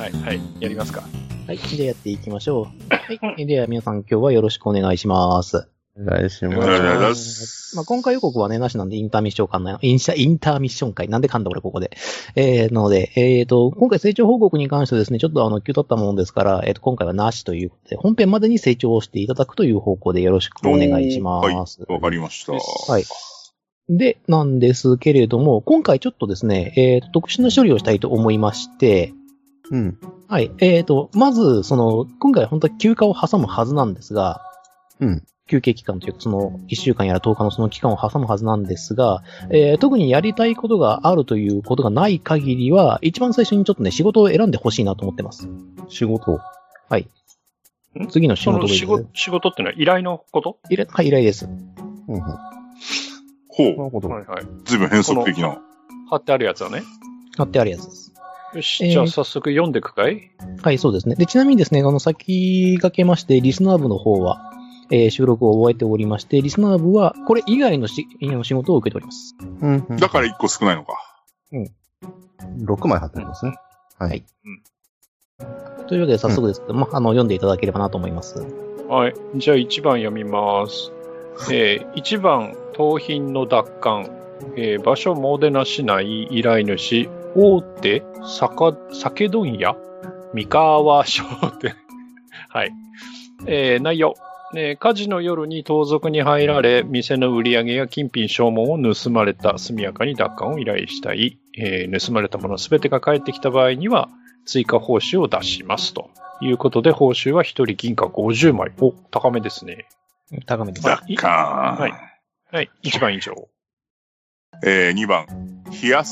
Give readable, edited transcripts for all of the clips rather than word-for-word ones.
はい、はい。やりますか。 はい。じゃあやっていきましょう。はい。では皆さん今日はよろしくお願いします。 お願いします。 お願いします。 まあ、今回予告はね、なしなんでインターミッション会。なんで噛んだ俺ここで。なので、今回成長報告に関してですね、ちょっと急だったものですから、今回はなしということで、本編までに成長をしていただくという方向でよろしくお願いします。 はい。わかりました。 はい。で、なんですけれども、今回ちょっとですね、特殊な処理をしたいと思いまして、 うん。 はい。まず、今回本当は休暇を挟むはずなんですが、 うん。 休憩期間というか、1週間やら10日のその期間を挟むはずなんですが、特にやりたいことがあるということがない限りは、一番最初にちょっとね、仕事を選んでほしいなと思ってます。 仕事？ はい。次の仕事です。 仕事ってのは依頼のこと？ はい、依頼です。 うん。 ほう。 なるほど。 はいはい。 ずいぶん変則的な。 貼ってあるやつはね。 貼ってあるやつです。 よし、じゃあ早速読んでいくかい？ はい、そうですね。で、ちなみにですね、先駆けまして、リスナー部の方は、収録を終えておりまして、リスナー部は、これ以外の仕事を受けております。 うん、うん。 だから1個少ないのか。 うん。 6枚貼ってありますね。はい。はい。 うん。というわけで早速ですけど、読んでいただければなと思います。 はい。じゃあ1番読みます。1番、盗品の奪還。場所モーデナ市内依頼主、大手酒問屋三河商店。はい。内容。火事の夜に盗賊に入られ、店の売り上げや金品証文を盗まれた、速やかに奪還を依頼したい。盗まれたものすべてが返ってきた場合には、追加報酬を出しますということで、報酬は1人銀貨50枚。お、高めですね。 高めです。 奪還。 はい。はい。1番以上。 2番、火遊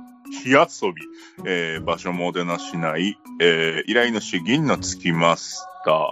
び。場所モーデナ市内、依頼主銀のつきました。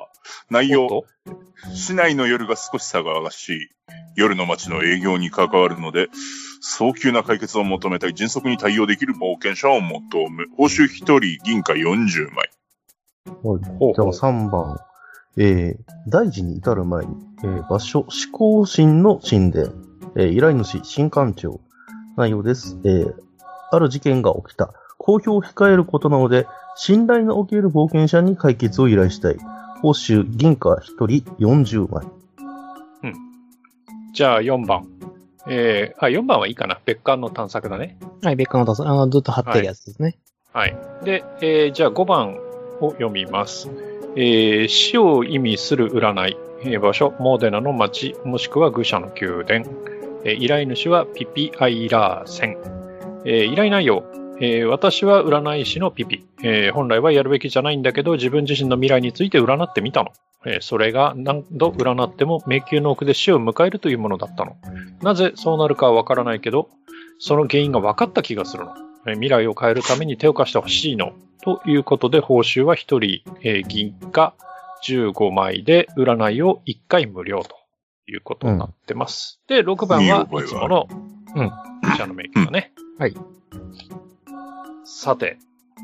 内容、市内の夜が少し騒がしい。夜の街の営業に関わるので、早急な解決を求めたい迅速に対応できる冒険者を求む。報酬1人銀貨40枚。 はい。じゃあ3番。大事に至る前に、場所、思考神の神殿。依頼主、新館長。内容です。ある事件が起きた。公表を控えることなので、信頼のおける冒険者に解決を依頼したい。報酬、銀貨1人40枚。 うん。じゃあ4番。4番はいいかな。別館の探索だね。 はい、別館の探索。ずっと貼ってるやつですね。 はい。で、じゃあ5番を読みます。死を意味する占い。場所、モーデナの町、もしくは愚者の宮殿。依頼主はピピ・アイラーセン。依頼内容。私は占い師のピピ。本来はやるべきじゃないんだけど、自分自身の未来について占ってみたの。それが何度占っても迷宮の奥で死を迎えるというものだったの。なぜそうなるかはわからないけど、その原因が分かった気がするの。未来を変えるために手を貸してほしいの。ということで、報酬は1人、銀貨15枚で占いを1回無料ということになってます。で、6番はいつもの、愚者の迷宮だね。 はい。 さて。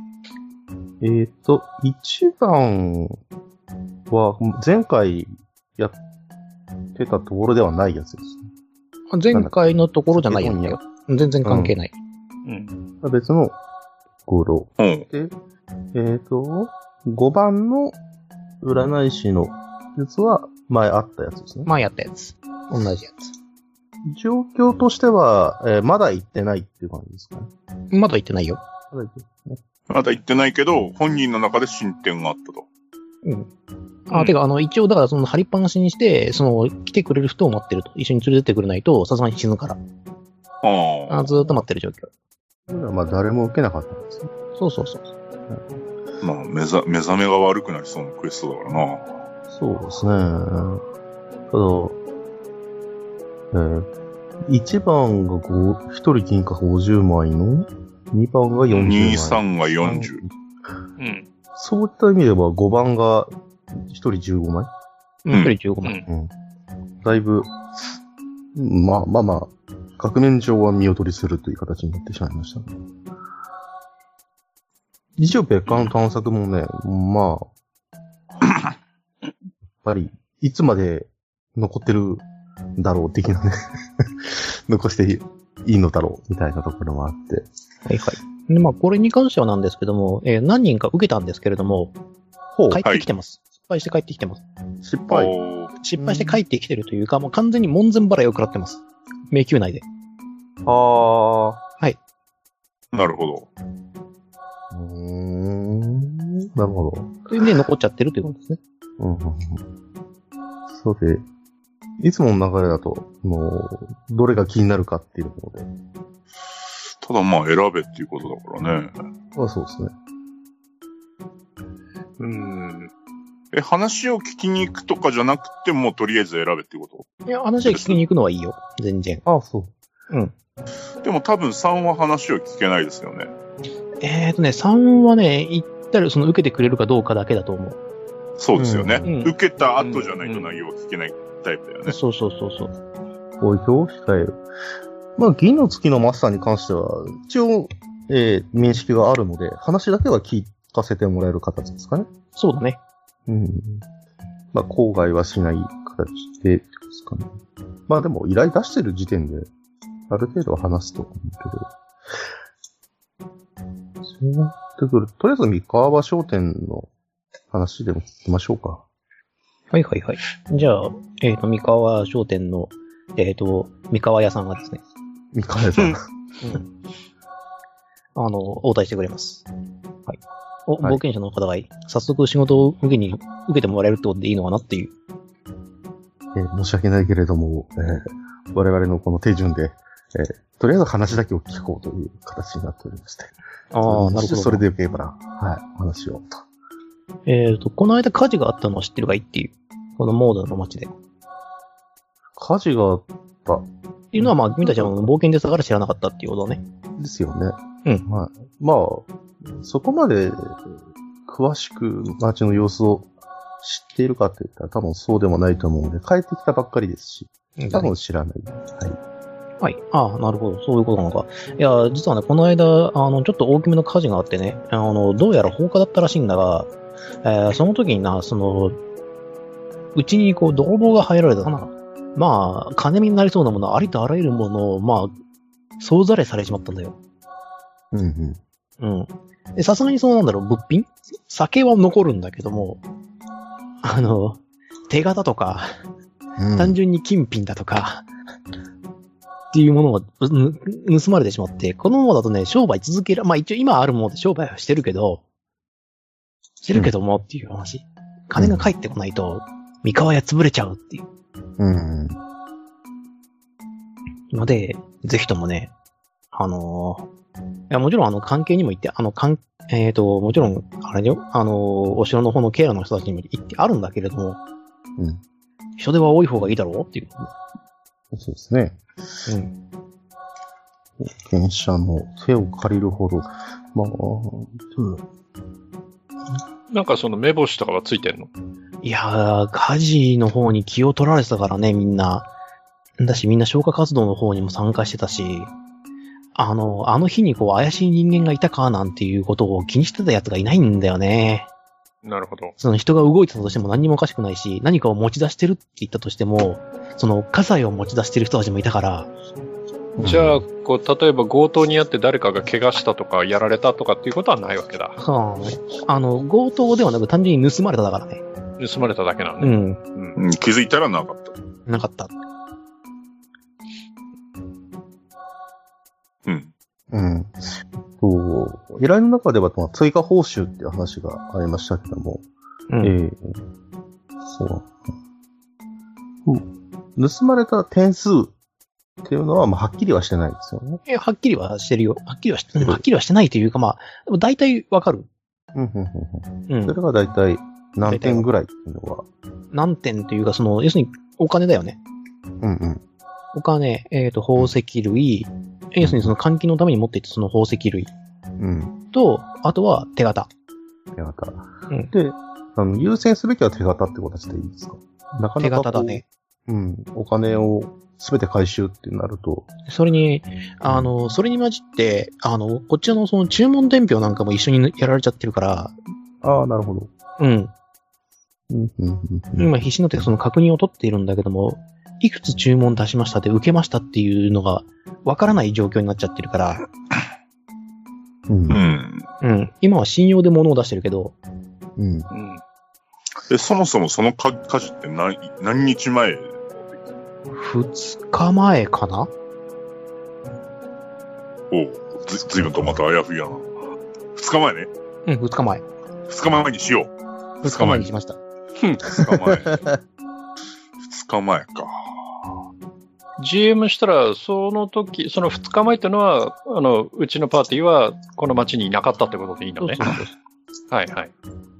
1番は前回やってたところではないやつです。 前回のところじゃないよね。全然関係ない。 別のところ。で、5番の占い師のやつは前あったやつですね。 前あったやつ。同じやつ。 状況としては、まだ行ってないっていう感じですかね。 まだ行ってないよ。 まだ行ってないけど、本人の中で進展があったと。 てか、一応、だから、貼りっぱなしにして、来てくれる人を待ってると。一緒に連れてってくれないと、さすがに死ぬから。ずーっと待ってる状況。 まあ、誰も受けなかったんですね。 そう。 まあ、目覚めが悪くなりそうなクエストだからな。 そうですね。ただ、1番が1人銀貨50枚の、2番が40枚。 2、3が40。 そういった意味では5番が1人15枚。 1人15枚。 だいぶ、まあ、額面上は見劣りするという形になってしまいましたね。一応別館の探索もね、まあ、やっぱり、いつまで残ってるんだろう的なね、残していいのだろうみたいなところもあって。 はいはい。 で、まあ、これに関してはなんですけども、何人か受けたんですけれども、帰ってきてます。失敗して帰ってきてます。 失敗して帰ってきてるというか、もう完全に門前払いを食らってます。迷宮内で。 はい。 なるほど。 なるほど。 というね、残っちゃってるということですね。 そうで、いつもの流れだと、どれが気になるかっていうので。 ただまあ選べっていうことだからね。 そうですね。 話を聞きに行くとかじゃなくても、とりあえず選べっていうこと？ いや、話を聞きに行くのはいいよ。全然。 そう。 でも多分3は話を聞けないですよね。 3はね、行ったら受けてくれるかどうかだけだと思う。 そうですよね。受けた後じゃないと内容は聞けないタイプだよね。 そう。 投票を控える。まあ、銀の月のマスターに関しては、一応、面識があるので、話だけは聞かせてもらえる形ですかね。 そうだね。 まあ、口外はしない形で、ですかね。まあでも、依頼出してる時点で、ある程度は話すと思うけど。そうなってくる。とりあえず、三河場商店の話でも聞きましょうか。 はい。じゃあ、三河商店の、三河屋さんがですね。 三河屋さん。 応対してくれます。はい。冒険者の方が早速仕事を受けてもらえるってことでいいのかなっていう。 申し訳ないけれども、我々のこの手順で、とりあえず話だけを聞こうという形になっておりまして。 なるほど。 それでよければ、話をと。この間火事があったのは知ってるかいっていう。このモードの街で。 火事があった。 っていうのはまあ、君たちは冒険でさから知らなかったっていうことね。 ですよね。 まあ、そこまで詳しく街の様子を知っているかって言ったら多分そうでもないと思うので、帰ってきたばっかりですし、多分知らない。 はい。なるほど。そういうことなのか。いや、実はね、この間、ちょっと大きめの火事があってね、どうやら放火だったらしいんだが、その時にうちに泥棒が入られたかな。まあ、金目になりそうなもの、ありとあらゆるものを、まあ、総ざれされちまったんだよ。で、さすがに物品酒は残るんだけども、手形とか、単純に金品だとか、っていうものが盗まれてしまって、このままだとね、商売続けまあ一応今あるもので商売はしてるけどもっていう話。金が返ってこないと、三河屋潰れちゃうっていう。ので、ぜひともね、いや、もちろん関係にも行って、もちろん、あれだよ、お城の方のケアの人たちにも行ってあるんだけれども、人手は多い方がいいだろうっていう。 そうですね。冒険者の手を借りるほど、まあ、 なんか目星とかはついてんの？ いやー、火事の方に気を取られてたからね、みんな。だし、みんな消火活動の方にも参加してたし、あの日に怪しい人間がいたかなんていうことを気にしてた奴がいないんだよね。 なるほど。 その人が動いてたとしても何にもおかしくないし、何かを持ち出してるって言ったとしても、家財を持ち出してる人たちもいたから。 じゃあ、例えば強盗にあって誰かが怪我したとか、やられたとかっていうことはないわけだ。 強盗ではなく単純に盗まれただからね。 盗まれただけなんだ。 気づいたらなかった。 なかった。 依頼の中では、追加報酬っていう話がありましたけども、盗まれた点数っていうのは、はっきりはしてないですよね。 はっきりはしてるよ。はっきりはしてないというか、でも大体わかる。 それが大体何点ぐらいっていうのは。 何点というか、要するにお金だよね。お金、宝石類、要するに換気のために持っていって宝石類。と、あとは手形。 で、優先すべきは手形って形でいいですか？なかなか手形だね。 お金をすべて回収ってなると。 それに混じって、こっちの注文伝票なんかも一緒にやられちゃってるから。 なるほど。 今必死になって確認を取っているんだけども、いくつ注文出しましたで受けましたっていうのがわからない状況になっちゃってるから。 うん。 うん。今は信用で物を出してるけど。 うん。 そもそもその火事って何日前 ？2日前かな？ ずいぶんとまたあやふやな。2日前ね。 うん、2日前。 2日前にしよう。 2日前にしました。 2日前。2日前か。 GM したら、その時、その2日前ってのは、うちのパーティーはこの街にいなかったってことでいいのね。 そうはいはい。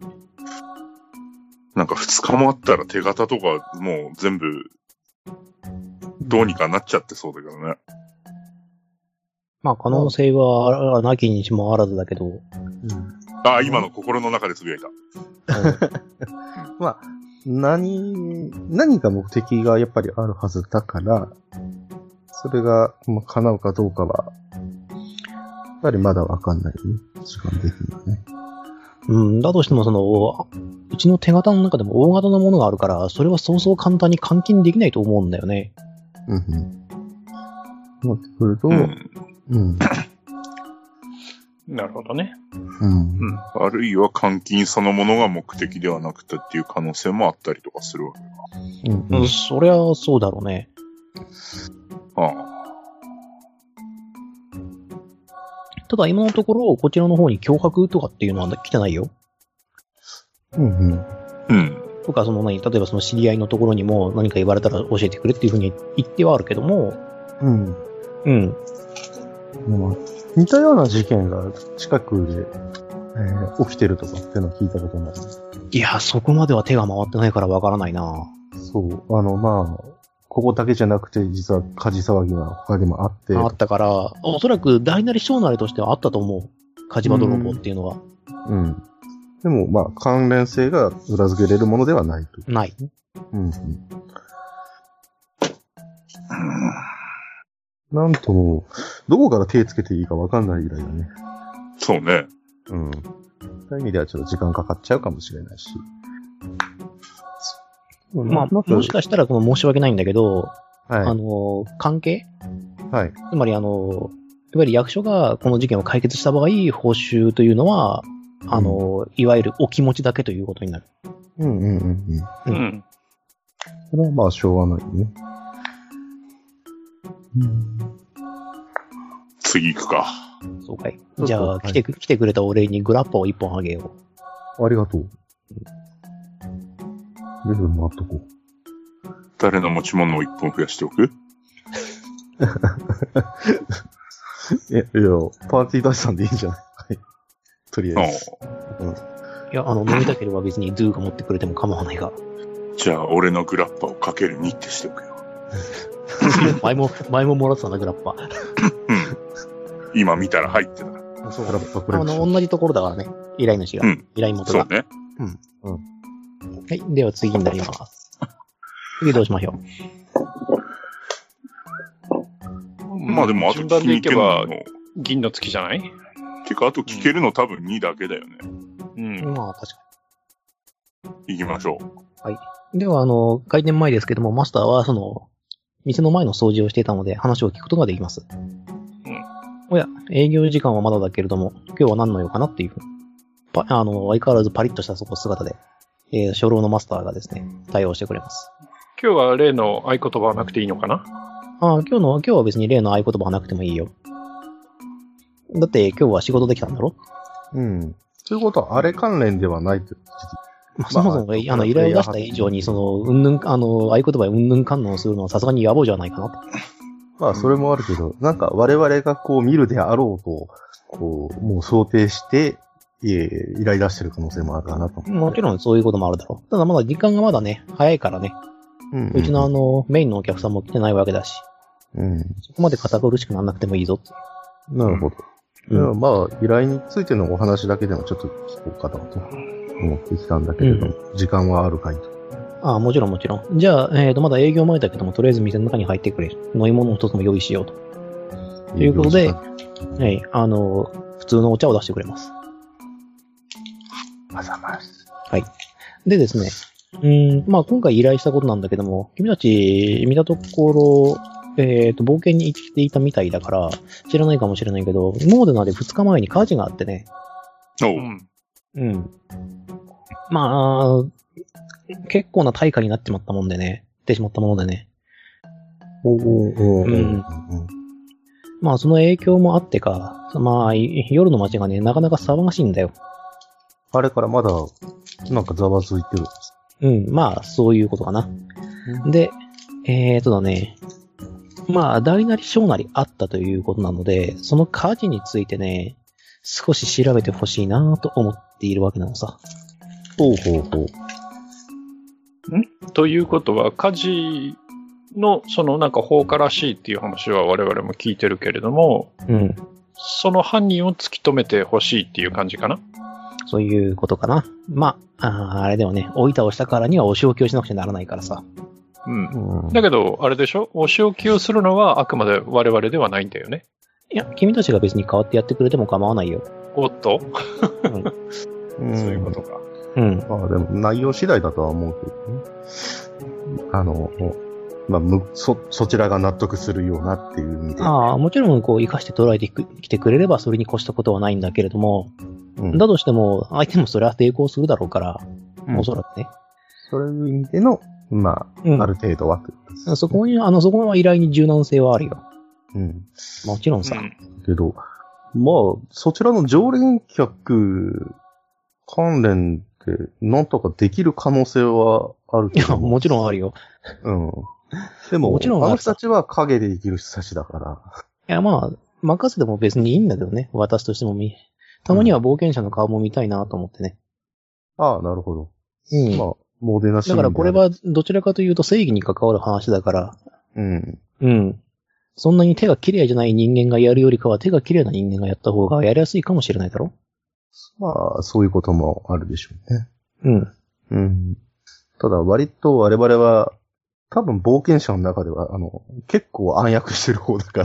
なんか2日もあったら手形とかもう全部どうにかなっちゃってそうだけどね。 まあ可能性はなきにしもあらずだけど。うん、 今の心の中でつぶやいた。 まあ、何か目的がやっぱりあるはずだから、それが、叶うかどうかは、やっぱりまだわかんないね。時間的にはね。 うん、だとしてもうちの手形の中でも大型のものがあるから、それはそうそう簡単に換金できないと思うんだよね。 うんうん。なってくると、うん。 なるほどね。 うん。 あるいは換金そのものが目的ではなくてっていう可能性もあったりとかするわけか。 うん、そりゃそうだろうね。ただ今のところ、こちらの方に脅迫とかっていうのは来てないよ。とか、例えばその知り合いのところにも何か言われたら教えてくれっていうふうに言ってはあるけども、 似たような事件が近くで、起きてるとかっていうのを聞いたことない。 いや、そこまでは手が回ってないからわからないな。 そう。ここだけじゃなくて、実は火事騒ぎが他にもあって。 あったから、おそらく大なり小なりとしてはあったと思う。火事場泥棒っていうのは。 でも、関連性が裏付けれるものではないと。 ない。 なんとも、どこから手つけていいかわかんないぐらいだね。 そうね。 そういう意味ではちょっと時間かかっちゃうかもしれないし。 もしかしたら申し訳ないんだけど、関係つまりいわゆる役所がこの事件を解決した場合、報酬というのは、いわゆるお気持ちだけということになる。 それはしょうがないね。 次行くか。 そうかい。じゃあ、来てくれたお礼にグラッパを1本あげよう。ありがとう。レベルもあっとこう。 誰の持ち物を1本増やしておく？ いや、パーティー出したんでいいんじゃない？はい。とりあえず。 いや、飲みたければ別にドゥが持ってくれても構わないが。 じゃあ、俺のグラッパをかける2ってしておくよ。 前ももらってたんだ、グラッパ。 今見たら入ってた。 そう。同じところだからね。依頼主が。依頼元が。 そうね。 はい。では次になります。次どうしましょう。 でもあと順番でいけば、銀の月じゃない？ てか、あと聞けるの多分2だけだよね。 確かに。行きましょう。はい。では、開店前ですけども、マスターは、店の前の掃除をしていたので、話を聞くことができます。おや、営業時間はまだだけれども、今日は何の用かなっていう。相変わらずパリッとした姿で、初老のマスターがですね、対応してくれます。 今日は例の合言葉はなくていいのかな？ 今日は別に例の合言葉はなくてもいいよ。だって今日は仕事できたんだろ？ ということは、あれ関連ではないってそもそも、依頼を出した以上に、合言葉やうんぬん観音するのはさすがに野暮じゃないかなと。 それもあるけど、なんか我々が見るであろうと、もう想定して、依頼出してる可能性もあるかなと。 もちろんそういうこともあるだろう。ただまだ時間がまだね、早いからね。うちのメインのお客さんも来てないわけだし。そこまで堅苦しくならなくてもいいぞって。 なるほど。依頼についてのお話だけでもちょっと聞こうかなと思ってきたんだけれども、時間はあるかいと。 もちろんもちろん。じゃあ、まだ営業前だけども、とりあえず店の中に入ってくれ。飲み物を一つも用意しようと。ということで、普通のお茶を出してくれます。はい。でですね、今回依頼したことなんだけども、君たち見たところ、 冒険に行っていたみたいだから、知らないかもしれないけど、モーデナで2日前に火事があってね。 おう。 うん。まあ、結構な大火になってしまったものでね。まあ、その影響もあってか、まあ、夜の街がね、なかなか騒がしいんだよ。 あれからまだ、なんかざわついてるんです。 まあ、そういうことかな。で、だね。まあ、大なり小なりあったということなので、その火事についてね、少し調べてほしいなと思っているわけなのさ。 ほうほうほう。 ということは、火事の、なんか放火らしいっていう話は我々も聞いてるけれども、その犯人を突き止めてほしいっていう感じかな？ そういうことかな。まあ、あれでもね、追い倒したからにはお仕置きをしなくちゃならないからさ。 だけど、あれでしょ？お仕置きをするのはあくまで我々ではないんだよね。 いや、君たちが別に代わってやってくれても構わないよ。 おっとそういうことか。 まあでも内容次第だとは思うけどね。まあ、そちらが納得するようなっていう意味で。 もちろん、生かして捉えてきてくれればそれに越したことはないんだけれども、だとしても、相手もそれは抵抗するだろうから、おそらくね。 そういう意味での、まあ、ある程度は。 そこは依頼に柔軟性はあるよ。もちろんさ。 けど、まあ、そちらの常連客関連で、なんとかできる可能性はあるけど。 いや、もちろんあるよ。 でも、 もちろんあの人たちは影で生きる人たちだから。 いや、まあ、任せても別にいいんだけどね。私としてもたまには冒険者の顔も見たいなと思ってね。 ああ、なるほど。まあ、モーデナシーンだからこれはどちらかというと正義に関わる話だから。そんなに手が綺麗じゃない人間がやるよりかは手が綺麗な人間がやった方がやりやすいかもしれないだろ？ まあ、そういうこともあるでしょうね。ただ、割と我々は、多分冒険者の中では、結構暗躍してる方だから。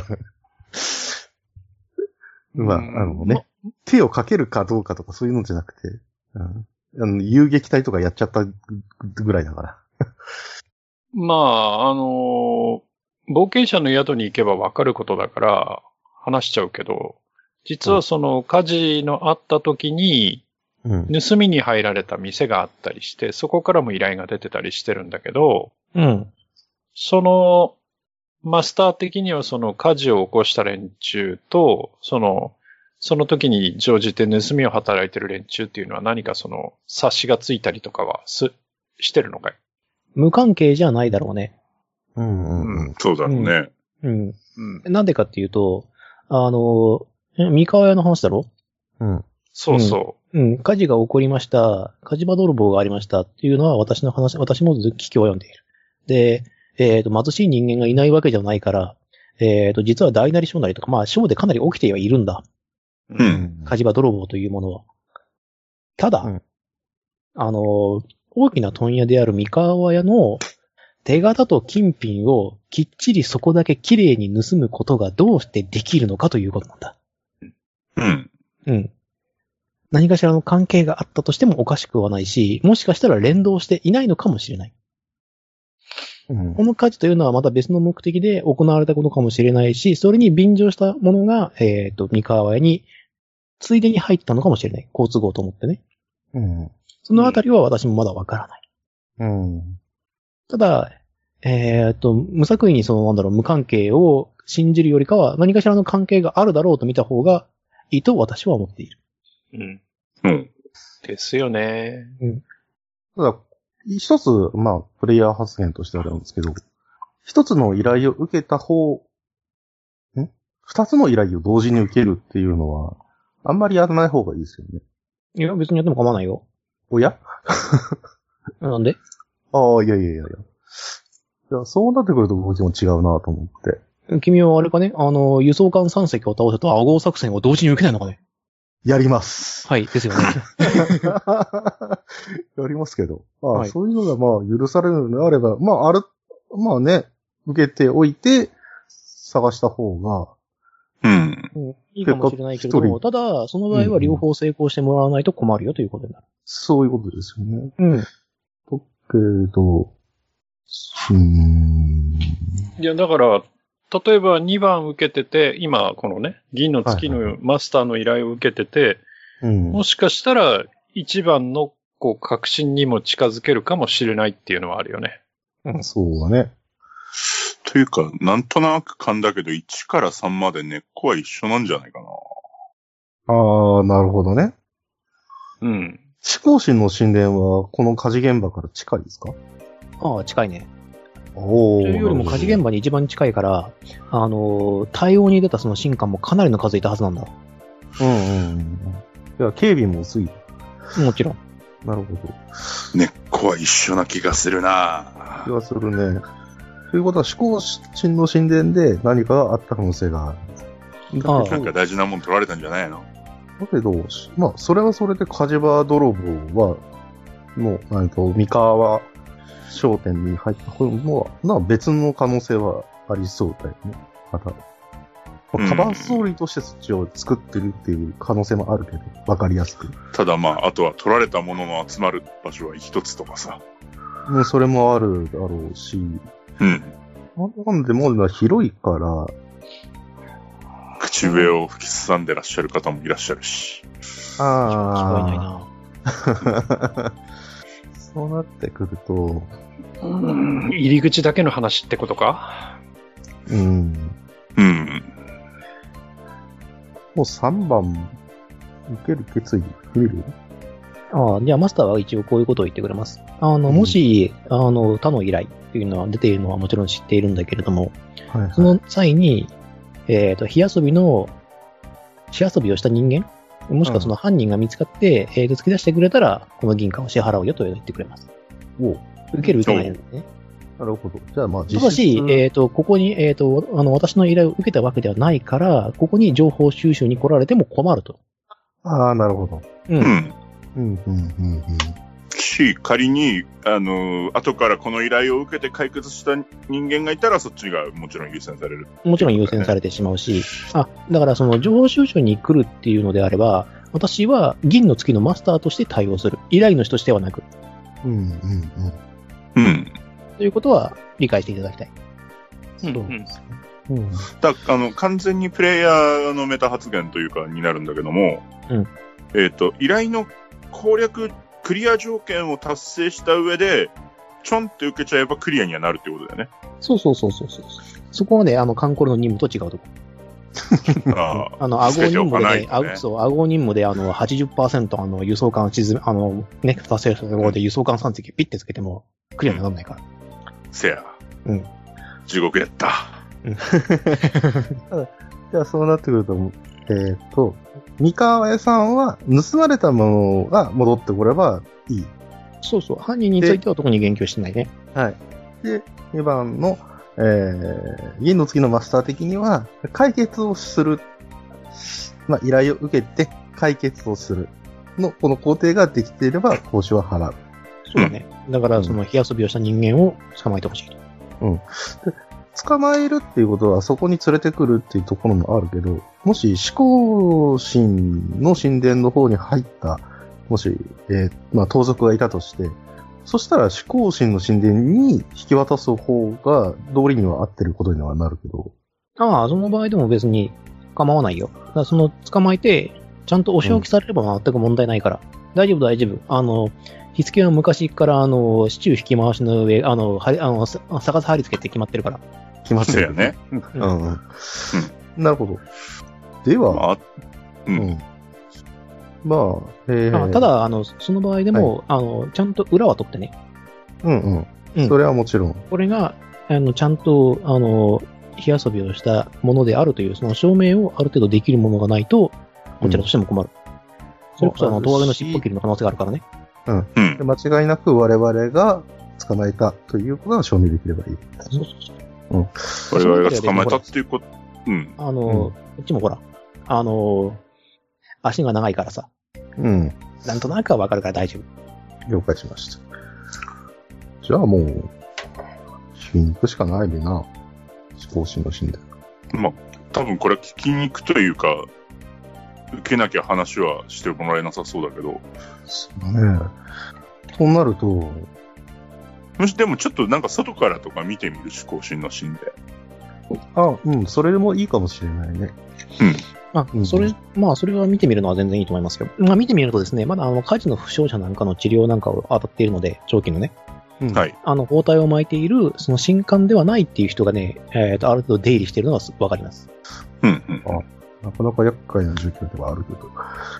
まあ、手をかけるかどうかとかそういうのじゃなくて、遊撃隊とかやっちゃったぐらいだから。 まあ、冒険者の宿に行けばわかることだから話しちゃうけど、実はその火事のあった時に、盗みに入られた店があったりして、そこからも依頼が出てたりしてるんだけど、その、マスター的にはその火事を起こした連中と、その時に乗じて盗みを働いてる連中っていうのは何か察しがついたりとかはしてるのかい？ 無関係じゃないだろうね。 そうだろうね。 なんでかっていうと、三河屋の話だろ？ そうそう。 火事が起こりました。火事場泥棒がありましたっていうのは私も聞き及んでいる。で、貧しい人間がいないわけじゃないから、実は大なり小なりとか、まあ小でかなり起きてはいるんだ。火事場泥棒というものは。ただ、大きな問屋である三河屋の手形と金品をきっちりそこだけ綺麗に盗むことがどうしてできるのかということなんだ。何かしらの関係があったとしてもおかしくはないし、もしかしたら連動していないのかもしれない。この火事というのはまた別の目的で行われたことかもしれないし、それに便乗したものが、三河屋についでに入ったのかもしれない。好都合と思ってね。そのあたりは私もまだわからない。ただ、無作為に無関係を信じるよりかは何かしらの関係があるだろうと見た方がいいと私は思っている。 ですよね。 ただ、一つ、まあ、プレイヤー発言としてあるんですけど、一つの依頼を受けた二つの依頼を同時に受けるっていうのは、あんまりやらない方がいいですよね。 いや、別にやっても構わないよ。 おやなんで？ いや。いや、そうなってくると僕も違うなと思って。 君はあれかね、輸送艦3隻を倒せとアゴー作戦を同時に受けないのかね？ やります。 はい、ですよね。 やりますけど。そういうのがまあ許されるのであれば、まあね、受けておいて、探した方が、 いいかもしれないけれども、ただ、その場合は両方成功してもらわないと困るよということになる。 そういうことですよね。だけど、 いや、だから、 例えば2番受けてて、今このね、銀の月のマスターの依頼を受けてて、もしかしたら1番のこう確信にも近づけるかもしれないっていうのはあるよね。 そうだね。 というか、なんとなく勘だけど、1から3まで根っこは一緒なんじゃないかな。 ああ、なるほどね。 うん。 思考神の神殿は、この火事現場から近いですか？ ああ、近いね。 おー。 というよりも火事現場に一番近いから、対応に出たその神官もかなりの数いたはずなんだ。 いや、警備も薄い。 もちろん。 なるほど。 根っこは一緒な気がするな。 気がするね。ということは、思考神の神殿で何かがあった可能性がある。 なんか大事なもん取られたんじゃないの？ だけど、まあ、それはそれで火事場泥棒は、もう、三河商店に入った方は、別の可能性はありそうだよね。また。カバーストーリーとしてそっちを作ってるっていう可能性もあるけど、わかりやすく。 ただまあ、あとは取られたものの集まる場所は一つとかさ。 もうそれもあるだろうし。なんでも広いから、 口笛を吹きすさんでらっしゃる方もいらっしゃるし。 聞こえないな。 そうなってくると、 入り口だけの話ってことか？ もう3番、受ける決意、踏みる？ じゃあマスターは一応こういうことを言ってくれます。もし、他の依頼っていうのは出ているのはもちろん知っているんだけれども、その際に、火遊びをした人間、もしくはその犯人が見つかって、突き出してくれたら、この銀貨を支払うよと言ってくれます。受ける受けないんですね。 なるほど。じゃあまあただし、ここに、私の依頼を受けたわけではないから、ここに情報収集に来られても困ると。 ああ、なるほど。 仮に、後からこの依頼を受けて解決した人間がいたら、そっちがもちろん優先される。 もちろん優先されてしまうし、だからその情報収集に来るっていうのであれば、私は銀の月のマスターとして対応する。依頼主としてはなく。ということは理解していただきたい。 完全にプレイヤーのメタ発言というかになるんだけども、依頼の攻略クリア条件を達成した上で、ちょんって受けちゃえばクリアにはなるってことだよね。 そう。そこはね、カンコルの任務と違うとこ。アゴ任務で、アゴ任務で80% 輸送艦達成したところで輸送艦3隻ピッてつけてもクリアにならないから。 せや。地獄やった。 じゃあそうなってくると、三河屋さんは盗まれたものが戻ってこればいい。 そう。犯人については特に言及してないね。 はい。で、2番の、銀の月のマスター的には、解決をする。依頼を受けて解決をする。この工程ができていれば、報酬は払う。 そうだね。だから、その火遊びをした人間を捕まえてほしいと。 で捕まえるっていうことは、そこに連れてくるっていうところもあるけど、もし思考神の神殿の方に入った、もし、盗賊がいたとして、そしたら思考神の神殿に引き渡す方が、道理には合ってることにはなるけど。 その場合でも別に構わないよ。だからその捕まえて、ちゃんとお仕置きされれば全く問題ないから。大丈夫。火付けは昔から市中引き回しの上、逆さ貼り付けって決まってるから。 決まってるよね。 なるほど。では、 ただ、その場合でも、ちゃんと裏は取ってね。 それはもちろん。 これが、ちゃんと、火遊びをしたものであるという、その証明をある程度できるものがないと、こちらとしても困る。それこそ、トカゲの尻尾切りの可能性があるからね。 で間違いなく我々が捕まえたということが証明できればいい。 我々が捕まえたっていうこと、 こっちもほら、足が長いからさ。なんとなくはわかるから大丈夫。了解しました。じゃあもう、死に行くしかないでな。思考神の神殿。 多分これ聞きに行くというか、受けなきゃ話はしてもらえなさそうだけど。 そうね。そうなると、 でもちょっとなんか外からとか見てみる思考神の神殿。 それもいいかもしれないね。 それは見てみるのは全然いいと思いますよ。見てみるとですね、まだ火事の負傷者なんかの治療なんかを当たっているので、長期のね。 はい。 包帯を巻いている、その新刊ではないっていう人がね、ある程度出入りしているのがわかります。 なかなか厄介な状況ではあるけど。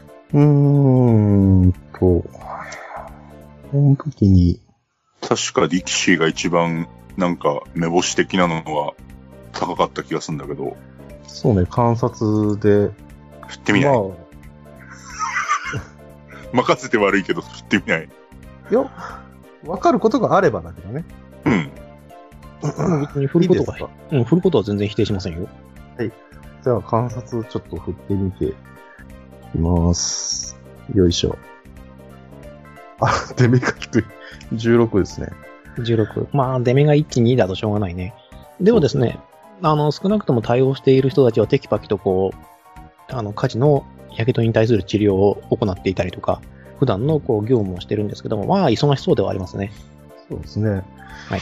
この時に。 確か力士が一番、なんか、目星的なのは高かった気がするんだけど。 そうね、観察で。 振ってみない。任せて悪いけど、振ってみない。 いや、わかることがあればだけどね。 別に振ることは全然否定しませんよ。 はい。じゃあ観察ちょっと振ってみていきます。よいしょ。デメが低い。16ですね。 16。デメが1期2だとしょうがないね。でもですね、少なくとも対応している人たちはテキパキと火事の火傷に対する治療を行っていたりとか、普段の業務をしてるんですけども、忙しそうではありますね。 そうですね。 はい。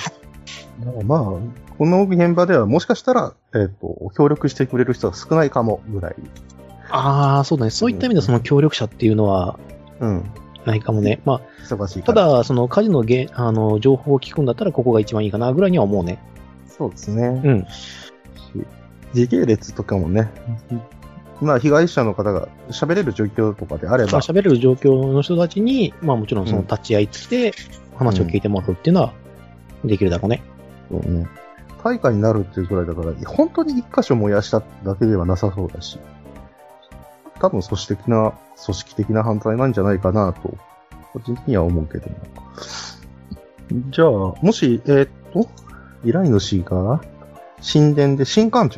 この現場ではもしかしたら、協力してくれる人は少ないかもぐらい。 そうだね。そういった意味でその協力者っていうのは、ないかもね。 忙しいから。 ただ、その火事の情報を聞くんだったらここが一番いいかなぐらいには思うね。 そうですね。時系列とかもね、被害者の方が喋れる状況とかであれば。 喋れる状況の人たちに、もちろんその立ち会いつきで話を聞いてもらうっていうのはできるだろうね。 そうね。大火になるっていうくらいだから、本当に一箇所燃やしただけではなさそうだし、多分組織的な犯罪なんじゃないかなと、個人的には思うけども。じゃあ、もし、依頼主が、神殿で新館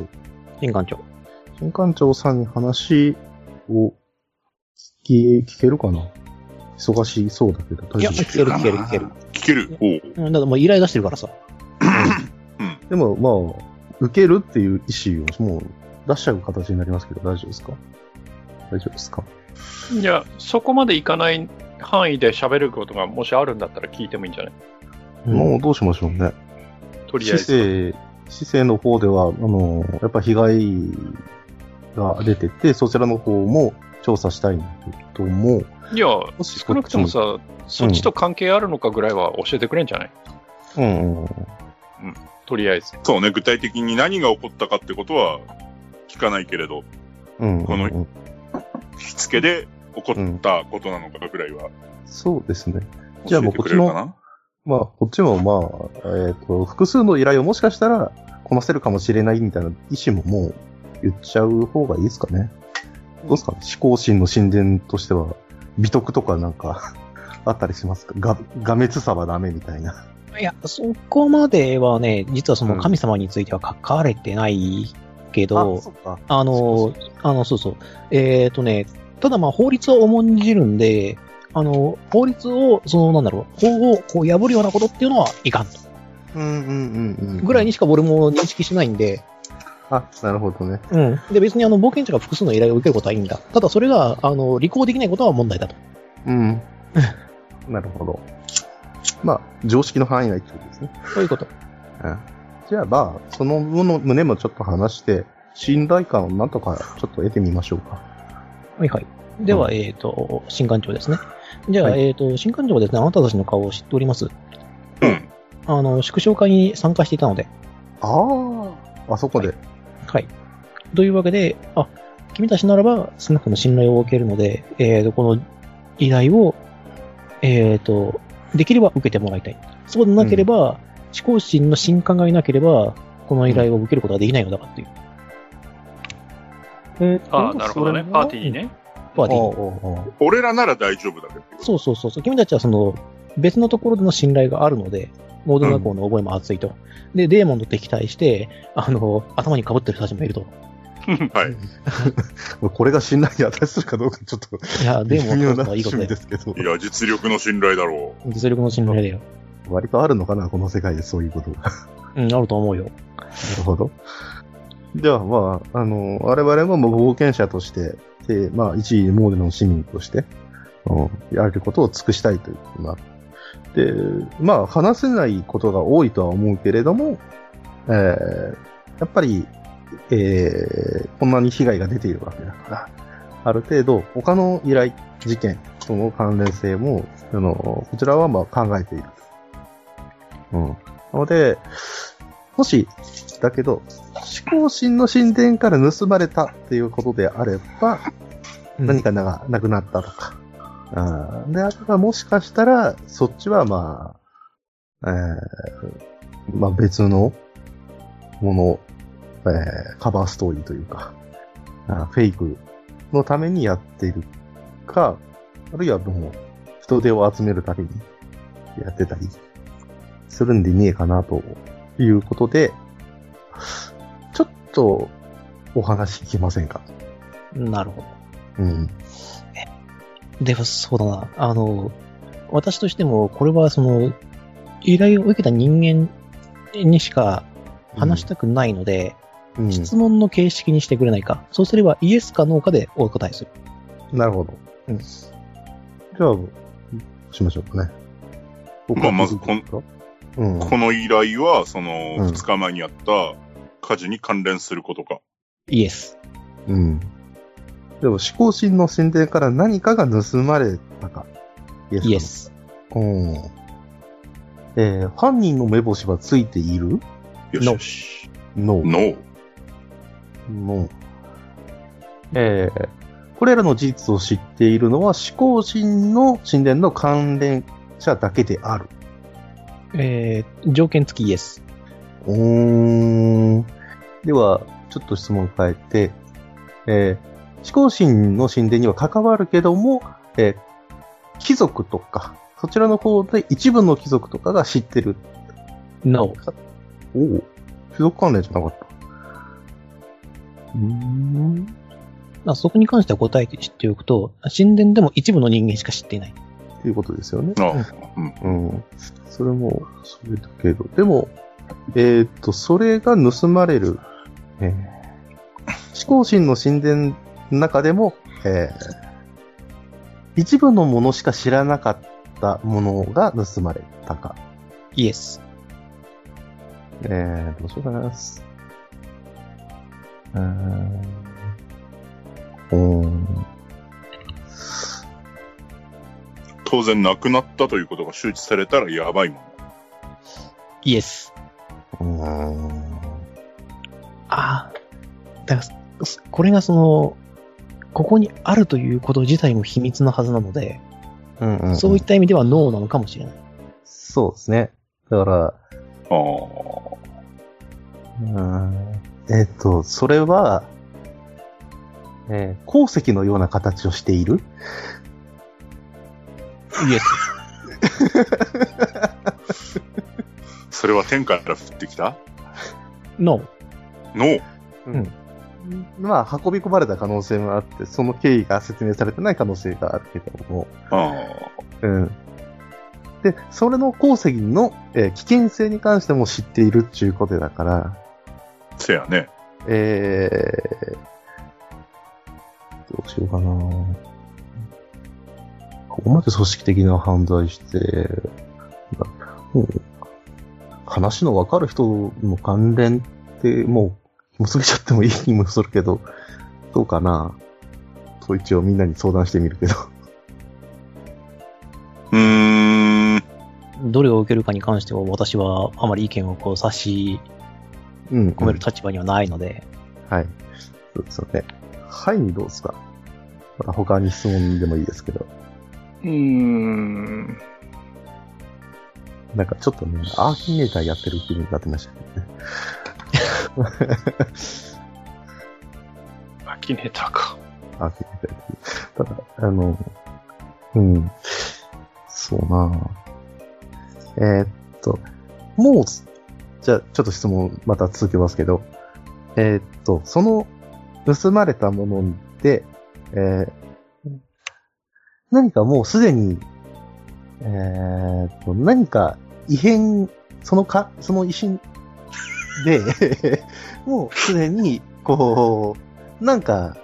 長さんに話を聞けるかな？忙しそうだけど、 いや、聞ける。 聞ける。 だからもう依頼出してるからさ。 でも、受けるっていう意思をもう出しちゃう形になりますけど、大丈夫ですか？ いや、そこまでいかない範囲で喋ることがもしあるんだったら聞いてもいいんじゃない？ もうどうしましょうね。 とりあえず。 市政の方では、やっぱ被害が出てて、そちらの方も調査したいんだけども。 いや、少なくともさ、そっちと関係あるのかぐらいは教えてくれんじゃない？とりあえず。 そうね、具体的に何が起こったかってことは聞かないけれど、この火付けで起こったことなのかぐらいは。 そうですね。じゃあもうこっちも、こっちも複数の依頼をもしかしたらこなせるかもしれないみたいな意思ももう言っちゃう方がいいですかね。どうですか？思考心の神殿としては、美徳とかなんかあったりしますか？がめつさはダメみたいな。 いや、そこまではね、実はその神様については書かれてないけど、そう。ただ法律を重んじるんで、法律を、法を破るようなことっていうのはいかんと。ぐらいにしか俺も認識しないんで。 なるほどね。 で、別に冒険者が複数の依頼を受けることはいいんだ。ただそれが、履行できないことは問題だと。 なるほど。常識の範囲内ってことですね。 そういうこと。 じゃあその旨もちょっと話して、信頼感をなんとかちょっと得てみましょうか。 はい。では、新館長ですね。じゃあ、新館長はですね、あなたたちの顔を知っております。祝勝会に参加していたので。 あそこで。 はい。というわけで、君たちならば、少なくとも信頼を受けるので、この依頼を、できれば受けてもらいたい。そうでなければ、思考心の新刊がいなければ、この依頼を受けることができないのだからっていう。 なるほどね。パーティーにね。 パーティーに。 俺らなら大丈夫だけど。 そう。君たちは別のところでの信頼があるので、モードナ校の覚えも厚いと。で、デーモンと敵対して、頭に被ってる人たちもいると。 はい。 これが信頼に値するかどうかちょっと。 いや、デーモンはいいことですけど。 いや、実力の信頼だろう。実力の信頼だよ。 割とあるのかな、この世界でそういうことが。 あると思うよ。 なるほど。では、我々も冒険者として、一モーデルの市民として、やることを尽くしたいということがあって、話せないことが多いとは思うけれども、 やっぱり、こんなに被害が出ているわけだから、ある程度、他の依頼事件との関連性も、こちらはまあ考えている。うん。なので、もし、だけど、思考神の神殿から盗まれたっていうことであれば、何かなくなったとか。で、あとはもしかしたら、そっちはまあ、まあ別のもの、カバーストーリーというか、フェイクのためにやっているか、あるいはもう人手を集めるためにやってたりするんでねえかなということで、ちょっとお話聞けませんか？ なるほど。 うん。 でもそうだな。私としても、これは依頼を受けた人間にしか話したくないので、質問の形式にしてくれないか。そうすればイエスかノーかでお答えする。 なるほど。じゃあ、しましょうかね。 まあ、まずこの依頼は、2日前にあった火事に関連することか。 イエス。 でも、思考神の神殿から何かが盗まれたか。 イエス。 犯人の目星はついている？ よしよし。 ノー。これらの事実を知っているのは思考神の神殿の関連者だけである。 条件付きイエス。 では、ちょっと質問を変えて、思考神の神殿には関わるけども、貴族とか、そちらの方で一部の貴族とかが知ってる。 No。 貴族関連じゃなかった。 そこに関しては答えて知っておくと、神殿でも一部の人間しか知っていない。 ということですよね。それも、それだけど。でも、それが盗まれる、思考神の神殿の中でも、一部のものしか知らなかったものが盗まれたか。 イエス。 どうしようかな。 当然亡くなったということが周知されたらやばいもん。 イエス。だから、これがここにあるということ自体も秘密のはずなので、そういった意味ではノーなのかもしれない。 そうですね。だから、それは、鉱石のような形をしている？ イエス。 それは天から降ってきた？ ノー。 まあ、運び込まれた可能性もあって、その経緯が説明されてない可能性があるけども。で、それの鉱石の、危険性に関しても知っているっていうことだから。 せやね。 どうしようかな。ここまで組織的な犯罪して、話の分かる人の関連ってもう結びちゃってもいい気もするけど、どうかな。と一応みんなに相談してみるけど。 どれを受けるかに関しては私はあまり意見を差し込める立場にはないので。 はい。そうですよね。はい、どうですか？他に質問でもいいですけど。なんかちょっとね、アーキネーターやってる気分になってましたけどね。 アーキネーターか。 アーキネーター。ただ、そうなもう、じゃあ、ちょっと質問また続けますけど、その、盗まれたもので、何かもうすでに、何か異変、その異変で、もうすでに、なんか、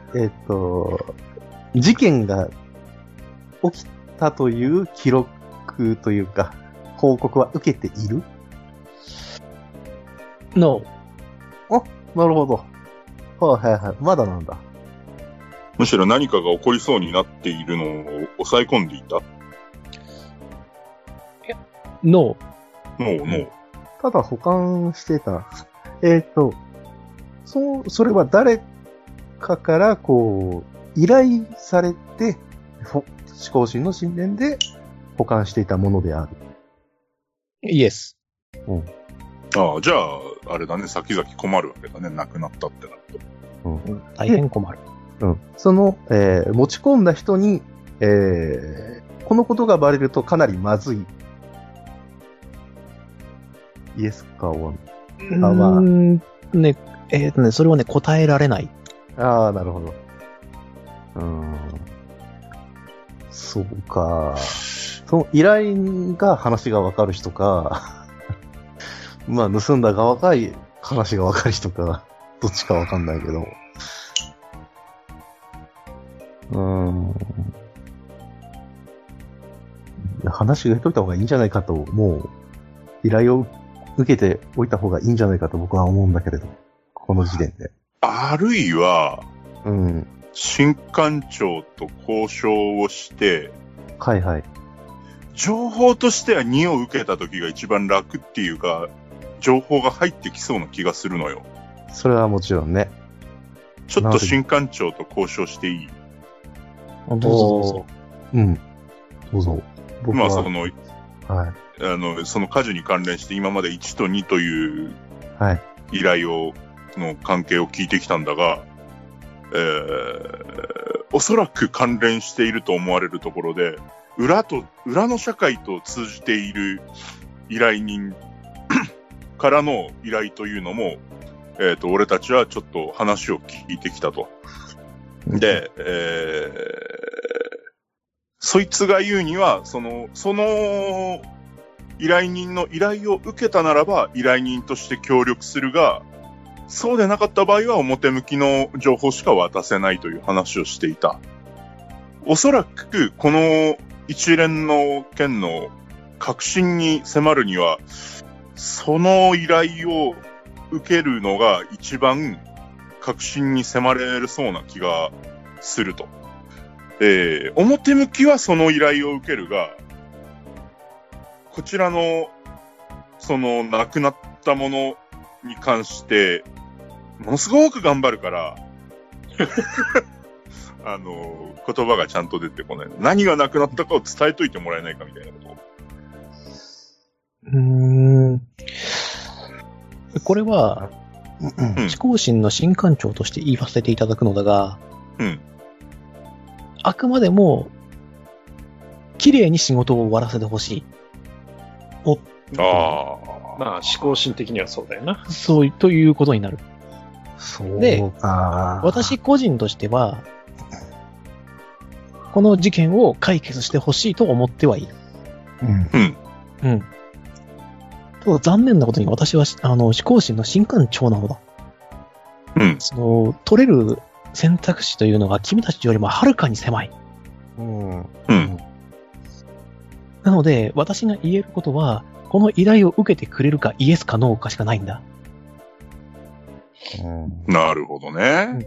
事件が起きたという記録というか、報告は受けている？ No。 なるほど。はいはいはい。まだなんだ。 むしろ何かが起こりそうになっているのを抑え込んでいた？ ノノー。 ただ保管してた。それは誰かからこう、依頼されて、思考神の神殿で保管していたものである。 ー。イエス。 ああ、じゃあ、あれだね、先々困るわけだね。亡くなったってなると。 大変困る。 その、持ち込んだ人に、このことがバレるとかなりまずい。イエスかは。 ね、それはね、答えられない。 ああ、なるほど。そうか。その依頼が話がわかる人か、まあ、盗んだ側が話がわかる人か、どっちかわかんないけど。話が言っといた方がいいんじゃないかと、もう、依頼を受けておいた方がいいんじゃないかと僕は思うんだけれど、この時点で。 あるいは、 うん。 新官庁と交渉をして、 はいはい。 情報としては2を受けた時が一番楽っていうか、情報が入ってきそうな気がするのよ。 それはもちろんね。 ちょっと新官庁と交渉していい？ どうぞどうぞ。 うん。どうぞ。僕はまあその、 はい。 その果樹に関連して今まで1と2というはい。 依頼の関係を聞いてきたんだが、おそらく関連していると思われるところで、裏の社会と通じている依頼人からの依頼というのも、俺たちはちょっと話を聞いてきたと。で、そいつが言うには、その依頼人の依頼を受けたならば依頼人として協力するが、そうでなかった場合は表向きの情報しか渡せないという話をしていた。おそらくこの一連の件の核心に迫るには、その依頼を受けるのが一番核心に迫れるそうな気がすると。表向きはその依頼を受けるが、こちらのその亡くなったものに関してものすごく頑張るから言葉がちゃんと出てこない。何がなくなったかを伝えといてもらえないかみたいなこと。 これは、思考神の新官庁として言わせていただくのだが、あくまでも、綺麗に仕事を終わらせてほしい。 まあ、思考心的にはそうだよな。 そうということになる。 そうで、 か。 私個人としては、この事件を解決してほしいと思ってはいる。ただ残念なことに私は、思考心の新官庁なのだ。取れる選択肢というのが君たちよりもはるかに狭い。なので、私が言えることは、この依頼を受けてくれるかイエスかノーかしかないんだ。 なるほどね。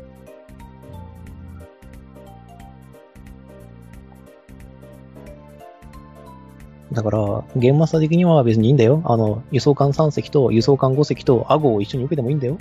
だから、ゲームマスター的には別にいいんだよ。輸送艦3隻と輸送艦5隻とアゴを一緒に受けてもいいんだよ。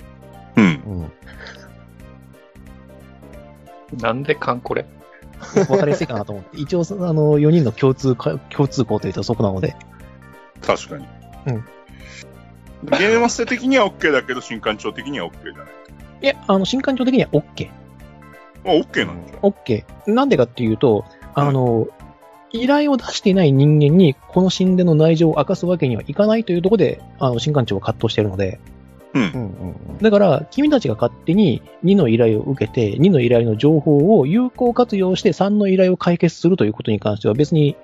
なんでカンコレ？ 分かりやすいかなと思って。一応、4人の共通項というとそこなので。 確かに。ゲームマスター的には OK だけど、新官庁的には OK じゃない。 いや、新官庁的には OK。 OK なんじゃん。 OK。なんでかっていうと、依頼を出していない人間に、この神殿の内情を明かすわけにはいかないというところで、新官庁は葛藤しているので。だから、君たちが勝手に2の依頼を受けて、2の依頼の情報を有効活用して3の依頼を解決するということに関しては別に、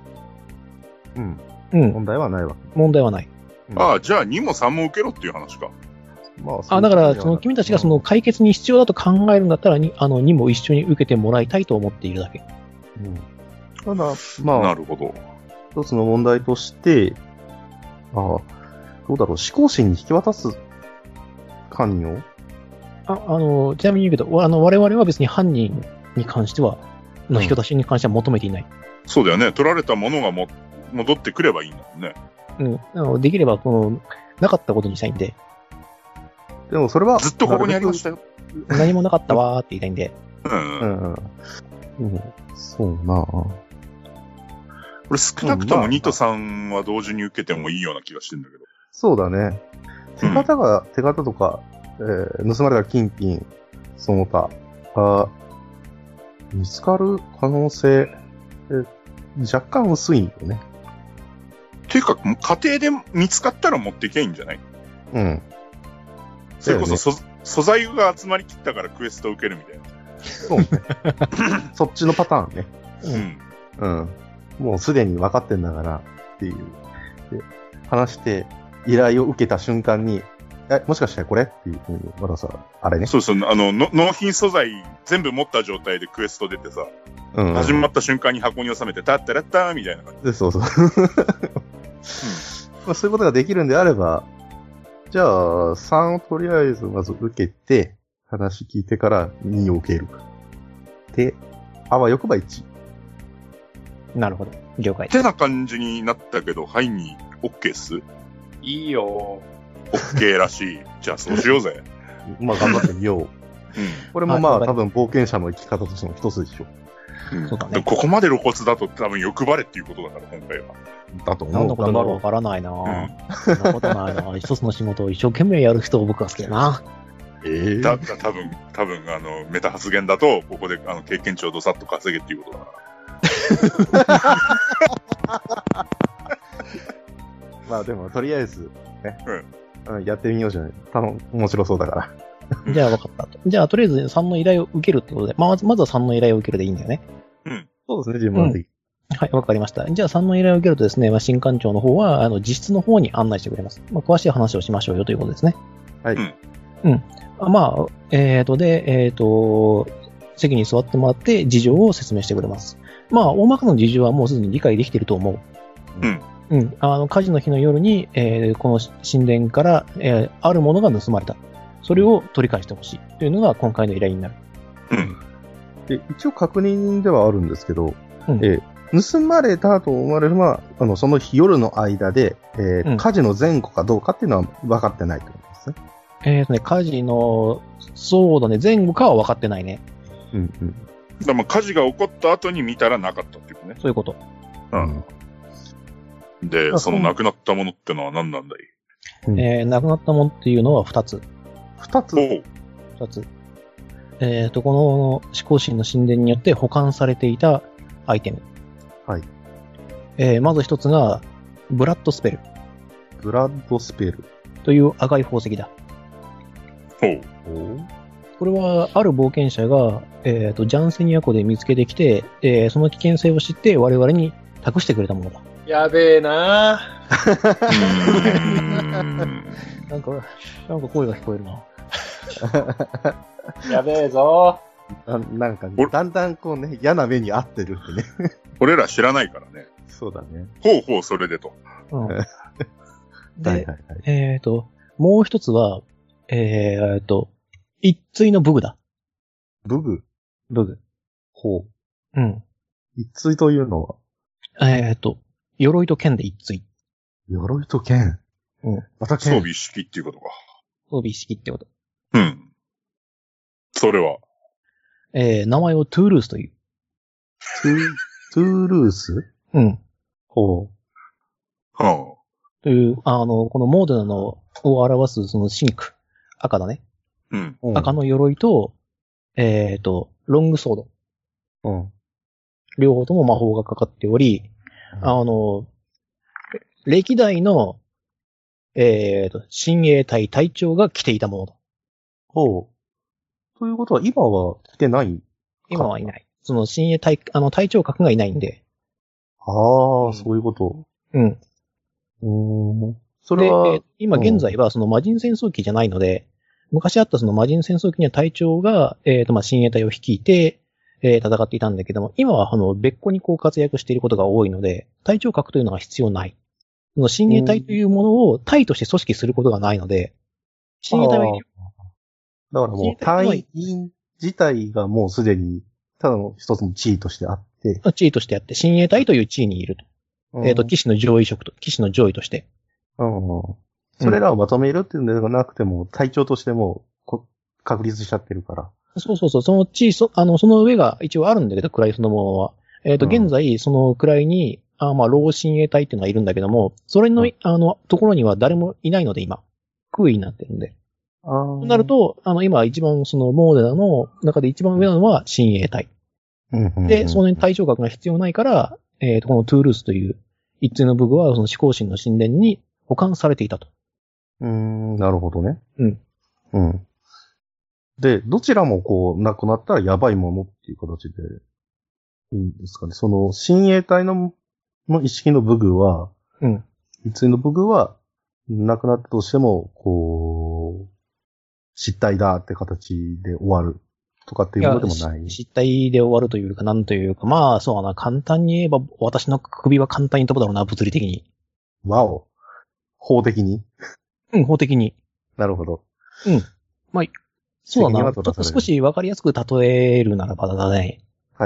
問題はないわ。 問題はない。 じゃあ2も3も受けろっていう話か。 だから、君たちがその解決に必要だと考えるんだったら、2も一緒に受けてもらいたいと思っているだけ。 ただ、 なるほど。 一つの問題として、どうだろう、思考心に引き渡す犯人をちなみに言うけど、我々は別に犯人に関しては、の引き出しに関しては求めていない。 そうだよね。取られたものが戻ってくればいいんだもんね。 できれば、なかったことにしたいんで。 でもそれは、 ずっとここにありましたよ。 何もなかったわーって言いたいんで。 そうなぁ。 これ少なくともニトさんは同時に受けてもいいような気がしてるんだけど。 そうだね。手形とか、盗まれた金品、その他が、見つかる可能性、若干薄いんよね。 ていうか、家庭で見つかったら持っていけばいいんじゃない？ うん。 それこそ、素材が集まりきったからクエストを受けるみたいな。 そうね。そっちのパターンね。うん。もうすでに分かってんだからっていう。で、話して依頼を受けた瞬間に、もしかしてこれっていうふうに、まださ、あれね。 そうそう、納品素材全部持った状態でクエスト出てさ、始まった瞬間に箱に収めて、タッタラッターみたいな感じで。 そうそう。まあ、そういうことができるんであれば、じゃあ、3をとりあえずまず受けて、話聞いてから2を受ける。で、あわよくば1。 なるほど。了解。 ってな感じになったけど、はいに OK っす？ いいよ。 OK らしい。じゃあそうしようぜ。 まあ頑張ってみよう。これもまあ多分冒険者の生き方としての一つでしょ。 そうだね。 ここまで露骨だと多分欲張れっていうことだから、今回は。 だと思う。 何のことになるかわからないなそんなことないな一つの仕事を一生懸命やる人を僕は好きだな。 多分メタ発言だと、ここで経験値をどさっと稼げっていうことだから。 まあでも、とりあえず、ね。やってみようじゃない。面白そうだから。 じゃあ分かったと。じゃあとりあえず3の依頼を受けるってことで、まずは3の依頼を受けるでいいんだよね。 そうですね、自分的。 はい、わかりました。じゃあ3の依頼を受けるとですね、新館長の方は、実質の方に案内してくれます。詳しい話をしましょうよということですね。 はい。 席に座ってもらって事情を説明してくれます。大まかな事情はもうすでに理解できていると思う。火事の日の夜に、この神殿から、あるものが盗まれた。それを取り返してほしいというのが今回の依頼になる。 で、一応確認ではあるんですけど、盗まれたと思われるのは、その日夜の間で、火事の前後かどうかっていうのは分かってないと思いますね。 火事の、そうだね、前後かは分かってないね。 でも火事が起こった後に見たらなかったっていうことね。 そういうこと。 で、その亡くなったものってのは何なんだい？ 亡くなったものっていうのは2つ。 2つ ?2 つ。この思考神の神殿によって保管されていたアイテム。 はい。 まず1つが、ブラッドスペル。 ブラッドスペル。 という赤い宝石だ。これは、ある冒険者が、ジャンセニア湖で見つけてきて、その危険性を知って我々に託してくれたものだ。 やべえななんか声が聞こえるな。 やべえぞなんか、だんだんこうね、嫌な目に遭ってるってね。 俺ら知らないからね。 そうだね。 それでと。 で、もう一つは、一対の武具だ。 武具。一対というのは鎧と剣で一対。 鎧と剣。 また剣。装備式っていうことか。 装備式ってこと。 それは名前をトゥールースという。 トゥールース？ という、このモーデナのを表すそのシンク。赤だね。赤の鎧と、ロングソード。両方とも魔法がかかっており、歴代の、親衛隊隊長が着ていたものだ。 ということは今は着てない？ 今はいない。その親衛隊、隊長格がいないんで。 そういうこと。それは、 今現在はその魔人戦争機じゃないので、昔あったその魔人戦争機には隊長が、親衛隊を率いて、戦っていたんだけども、今は別個にこう活躍していることが多いので、隊長格というのが必要ない。その親衛隊というものを隊として組織することがないので、親衛隊はいる。 だからもう、隊員自体がもうすでに、ただの一つの地位としてあって。 地位としてあって、親衛隊という地位にいると。騎士の上位職と、騎士の上位として。 それらをまとめるっていうのではなくても、隊長としても確立しちゃってるから。 そう。その地位、その上が一応あるんだけど、位そのものは。現在、その位に、老親衛隊っていうのがいるんだけども、それの、ところには誰もいないので、今。空位になってるんで。となると、今一番そのモーデナの中で一番上なのは親衛隊。で、その隊長格が必要ないから、このトゥールースという一対の武具はその思考神の神殿に保管されていたと。 なるほどね。で、どちらもこう、なくなったらやばいものっていう形でいいんですかね。その、親衛隊の一式の武具は、一対の武具は、なくなったとしても、こう、失態だって形で終わるとかっていうものでもない。 失態で終わるというか、なんというか、そうだな、簡単に言えば、私の首は簡単に飛ぶだろうな、物理的に。 わお。法的に？ 法的に。 なるほど。 そうだな。ちょっと少しわかりやすく例えるならばだね。 はい。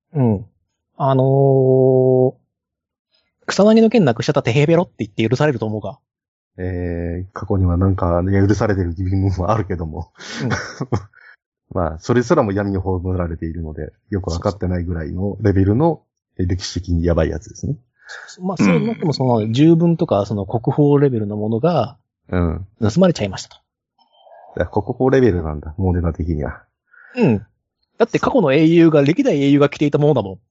草薙の剣なくしちゃったてへべろって言って許されると思うか？ 過去にはなんか、許されてる部分もあるけども。それすらも闇に葬られているので、よくわかってないぐらいのレベルの歴史的にやばいやつですね。 そうなってもその、十分とか、その国宝レベルのものが、盗まれちゃいましたと。 国宝レベルなんだ、モーデナ的には。 だって過去の歴代英雄が着ていたものだもん。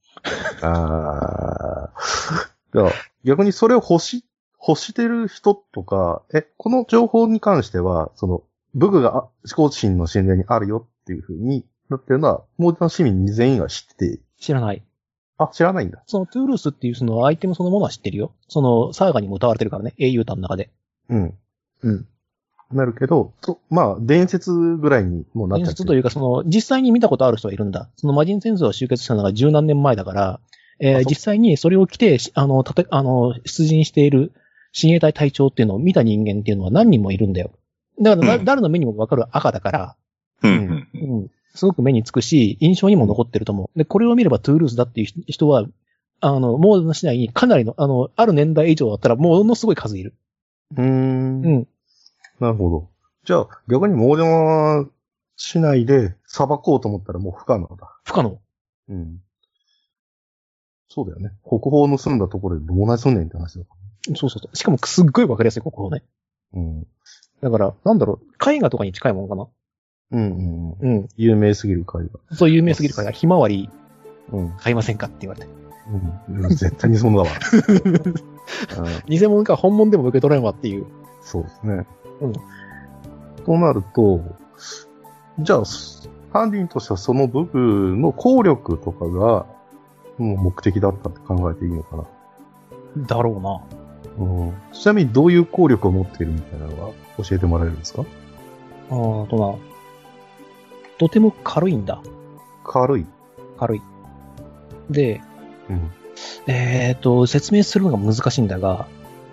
逆にそれを欲してる人とか、この情報に関しては、その、武具が思考神の神殿にあるよっていう風になってるのは、モーデナ市民全員が知ってて。 知らない。 知らないんだ。 そのトゥールースっていうそのアイテムそのものは知ってるよ。そのサーガにも歌われてるからね、英雄譚の中で。 なるけど、伝説ぐらいにもうなっちゃってる。伝説というか、その、実際に見たことある人はいるんだ。その魔人戦争が終結したのが十何年前だから、実際にそれを着て、出陣している親衛隊隊長っていうのを見た人間っていうのは何人もいるんだよ。だから、誰の目にもわかる赤だから、すごく目につくし、印象にも残ってると思う。で、これを見ればトゥールースだっていう人は、モーデナ市内にかなりの、ある年代以上だったらものすごい数いる。 なるほど。じゃあ、逆にモーデナ市内で裁こうと思ったらもう不可能だ。 不可能。 そうだよね。国宝の住んだところでどうなりそうねんって話だ。 そう。しかもすっごいわかりやすい国宝ね。だから、絵画とかに近いものかな。 有名すぎる絵画。 そう、有名すぎる絵画。ひまわり、買いませんかって言われて。 絶対偽物だわ。 偽物か本物でも受け取れんわっていう。 そうですね。となると、じゃあ、ハンディンとしてはその武具の効力とかが、目的だったって考えていいのかな。 だろうな。 ちなみにどういう効力を持っているみたいなのは教えてもらえるんですか？ とても軽いんだ。 軽い。 で、説明するのが難しいんだが、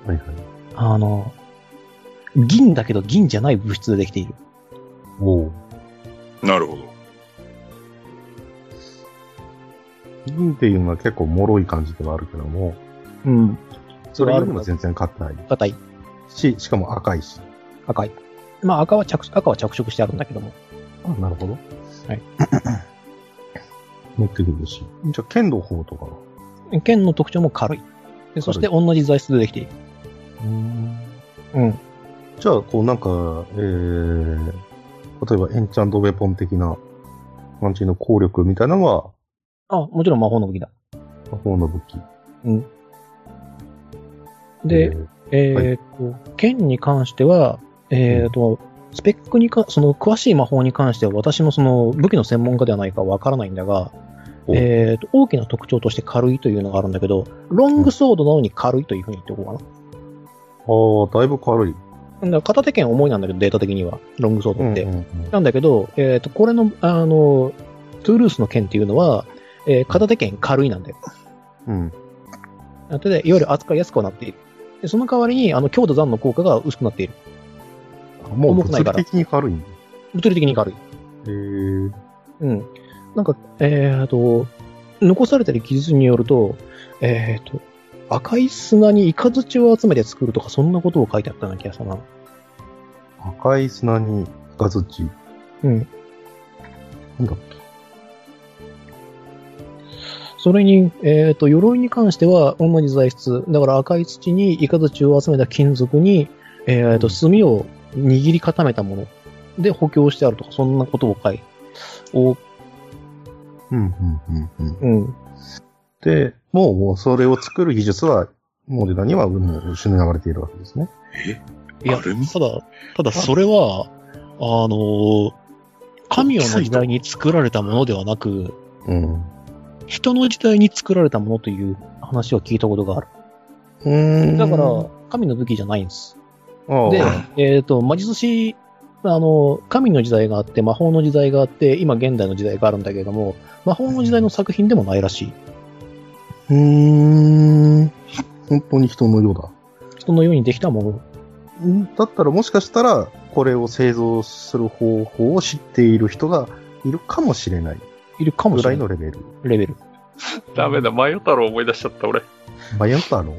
銀だけど銀じゃない物質でできている。 なるほど。 銀っていうのは結構脆い感じではあるけども、それよりも全然硬い。しかも赤いし。 赤い。赤は着色してあるんだけども。 なるほど。 はい。 持ってくるし。じゃあ、剣の方とかは？ 剣の特徴も軽い。そして同じ材質でできている。 じゃあ、こうなんか、例えばエンチャントウェポン的な感じの効力みたいなのは？ もちろん魔法の武器だ。 魔法の武器。 で、剣に関しては、スペックにその詳しい魔法に関しては私もその武器の専門家ではないかわからないんだが、大きな特徴として軽いというのがあるんだけど、ロングソードなのに軽いというふうに言っておこうかな。 だいぶ軽い。 だから片手剣重いなんだけど、データ的には、ロングソードって。なんだけど、これの、トゥールースの剣っていうのは、片手剣軽いなんだよ。で、いわゆる扱いやすくはなっている。でその代わりに、強度残の効果が薄くなっている。 もう物理的に軽いんだ。 物理的に軽い。うん。なんか、残されてる記述によると、赤い砂にイカズチを集めて作るとか、そんなことを書いてあったような気がしたな。 赤い砂にイカズチ。 うん。 なんだっけ。 それに、鎧に関しては同じ材質。だから赤い土にイカズチを集めた金属に、炭を握り固めたもので補強してあるとか、そんなことを書いて。 で、もうそれを作る技術は、モデナにはもう失われているわけですね。 いや、ただそれは、神代の時代に作られたものではなく、人の時代に作られたものという話を聞いたことがある。だから、神の武器じゃないんです。で、魔術師、神の時代があって、魔法の時代があって、今現代の時代があるんだけれども、魔法の時代の作品でもないらしい。 本当に人のようだ。 人のようにできたもの。だったらもしかしたら、これを製造する方法を知っている人がいるかもしれない。 いるかもしれない。 ぐらいのレベル。 ダメだ、マヨ太郎思い出しちゃった、俺。 マヨ太郎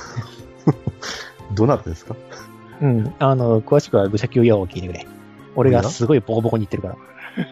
どなたですか？ うん。詳しくは愚者級ヤオを聞いてくれ。俺がすごいボコボコに言ってるから。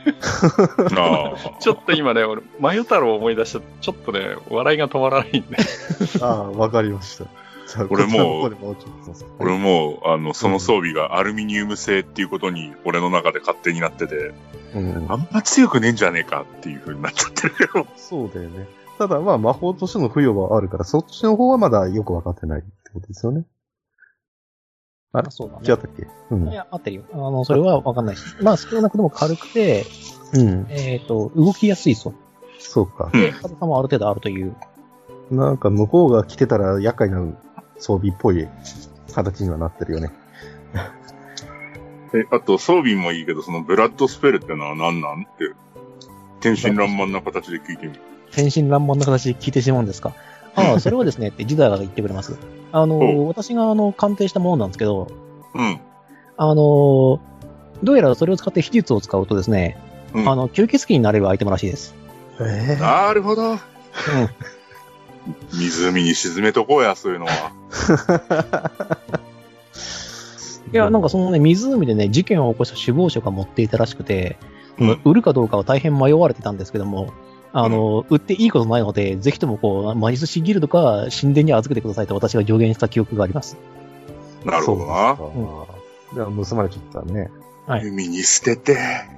ちょっと今ね、俺、マヨ太郎思い出した。ちょっとね、笑いが止まらないんで。 わかりました。 俺もう、その装備がアルミニウム製っていうことに、俺の中で勝手になってて、あんま強くねえんじゃねえかっていう風になっちゃってるよ。 そうだよね。ただまあ魔法としての付与はあるから、そっちの方はまだよくわかってないってことですよね。 そうだね。 違ったっけ？ いや、合ってるよ。それはわかんないし。まあ少なくとも軽くて、動きやすいそう。 そうか。 で、軽さもある程度あるという。 なんか向こうが来てたら厄介な装備っぽい形にはなってるよね。 あと装備もいいけど、そのブラッドスペルってのは何なんって、天真爛漫な形で聞いてみる。 天真爛漫な形で聞いてしまうんですか？それはですね、ってジダーが言ってくれます。私が鑑定したものなんですけど、どうやらそれを使って秘術を使うとですね、吸血鬼になれるアイテムらしいです。 なるほど。湖に沈めとこうや、そういうのは。 いや、なんかそのね、湖でね、事件を起こした首謀者が持っていたらしくて、売るかどうかは大変迷われてたんですけども、売っていいことないので、ぜひとも魔術師ギルドか神殿に預けてくださいと私が助言した記憶があります。 なるほどな。 じゃあ盗まれちゃったね。 はい。海に捨てて。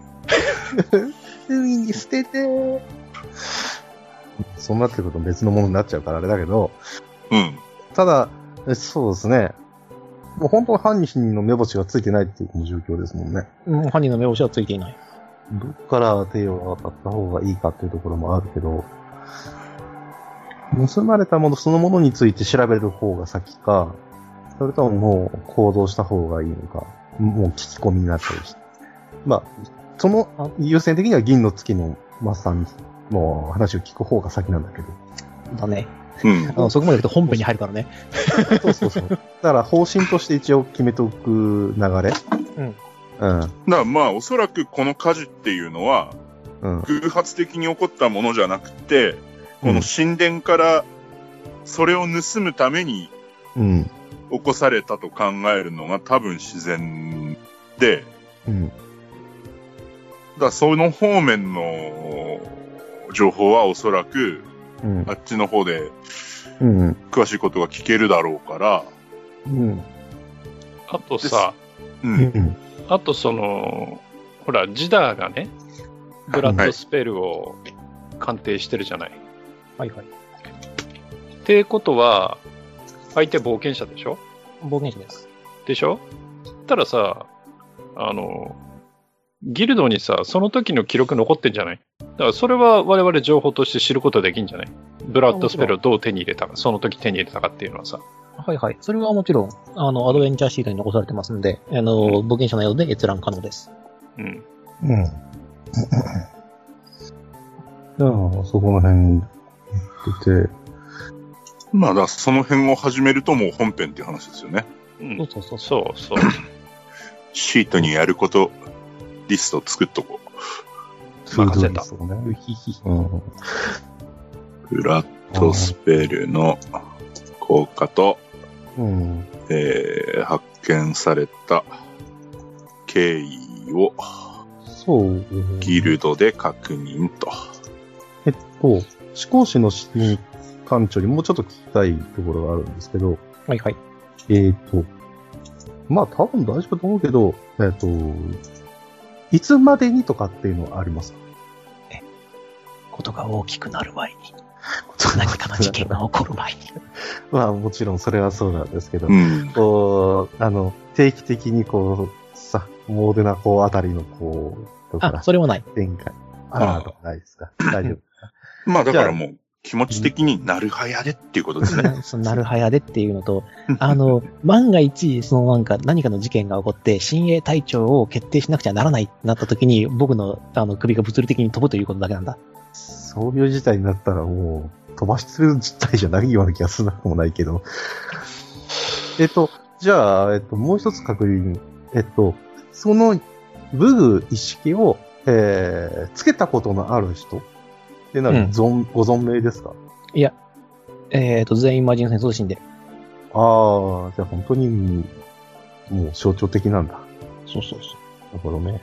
海に捨てて。そうなってくると別のものになっちゃうからあれだけど。ただ、そうですね。もう本当は犯人の目星がついてないっていう状況ですもんね。 犯人の目星はついていない。 どっから手を当たった方がいいかっていうところもあるけど、盗まれたものそのものについて調べる方が先か、それとももう行動した方がいいのか、もう聞き込みになったりして。まあ、その優先的には銀の月のマスターにもう話を聞く方が先なんだけど。 だね。そこまで行くと本編に入るからね。 そう。だから方針として一応決めておく流れ。 だからまあおそらくこの火事っていうのは、偶発的に起こったものじゃなくて、この神殿からそれを盗むために起こされたと考えるのが多分自然で、だからその方面の情報はおそらく、あっちの方で詳しいことが聞けるだろうから、 あとさ、あとほら、ジダーがね、ブラッドスペルを鑑定してるじゃない。 はいはい。 ってことは、相手冒険者でしょ？ 冒険者です。 でしょ？たらさ、ギルドにさ、その時の記録残ってんじゃない？だからそれは我々情報として知ることできんじゃない？ブラッドスペルをどう手に入れたか、その時手に入れたかっていうのはさ。 はいはい。それはもちろん、アドベンチャーシートに残されてますんで、冒険者のようで閲覧可能です。 そこの辺出て。 まあだ、その辺を始めるともう本編っていう話ですよね。 そう。 シートにやること、 リスト作っとこ任せた。 フラットスペルの効果と、発見された経緯をギルドで確認と。 思考士の新艦長にもうちょっと聞きたいところがあるんですけど。 はいはい。 まあ多分大丈夫と思うけど、いつまでにとかっていうのはありますか？ ことが大きくなる前に。何かの事件が起こる前に。 まあもちろんそれはそうなんですけど、 うん、 定期的にモーデナあたりのとか。 それもない。 展開。とかないですか？大丈夫。 まあだからもう気持ち的になるはやでっていうことですね。 なるはやでっていうのと、万が一、何かの事件が起こって、親衛隊長を決定しなくちゃならないってなった時に、僕の首が物理的に飛ぶということだけなんだ。 そういう事態になったらもう、飛ばしてる事態じゃないような気がするなくもないけど。じゃあ、もう一つ確認。その、武具一式を、つけたことのある人ってご存命ですか？ いや、全員魔人戦争死んでる。 じゃあ本当に、もう象徴的なんだ。 そうそうそう。 だからね。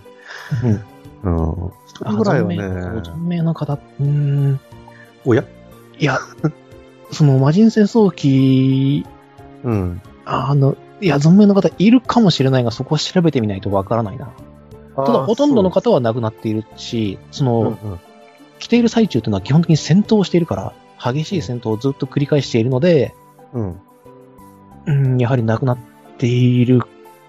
一人ぐらいはね。存命の方、 おや？ いや、魔人戦争機、いや、存命の方いるかもしれないが、そこは調べてみないとわからないな。ただ、ほとんどの方は亡くなっているし、来ている最中というのは基本的に戦闘をしているから、激しい戦闘をずっと繰り返しているので、やはり亡くなっている。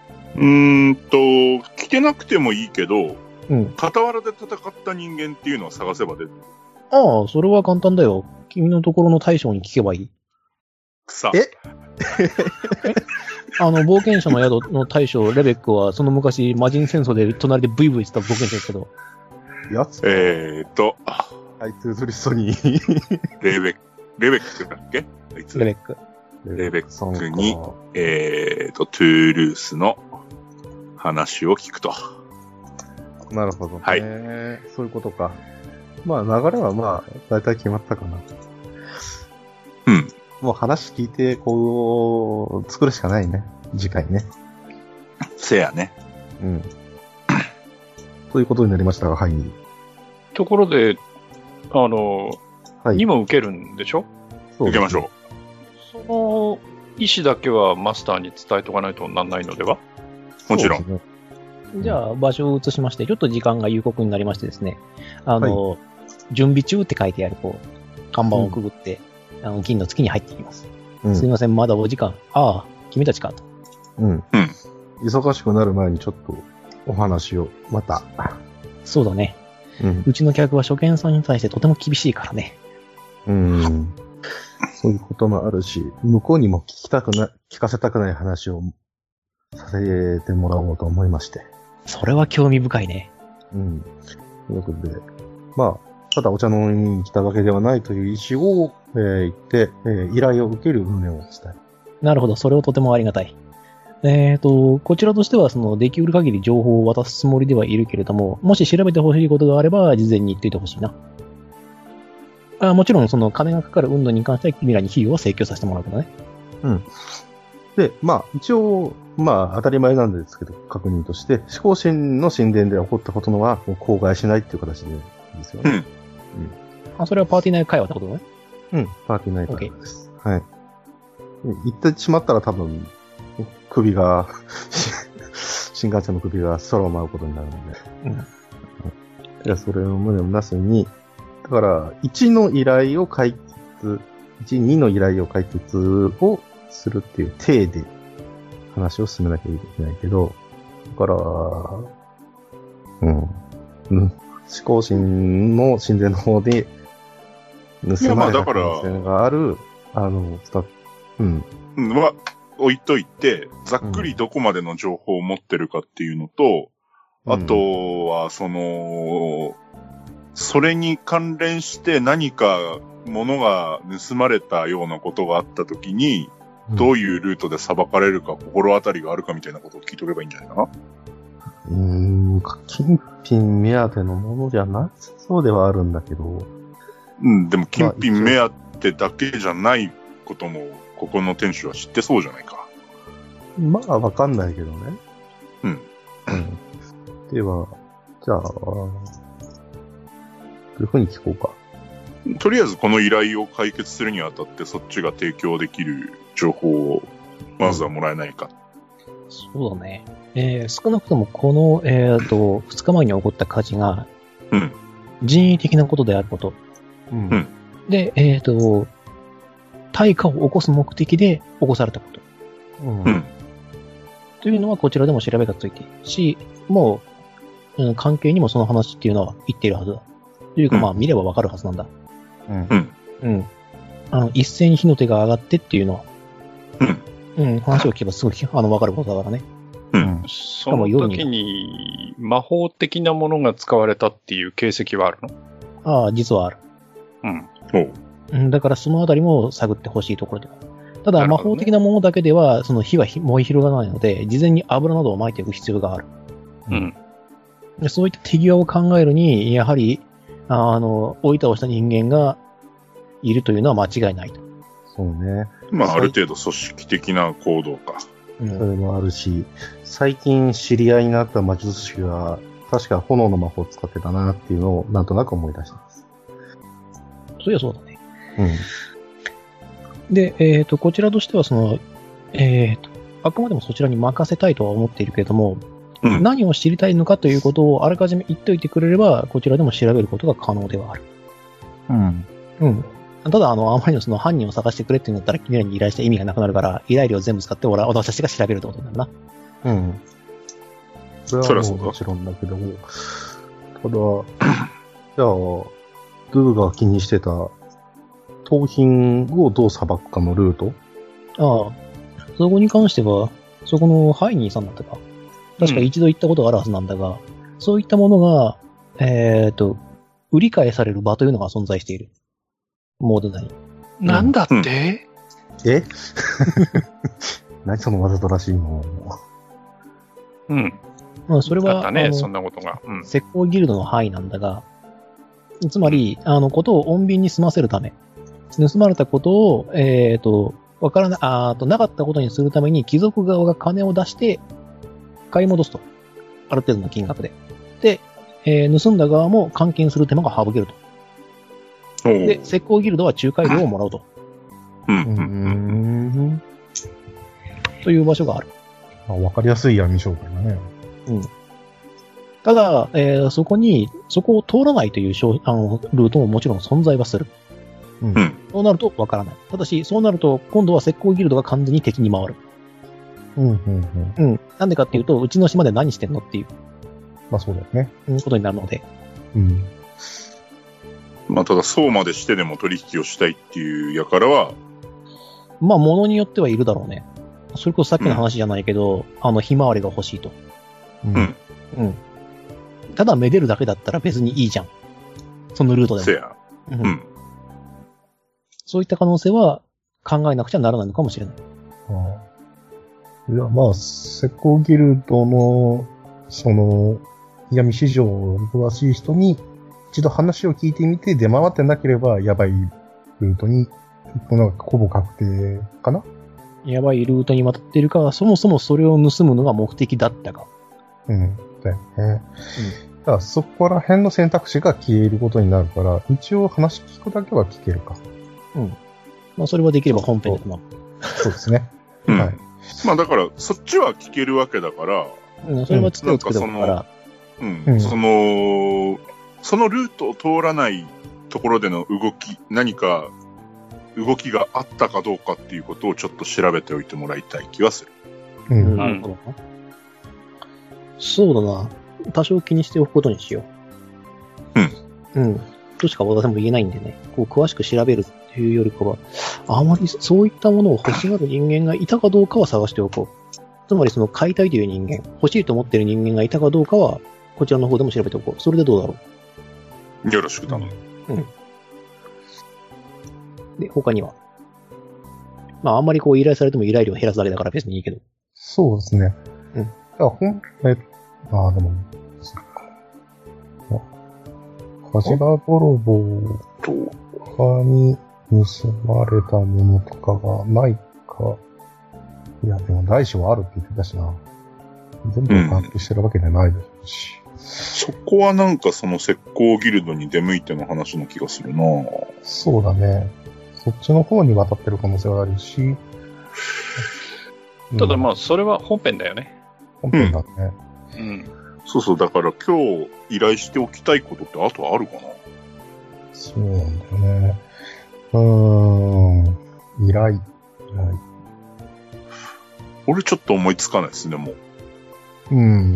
来てなくてもいいけど、傍らで戦った人間っていうのを探せば出る。 それは簡単だよ。君のところの大将に聞けばいい。冒険者の宿の大将、レベックは、その昔、魔人戦争で隣でブイブイしてた冒険者ですけど。 あいつリストに。 レベックだっけ？あいつ。レベックに、トゥールースの話を聞くと。 なるほどね。 はい。 そういうことか。まあ、流れは大体決まったかな。もう話聞いて、作るしかないね。次回ね。 せやね。 ということになりましたが、はい。 ところで、にも受けるんでしょ？ 受けましょう。その意思だけはマスターに伝えとかないとなんないのでは？ もちろん。 じゃあ、場所を移しまして、ちょっと時間が有刻になりましてですね、準備中って書いてある、看板をくぐって、銀の月に入っていきます。すいません、まだお時間。君たちかと。 忙しくなる前にちょっとお話を、また。 そうだね。うちの客は初見さんに対してとても厳しいからね。 そういうこともあるし、向こうにも聞かせたくない話をさせてもらおうと思いまして。 それは興味深いね。 ということで、ただお茶飲みに来たわけではないという意思を、言って、依頼を受ける旨を伝える。 なるほど、それをとてもありがたい。こちらとしては、できうる限り情報を渡すつもりではいるけれども、もし調べてほしいことがあれば、事前に言っておいてほしいな。もちろん、金がかかる運動に関しては、君らに費用を請求させてもらうけどね。 で、一応、当たり前なんですけど、確認として、思考神の神殿で起こったことのは、もう口外しないっていう形でいいですよね。 それはパーティー内会話ってことね。 パーティー内会話です。はい。言ってしまったら多分、首が、新幹線の首が空を舞うことになるので。それを胸をなすに、だから、1の依頼を解決、1、2の依頼を解決をするっていう体で話を進めなきゃいけないけど、だから、思考神の神殿の方で盗まれた可能性がある、 置いといて、ざっくりどこまでの情報を持ってるかっていうのと、あとは、それに関連して何か物が盗まれたようなことがあったときに、どういうルートで裁かれるか心当たりがあるかみたいなことを聞いとけばいいんじゃないかな。 金品目当てのものじゃなさそうではあるんだけど。 でも金品目当てだけじゃないことも、ここの店主は知ってそうじゃないか。 まあ、わかんないけどね。 うん。 では、じゃあ、どういうふうに聞こうか。 とりあえずこの依頼を解決するにあたってそっちが提供できる情報をまずはもらえないか。 そうだね。少なくともこの、2日前に起こった火事が、人為的なことであること。で、対価を起こす目的で起こされたこと。というのはこちらでも調べがついているし、もう、関係にもその話っていうのは言っているはずだ。というか、まあ見ればわかるはずなんだ。一斉に火の手が上がってっていうのは、話を聞けばすぐわかることだからね。 その時に魔法的なものが使われたっていう形跡はあるの？ ああ、実はある。だからそのあたりも探ってほしいところでは。ただ、魔法的なものだけでは、その火は燃え広がらないので、事前に油などを撒いていく必要がある。でそういった手際を考えるに、やはり、追い倒した人間がいるというのは間違いないと。 そうね。 まあ、ある程度組織的な行動か。 それもあるし、最近知り合いになった魔術師が、確か炎の魔法を使ってたなっていうのをなんとなく思い出してます。 そういやそうだね。で、こちらとしてはあくまでもそちらに任せたいとは思っているけれども、何を知りたいのかということをあらかじめ言っておいてくれれば、こちらでも調べることが可能ではある。ただ、あまりのその犯人を探してくれっていうんだったら、君らに依頼した意味がなくなるから、依頼料全部使って私たちが調べるってことになるな。 それはもちろんだけども、ただ、じゃあ、ドゥが気にしてた、盗品をどう裁くかのルート？ そこに関しては、そこのハイニーさんだったか。確か一度行ったことがあるはずなんだが、そういったものが、売り買いされる場というのが存在している。モーデナに。 なんだって？ 何そのわざとらしいの？ それは、 だったね、そんなことが。 石膏ギルドの範囲なんだが、つまり、ことを穏便に済ませるため、盗まれたことを、なかったことにするために、貴族側が金を出して、買い戻すと。ある程度の金額で。で、盗んだ側も換金する手間が省けると。で、石膏ギルドは仲介料をもらうと。という場所がある。 わかりやすい闇商売だね。 ただ、そこを通らないというルートももちろん存在はする。そうなるとわからない。ただし、そうなると、今度は石膏ギルドが完全に敵に回る。なんでかっていうと、うちの島で何してんのっていう。 まあそうだよね。 ことになるので。 まあただ、そうまでしてでも取引をしたいっていうやからは。 まあ、物によってはいるだろうね。それこそさっきの話じゃないけど、ひまわりが欲しいと。ただ、めでるだけだったら別にいいじゃん。そのルートでも。 せや。 そういった可能性は考えなくちゃならないのかもしれない。 いや、まあ、石膏ギルドの、闇市場に詳しい人に、一度話を聞いてみて、出回ってなければ、やばいルートに、ほぼ確定かな？ やばいルートに渡っているか、そもそもそれを盗むのが目的だったか。 だよね。だからそこら辺の選択肢が消えることになるから、一応話聞くだけは聞けるか。 まあ、それはできれば本編でも。 そうですね。 まあだから、そっちは聞けるわけだから、 それはつてをつけておくから。 そのルートを通らないところでの何か動きがあったかどうかっていうことをちょっと調べておいてもらいたい気はする。 なるほど。そうだな。多少気にしておくことにしよう。としか私も言えないんでね。詳しく調べるっていうよりかは、あまりそういったものを欲しがる人間がいたかどうかは探しておこう。つまりその買いたいという人間、欲しいと思っている人間がいたかどうかは、こちらの方でも調べておこう。それでどうだろう？よろしく頼む。 で、他には。まあ、あんまり依頼されても依頼料を減らすだけだから別にいいけど。 そうですね。でも、 火事場泥棒と他に盗まれたものとかがないか。いや、でも大小はあるって言ってたしな。全部関係してるわけじゃないですし。 そこはなんかその石膏ギルドに出向いての話の気がするな。 そうだね。そっちの方に渡ってる可能性はあるし。 ただまあ、それは本編だよね。 本編だね。 うん。 そうそう、だから今日依頼しておきたいことってあとあるかな。 そうなんだよね。依頼。 俺ちょっと思いつかないですね、もう。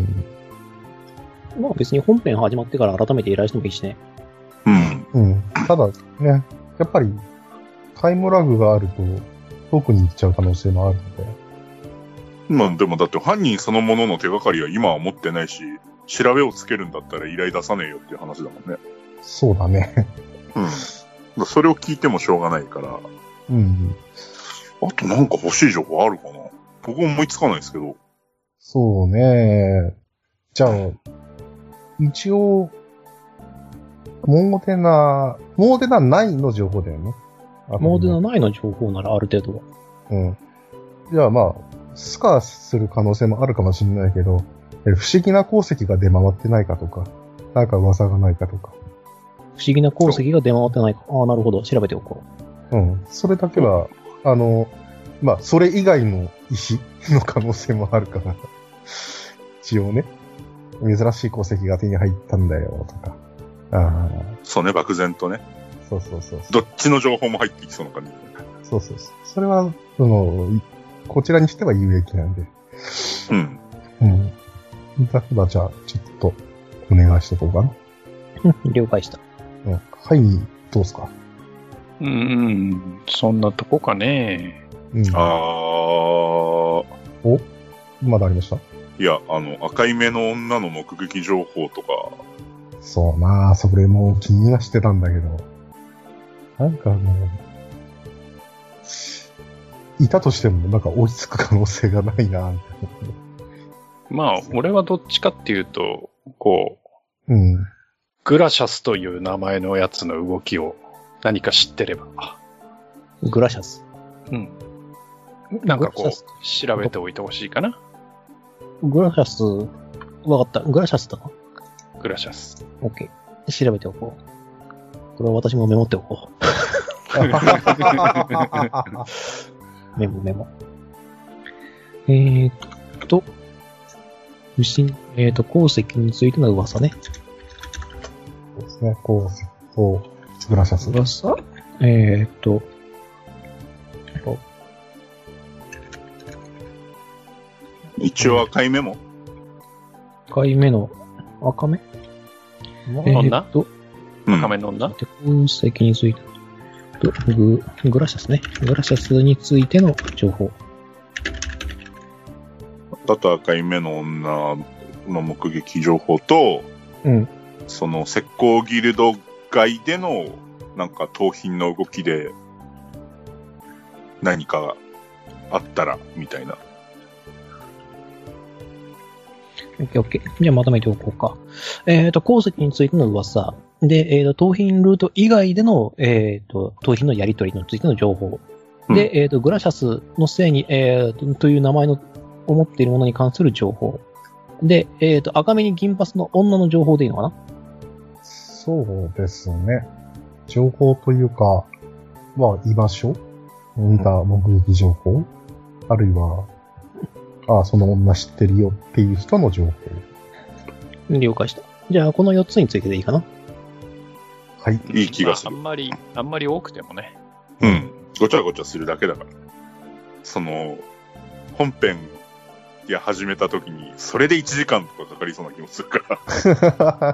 まあ別に本編始まってから改めて依頼してもいいしね。 ただね、やっぱりタイムラグがあると遠くに行っちゃう可能性もあるので。 まあでもだって犯人そのものの手がかりは今は持ってないし、調べをつけるんだったら依頼出さねえよっていう話だもんね。 そうだね。 それを聞いてもしょうがないから。あとなんか欲しい情報あるかな？僕思いつかないですけど。 そうね。じゃあ、一応、モーデナ9の情報だよね。 モーデナ9の情報ならある程度は。 じゃあまあ、スカする可能性もあるかもしれないけど、不思議な鉱石が出回ってないかとか、なんか噂がないかとか。 不思議な鉱石が出回ってないか。ああ、なるほど。調べておこう。それだけは、まあ、それ以外の石の可能性もあるから。一応ね、珍しい鉱石が手に入ったんだよ、とか。 そうね、漠然とね。 そう。 どっちの情報も入ってきそうな感じ。 そう。それは、こちらにしては有益なんで。だからじゃあ、ちょっと、お願いしとこうかな。 了解した。 はい、どうすか？ そんなとこかね。 まだありました？ いや、赤い目の女の目撃情報とか。 そうなぁ、それも気にはしてたんだけど。なんかいたとしてもなんか追いつく可能性がないなぁ。 まあ、俺はどっちかっていうと、グラシャスという名前のやつの動きを何か知ってれば。 グラシャス。 なんか調べておいてほしいかな。 グラシャス、わかった。グラシャスだな。 グラシャス。 OK。調べておこう。これは私もメモっておこう。メモ。鉱石についての噂ね。 そうですね。鉱石と、グラシャス。 噂一応赤い目も赤い目の、赤目女赤目の女鉱石についてグラシャスね。グラシャスについての情報。 だと赤い目の女の目撃情報と、その石膏ギルド外でのなんか盗品の動きで何かあったらみたいな。 OK。じゃあまとめておこうか。鉱石についての噂。で、盗品ルート以外での、盗品のやり取りについての情報。で、グラシャスのせいに、という名前の思っているものに関する情報。で、赤目に銀髪の女の情報でいいのかな？ そうですね。情報というか、まあ、居場所見た目撃情報あるいは、その女知ってるよっていう人の情報。 了解した。じゃあ、この4つについてでいいかな？ はい。 いい気がする。 あんまり多くてもね。 ごちゃごちゃするだけだから。本編始めた時に、それで1時間とかかかりそうな気もするから。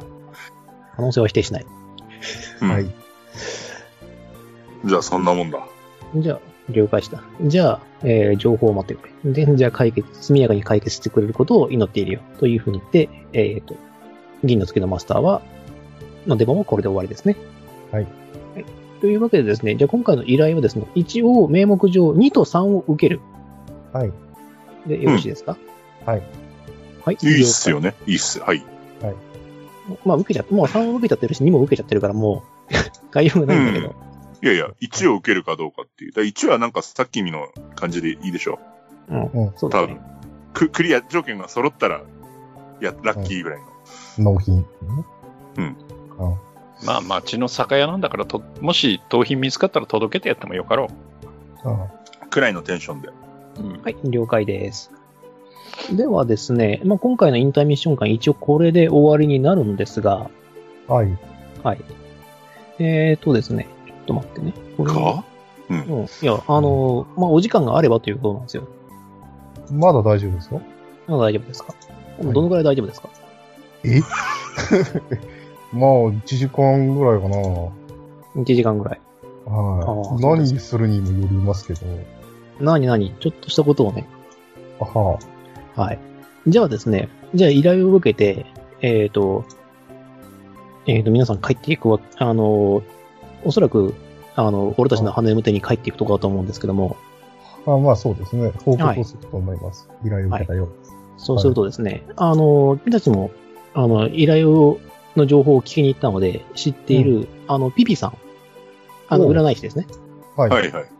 可能性は否定しない。 はい。 じゃあ、そんなもんだ。 じゃあ、了解した。じゃあ、情報を待ってくれ。で、じゃあ速やかに解決してくれることを祈っているよ。というふうに言って、銀の月のマスターの出番はこれで終わりですね。 はい。 というわけでですね、じゃあ今回の依頼はですね、一応名目上2と3を受ける。 はい。 で、よろしいですか？ はい。 はい。 いいっすよね。いいっす。はい。 はい。 まあ受けちゃって、もう3も受けちゃってるし、2も受けちゃってるからもう、概要がないんだけど。 いやいや、1を受けるかどうかっていう。だ1はなんかさっきの感じでいいでしょ。 そうだね。 クリア条件が揃ったら、ラッキーぐらいの。納品。 まあ、町の酒屋なんだからもし盗品見つかったら届けてやってもよかろう。くらいのテンションで。 はい、了解です。ではですね、まあ、今回のインターミッション間一応これで終わりになるんですが、 はい。 はい。ですね、ちょっと待ってね。これか？ いや、まあ、お時間があればということなんですよ。 まだ大丈夫ですよ。 まだ大丈夫ですか？どのくらい大丈夫ですか？ まあ、1時間ぐらいかな。 1時間ぐらい。 はい。何するにもよりますけど。 ちょっとしたことをね。 ははい。じゃあですね、依頼を受けて、皆さん帰っていくおそらく、俺たちの羽向手に帰っていくところだと思うんですけども。 まあそうですね。報告をすると思います。依頼を受けたようです。 そうするとですね、君たちも、依頼の情報を聞きに行ったので、知っている、ピピさん。占い師ですね。 はい。 はいはい。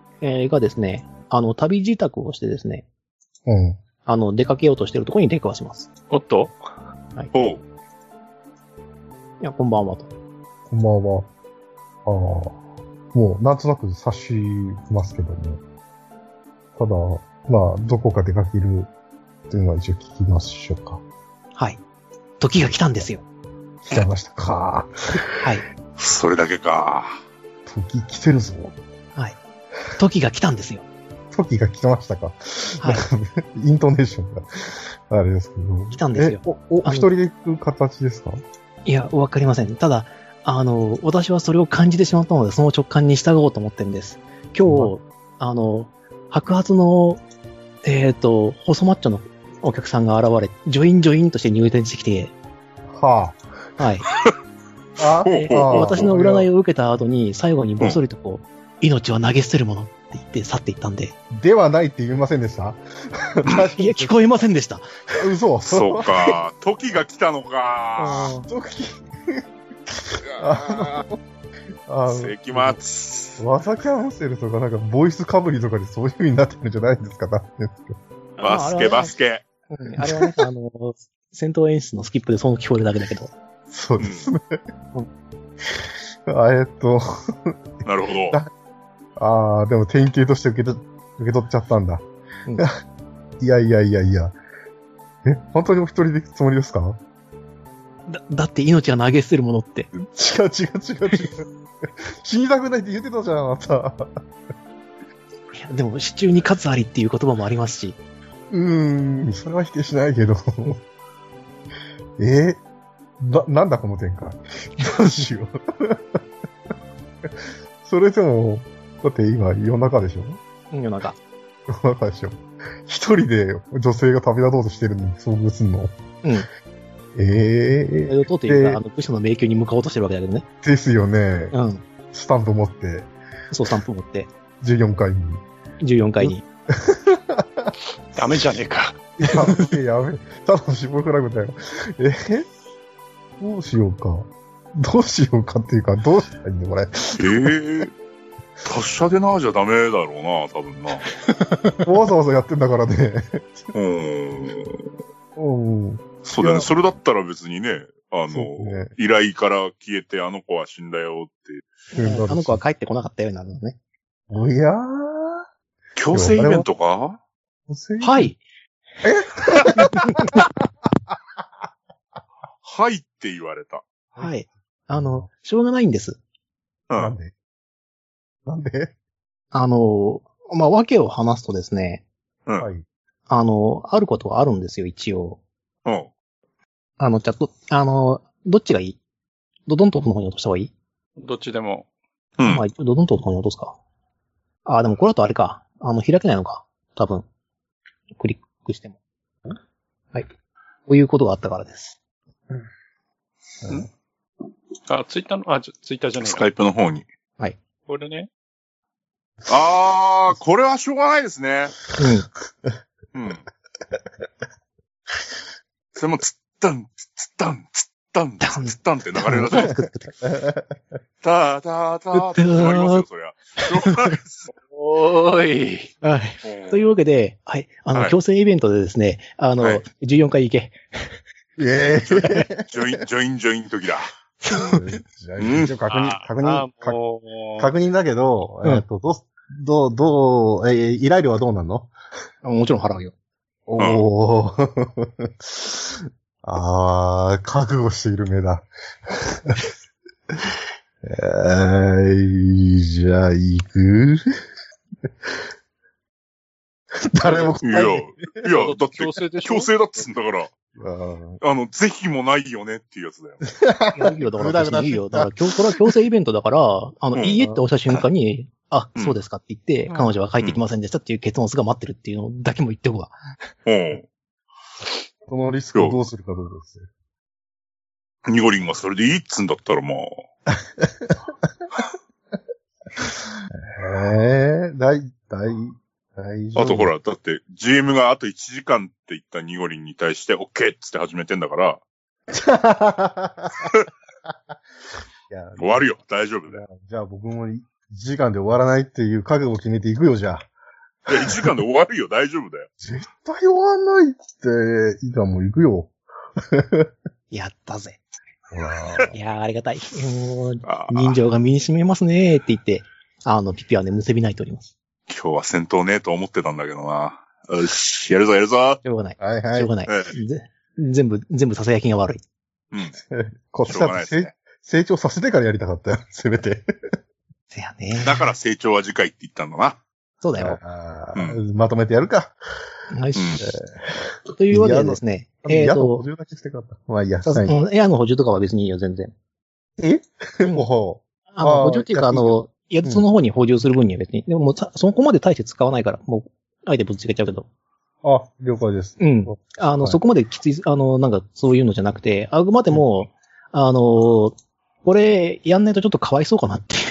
がですね、旅支度をしてですね、出かけようとしているところに出くわします。 おっと？ はい。 いや、こんばんはと。 こんばんは。もう、なんとなく察しますけども。ただ、まあ、どこか出かけるというのは一応聞きましょうか。 はい。時が来たんですよ。 来ちゃいましたか。 はい。 それだけか。 時来てるぞ。 はい。時が来たんですよ。 時が来ましたか。 はい。 イントネーションが、あれですけど。 来たんですよ。 一人で行く形ですか？ いや、わかりません。ただ、私はそれを感じてしまったので、その直感に従おうと思ってるんです。今日、白髪の、細マッチョのお客さんが現れ、ジョインとして入店してきて、 はあ。はい。私のい占いを受けた後に、最後にぼそりと命は投げ捨てるものって言って去っていったんで。 ではないって言いませんでした？ いや、聞こえませんでした。 嘘。 そうか。時が来たのか。世紀末。 まさキャンセルとかなんかボイスかぶりとかでそういう風になってるんじゃないんですか？ バスケ。 あれはね、戦闘演出のスキップでそう聞こえるだけだけど。 そうですね。 なるほど。でも典型として受け取っちゃったんだ。いや。本当にお一人で行くつもりですか？ だって命は投げ捨てるものって。 違う。死にたくないって言ってたじゃん、あなた。 いや、でも、死中に勝つありっていう言葉もありますし。 それは否定しないけど。なんだこの展開。どうしよう。それでも、だって今夜中でしょ？ 夜中でしょ。一人で女性が旅立とうとしてるのに遭遇すんの？というか、部署の迷宮に向かおうとしてるわけだけどね。 ですよね。スタンプ持って。 そう、スタンプ持って。 14階に。 ダメじゃねえか。 やべえ。ただの死亡フラグだよ。どうしようかっていうか、どうしたらいいんだ、これ。 達者でなじゃダメだろうな、多分な。 わざわざやってんだからね。 そうだよね。それだったら別にね、依頼から消えてあの子は死んだよって。 あの子は帰ってこなかったようになるのね。 おやー？ 強制イベントか？ はい。 はいって言われた。 はい。しょうがないんです。 なんで？ まあ、訳を話すとですね。 はい。 あることはあるんですよ、一応。じゃあ、どっちがいい？ドドントの方に落とした方がいい？ どっちでも。 まあ、一応ドドントの方に落とすか。でもこれだとあれか。開けないのか。多分。クリックしても。はい。こういうことがあったからです。 ツイッターツイッターじゃない。 スカイプの方に。 はい。 これね。 これはしょうがないですね。それも、つったんタン、ツッタンって流れるらしい。ターターターって始まりますよ、そりゃ。 おーい。 はい。というわけで、はい。強制イベントでですね、14回行け。 イェーイ。 ジョイン時だ。 じゃあ、一応確認だけど、依頼料はどうなんの？ もちろん払うよ。 おー。覚悟している目だ。じゃあ、行く？誰も答えない。 いや、だって、強制だっつんだから。是非もないよねっていうやつだよ。 いや、だからいいよ。だから、これは強制イベントだから、いいえって押した瞬間に、そうですかって言って、彼女は帰ってきませんでしたっていう結論が待ってるっていうのだけも言っておくわ。 そのリスクをどうするかどうですよ。 ニゴリンがそれでいいっつんだったらまあ。 大丈夫。 あとほら、だって GM があと1時間って言ったニゴリンに対して OK っつって始めてんだから。終わるよ。大丈夫だよ。 じゃあ僕も1時間で終わらないっていう覚悟を決めていくよ、じゃあ。 いや、1時間で終わるよ。大丈夫だよ。 絶対終わんないって、いざもう行くよ。 やったぜ。いやー、ありがたい。もう、人情が身に染みますねーって言って、ピピはね、むせび泣いております。 今日は戦闘ねえと思ってたんだけどな。よし、やるぞ。しょうがない。 はいはい。 しょうがない。全部ささやきが悪い。 こっちだって成長させてからやりたかったよ、せめて。 せやね。 だから成長は次回って言ったんだな。 そうだよ。 まとめてやるか。 はい。というわけでですね。 矢の補充だけしてかった。まあいいや。 矢の補充とかは別にいいよ、全然。補充っていうか、その方に補充する分には別に。でももうそこまで大して使わないから、もう、相手ぶつけちゃうけど。 了解です。 そこまできつい、なんかそういうのじゃなくて、あくまでも、これ、やんないとちょっとかわいそうかなっていう。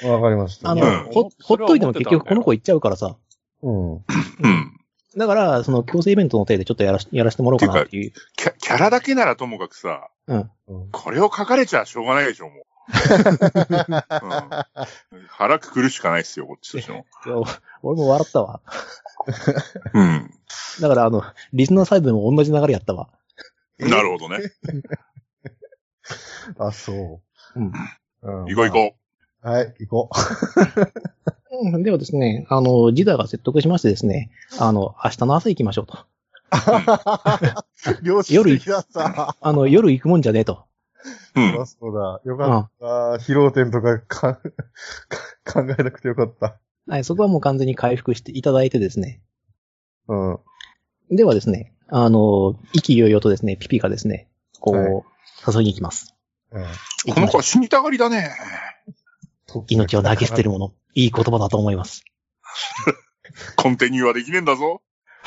わかりました。 ほっといても結局この子行っちゃうからさ。だから、強制イベントの手でちょっとやらせてもらおうかなっていう。 キャラだけならともかくさ、これを書かれちゃしょうがないでしょ、もう。腹くくるしかないっすよ、こっちとしても。 俺も笑ったわ。だから、リスナーサイドでも同じ流れやったわ。 なるほどね。 そう。 行こう。 はい、行こう。ではですね、ジダが説得しましてですね、明日の朝行きましょうと。夜行くもんじゃねえと。 そうだ。よかった。疲労点とか考えなくてよかった。 はい、そこはもう完全に回復していただいてですね。ではですね、意気揚々とですね、ピピがですね、誘いに行きます。 この子は死にたがりだね。 命を投げ捨てるもの、いい言葉だと思います。 コンティニューはできねえんだぞ。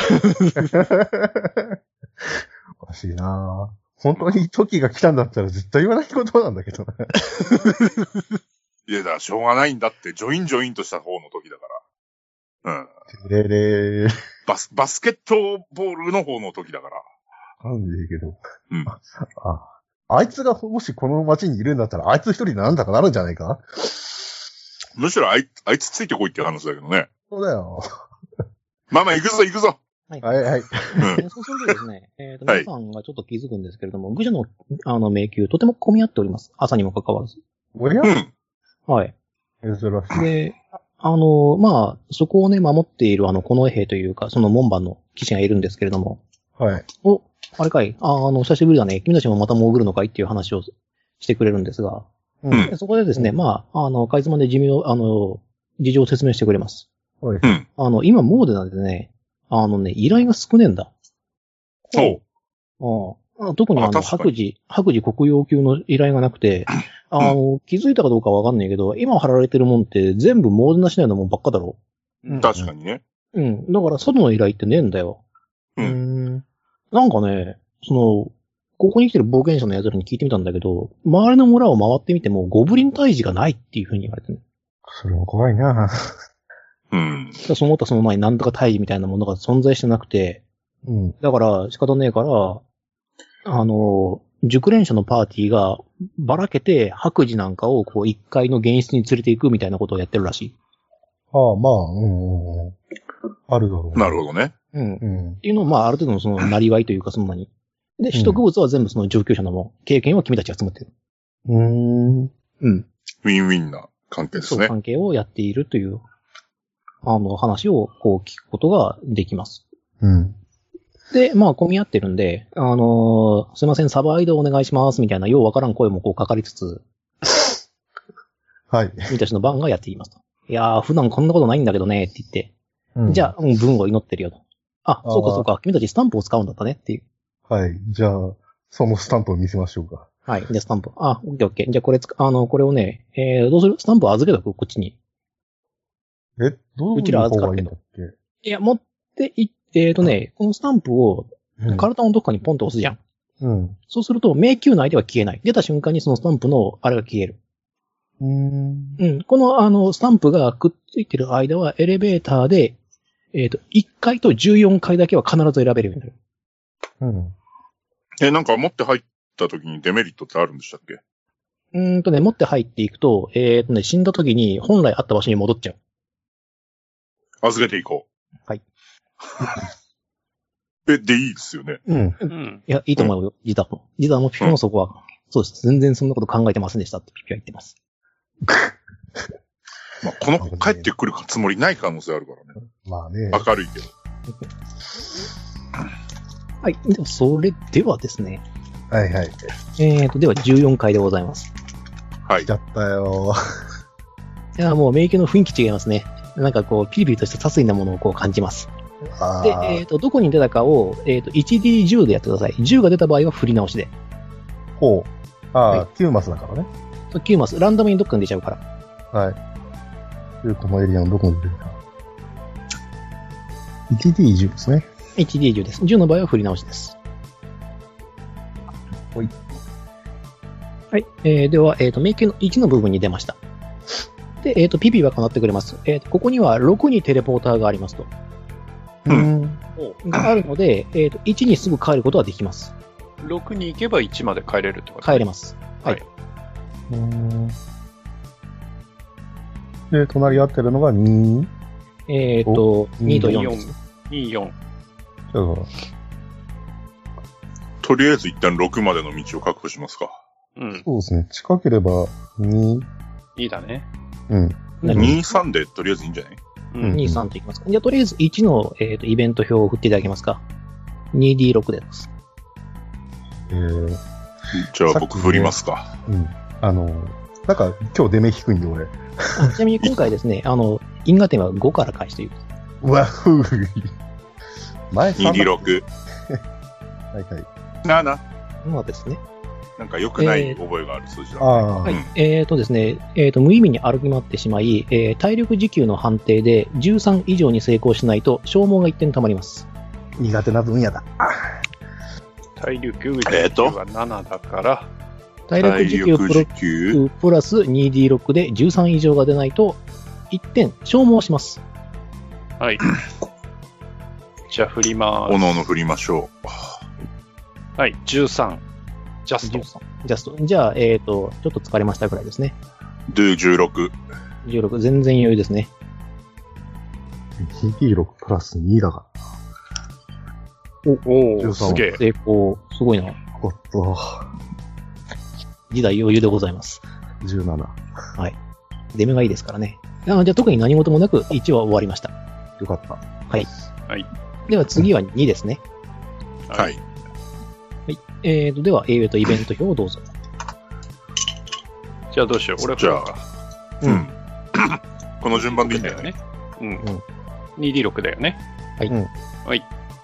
おかしいなぁ。本当に時が来たんだったら絶対言わないことなんだけどね。 いや、だからしょうがないんだって、ジョインとした方の時だから。バスケットボールの方の時だから。 なんでいいけど。あいつがもしこの街にいるんだったら、あいつ一人でなんだかなるんじゃないか？ むしろあいつついてこいって話だけどね。 そうだよ。 ママ行くぞ。 はい。そうするとですね、皆さんがちょっと気づくんですけれども、愚者の迷宮とても混み合っております。朝にもかかわらず。 おや？ はい。 珍しい。 で、そこをね、守っているこの兵というか、その門番の騎士がいるんですけれども。 はい。 あれかい、久しぶりだね。君たちもまた潜るのかいっていう話をしてくれるんですが。そこでですね、かいつまんで事情を説明してくれます。 はい。 今モーデナでね、依頼が少ねえんだ。特に白磁国用級の依頼がなくて、気づいたかどうかわかんないけど、今貼られてるもんって全部モーデナしないようなもんばっかだろ。 確かにね。 だから外の依頼ってねえんだよ。なんかね、ここに来てる冒険者の奴らに聞いてみたんだけど、周りの村を回ってみてもゴブリン退治がないっていう風に言われてる。 それも怖いなその他その前に何とか退治みたいなものが存在してなくて、だから仕方ねえから、 熟練者のパーティーがばらけて白磁なんかをこう1階の現室に連れて行くみたいなことをやってるらしい。 ああ、まあ、あるだろう。 なるほどね。 っていうのを、まあ、ある程度のその、なりわいというか、そんなに。で、取得物は全部その上級者のも経験を君たちが積むっていう。 ウィンウィンな関係ですね。 そう、関係をやっているという、話をこう聞くことができます。で、まあ、混み合ってるんで、すいません、サバ移動お願いします、みたいな、ようわからん声もこうかかりつつ、 はい。 君たちの番がやっていますと。いやー、普段こんなことないんだけどね、って言って。じゃあ、文を祈ってるよと。あ、そうかそうか、君たちスタンプを使うんだったねっていう。 はい。じゃあ、そのスタンプを見せましょうか。 はい。で、スタンプ。あ、オッケーオッケー。じゃあこれこれをね、どうする？スタンプを預けとく？こっちに。 どういう方がいいんだっけ？ いや、持ってこのスタンプを、体のどっかにポンと押すじゃん。そうすると、迷宮内では消えない。出た瞬間にそのスタンプの、あれが消える。この、スタンプがくっついてる間は、エレベーターで、1階と14階だけは必ず選べるようになる。 なんか持って入った時にデメリットってあるんでしたっけ？ 持って入っていくと、死んだ時に本来あった場所に戻っちゃう。 預けていこう。 はい。 でいいですよね。 いや、いいと思うよ、ジダも。ジダもピピもそこは、そうです。全然そんなこと考えてませんでしたってピピは言ってます。 まあ、この子帰ってくるつもりない可能性あるからね。 まあね。 明るいけど。 はい。でも、それではですね。 はいはい。 では14回でございます。 はい。 やったよいや、もう迷宮の雰囲気違いますね。なんかこう、ピリピリとした殺意なものをこう感じます。で、どこに出たかを、1D10 でやってください。10が出た場合は振り直しで。 ほう。9マスだからね。 9マス。ランダムにどっかに出ちゃうから。 はい。このエリアのどこに出るか。1D10 ですね。 1D10 です。10の場合は振り直しです。 はい。 はい。では、迷宮の1の部分に出ました。で、ピピはかなってくれます。ここには6にテレポーターがありますと。があるので、1にすぐ帰ることはできます。 6に行けば1まで帰れるってこと？ 帰れます。はい。 で、隣り合ってるのが2？ 2と4です。 2、4。 とりあえず一旦6までの道を確保しますか。 そうですね。近ければ2。 2だね。 2、3でとりあえずいいんじゃない？ 2、3といきますか。じゃあ、とりあえず1の、イベント表を振っていただけますか。2D6 です。 じゃあ僕振りますか。 なんか今日出目低いんで俺。 ちなみに今回ですね、因果点は5から開始という。 うわふぅ。前 2D6。 はいはい。 7。 まあですね。 なんか良くない覚えがある数字だ、ね。 はい。ですね、無意味に歩き回ってしまい、体力持久の判定で13以上に成功しないと消耗が1点溜まります。 苦手な分野だ。 体力持久は7だから、 体力持久プラス 2D6 で13以上が出ないと1点消耗します。 はい。じゃあ振ります。 おのおの振りましょう。はい、13。ジャスト。 じゃあ、ちょっと疲れましたくらいですね。 で、16。 16、全然余裕ですね。 2D6 プラス2だから。 おすげえ。 成功、すごいな。 おっと。 時代余裕でございます。 17。 はい。出目がいいですからね。じゃあ特に何事もなく1は終わりました。 よかった。 はい。 はい。 では次は2ですね。 はい。 はい。では、イベント表をどうぞ。 じゃあどうしよう。俺はじゃあ、この順番でいいんだよね。 2D6 だよね。 はい。 はい。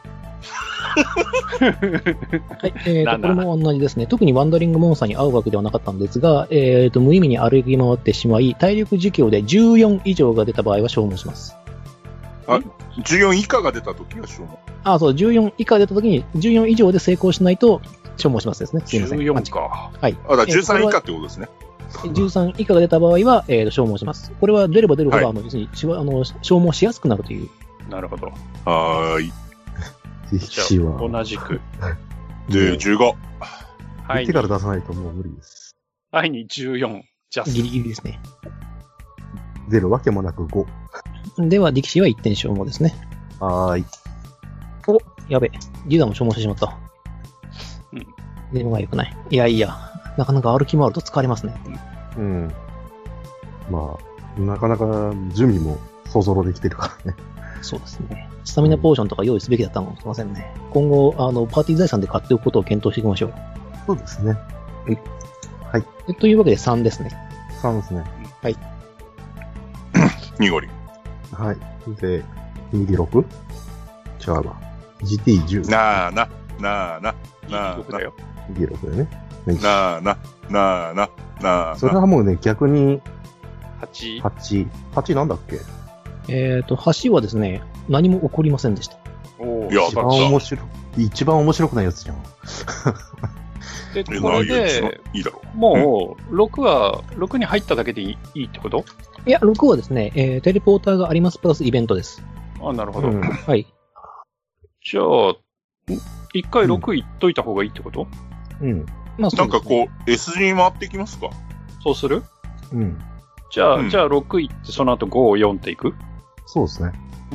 はい。これも同じですね。特にワンダリングモンスターに会うわけではなかったんですが、無意味に歩き回ってしまい、体力持久で14以上が出た場合は消耗します。 14以下が出たときは消耗。 そう、14以下出たときに、14以上で成功しないと消耗しますですね。すいません。 14か。 はい。 だから13以下ってことですね。 13以下が出た場合は、消耗します。これは出れば出るほど、要するに消耗しやすくなるという。 なるほど。 はーい。 じゃあ、同じく。 で、15。 は言ってから出さないともう無理です。 はいに14、ジャス。 ギリギリですね。 出るわけもなく5。 では、力士は1点消耗ですね。 はーい。 お、やべ。リュダも消耗してしまった。 うん。 でもが良くない。いやいや、なかなか歩き回ると疲れますね。 うん。まあ、なかなか準備もそぞろできてるからね。 そうですね。スタミナポーションとか用意すべきだったのかもしれませんね。今後、パーティー財産で買っておくことを検討していきましょう。 そうですね。はい。 というわけで3ですね。 3ですね。 はい。 濁り。 はい。で、2D6? 違うわ。GT10。 なあな、なあな、なあな。 だよ。 2D6 だよね。 なあな、なあな、なあそれはもうね、逆に、 8。 8なんだっけ？ 橋はですね、何も起こりませんでした。 おー、 いや一番面白い、一番面白くないやつじゃん。 で、これで、 いいだろう。 もう、6に入っただけでいいってこと？ いや、6はですね、テレポーターがありますプラスイベントです。 あ、なるほど。 はい。 じゃあ、一回6いっといた方がいいってこと？ うん。 まあ、 なんかこう、S 字に回っていきますか？ そうする？ うん。 じゃあ6いって、その後5を4っていく？ そうですね。 うん。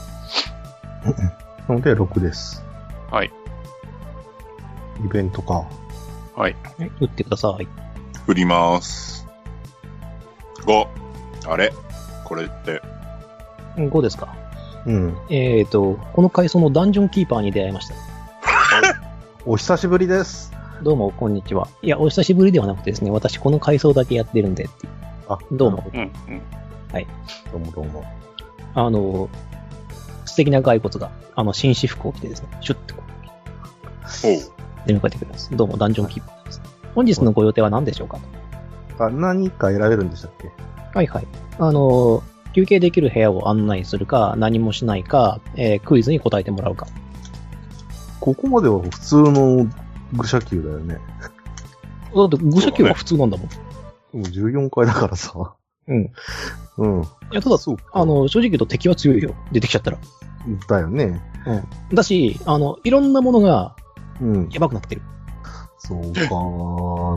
なので、6です。 はい。 イベントか。 はい。 打ってください。 振ります。5。あれこれって。 5ですか。 うん。 この階層のダンジョンキーパーに出会いました。 お久しぶりです。 どうも、こんにちは。いや、お久しぶりではなくてですね、私この階層だけやってるんでっていう。 あ、 どうも。 うん。 はい。 どうもどうも。 素敵な骸骨が、紳士服を着てですね、シュッてこう、 おう。 出迎えてくれます。どうも、ダンジョンキーパーです。本日のご予定は何でしょうか？ 何か選べるんでしたっけ？ はいはい。休憩できる部屋を案内するか、何もしないか、クイズに答えてもらうか。 ここまでは普通の愚者級だよね。 だって、愚者級は普通なんだもん。 もう14回だからさ。 うん。 うん。 いや、ただ、 そうか正直言うと敵は強いよ。出てきちゃったら。 だよね。 うん。だし、いろんなものが、 うん。 やばくなってる。 そうか。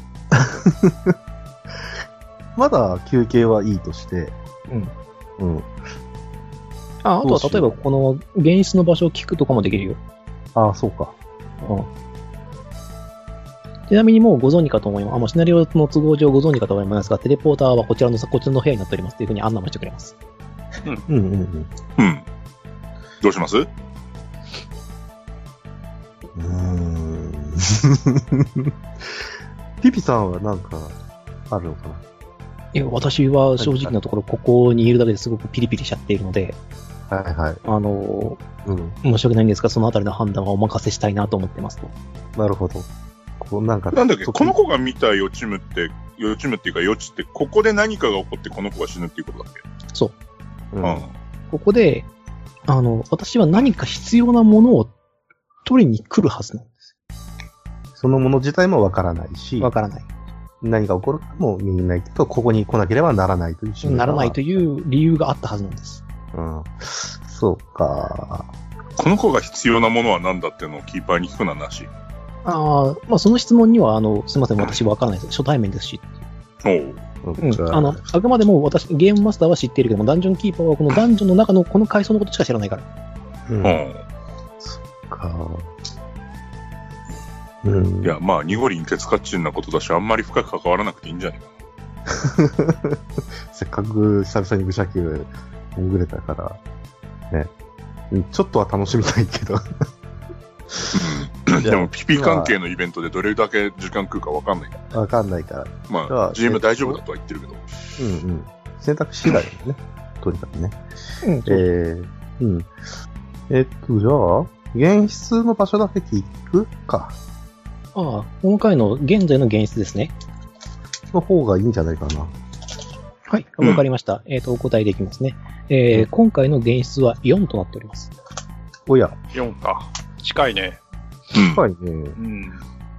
まだ休憩はいいとして。 うん。 うん。 あとは例えばこの現実の場所を聞くとかもできるよ。 ああ、そうか。 うん。ちなみにもうご存知かと思います。シナリオの都合上ご存知かと思いますが、テレポーターはこちらの部屋になっておりますっていうふうに案内もしてくれます。 うんうんうん。 うん。どうします？ ピピさんはなんか、あるのかな？ いや、私は正直なところ、ここにいるだけですごくピリピリしちゃっているので、 はいはい。 申し訳ないんですが、そのあたりの判断はお任せしたいなと思ってますと。 なるほど。こうなんだっけ、この子が見た予知夢っていうか予知って、ここで何かが起こってこの子が死ぬっていうことだっけ？ そう。 うん。 ここで、私は何か必要なものを取りに来るはずなんです。 そのもの自体もわからないし。 わからない。 何が起こるかも見えないけど、ここに来なければならないという。 ならないという理由があったはずなんです。 うん。そうか。 この子が必要なものは何だっていうのをキーパーに聞くのはなし。 その質問には、すいません、私わからないです。初対面ですし。 おう。 あくまでも私、ゲームマスターは知っているけども、ダンジョンキーパーはこのダンジョンの中のこの階層のことしか知らないから。 そっか。 いや、まあ、ニゴリン手塚っちゅうなことだし、あんまり深く関わらなくていいんじゃないかな。せっかく久々に愚者級潜れたから、ね。ちょっとは楽しみたいけど。 でも、ピピ関係のイベントでどれだけ時間食うかわかんないから。 わかんないから。 まあ、GM 大丈夫だとは言ってるけど。 うんうん。選択肢次第だよね。とにかくね。じゃあ、現実の場所だけ聞くか。 この回の現在の現実ですね。 の方がいいんじゃないかな。 はい、わかりました。お答えできますね。今回の現実は4となっております。 おや。 4か。近いね。 近いね。 うん。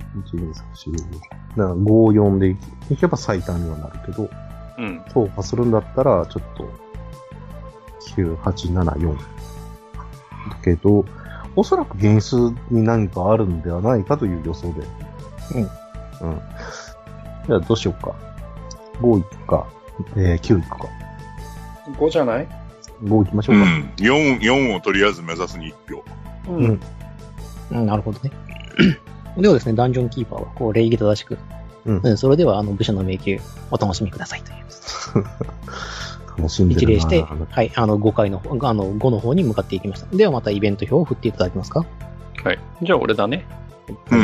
1、2、3、4、5、5、4でいけば最短にはなるけど、 うん。 そうかするんだったら、ちょっと、9、8、7、4。だけど、おそらく現実に何かあるんではないかという予想で。 うん。 うん。じゃあどうしようか。5いくか、9いくか。 5じゃない？ 5行きましょうか。 うん。4をとりあえず目指すに1票。 うん。うん、なるほどね。ではですね、ダンジョンキーパーは、こう、礼儀正しく、それでは、武者の迷宮、お楽しみくださいという。 楽しんでるな。 一礼して、はい、5回の、5の方に向かっていきました。ではまたイベント表を振っていただけますか？ はい。じゃあ俺だね。 うん。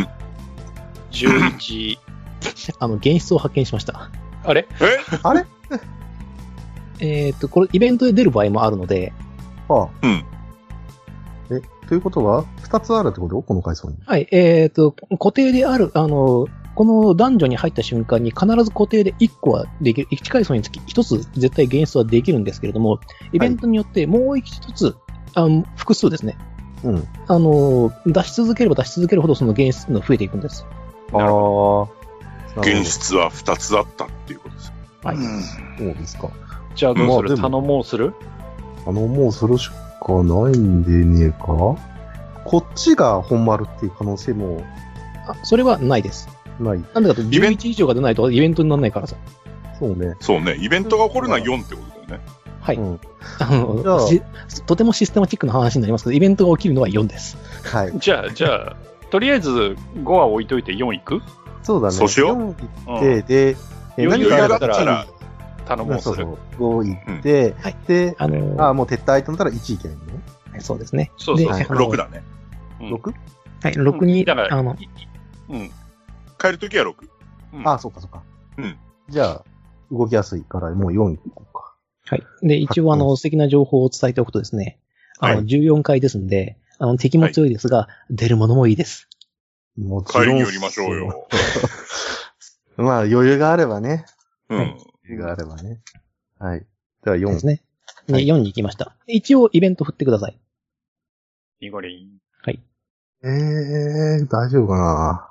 11。 現実を発見しました。 あれあれこれイベントで出る場合もあるので。 ああ。 うん。 ということは、2つあるってことこの階層に。 はい、固定である、この男女に入った瞬間に必ず固定で1個はできる、1階層につき1つ絶対現実はできるんですけれども、イベントによってもう1つ、複数ですね。 うん。 出し続ければ出し続けるほどその現実が増えていくんです。 ああ。 現実は2つあったっていうことです。 はい。 そうですか。 じゃあどうする？頼もうする？ もうするしかないんでねえか？こっちが本丸っていう可能性も。 それはないです。 ない。 なんでかと11以上が出ないとイベントにならないからさ。 そうね。 そうね。イベントが起こるのは4ってことだよね。 はい。 うん、 とてもシステマチックな話になりますけど、イベントが起きるのは4です。 はい。 じゃあ、とりあえず5は置いといて4いく？ そうだね。 そうしよう。 4行って、で、 何があったら頼もうする。 そう5行って、 はい。 で、もう撤退となったら1行けないんだね。 そうですね。 そうそう。 6だね。 6？ はい、6に、 だから、帰るときは6。 そうかそうか。 うん。 じゃあ、動きやすいからもう4行こうか。 はい。で、一応素敵な情報を伝えておくとですね、14回ですんで、敵も強いですが、出るものもいいです。 もちろん。 帰りに寄りましょうよ。 まあ、余裕があればね。 うん。 余裕があればね。はい。では4。 ですね。4に行きました。一応イベント振ってください。 ニゴリン。 はい。 大丈夫かな。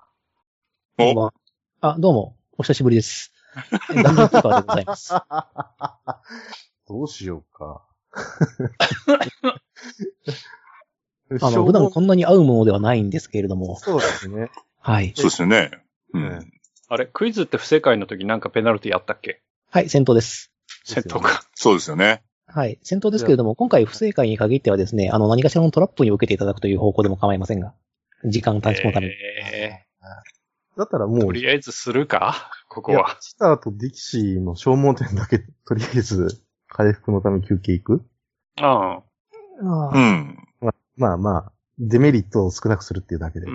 どうも、お久しぶりです。ダンジョンキーパーでございます。 どうしようか。 普段こんなに合うものではないんですけれども。 そうですね。 はい。 そうですよね。うん。 あれ、クイズって不正解の時なんかペナルティあったっけ？ はい、戦闘です。 戦闘か。 そうですよね。 はい。戦闘ですけれども、今回不正解に限ってはですね、何かしらのトラップに受けていただくという方向でも構いませんが、時間短縮のために。 だったらもう。 とりあえずするかここは。 スターとディキシーの消耗点だけ、とりあえず、回復のため休憩行く？ うん。 まあ、デメリットを少なくするっていうだけで。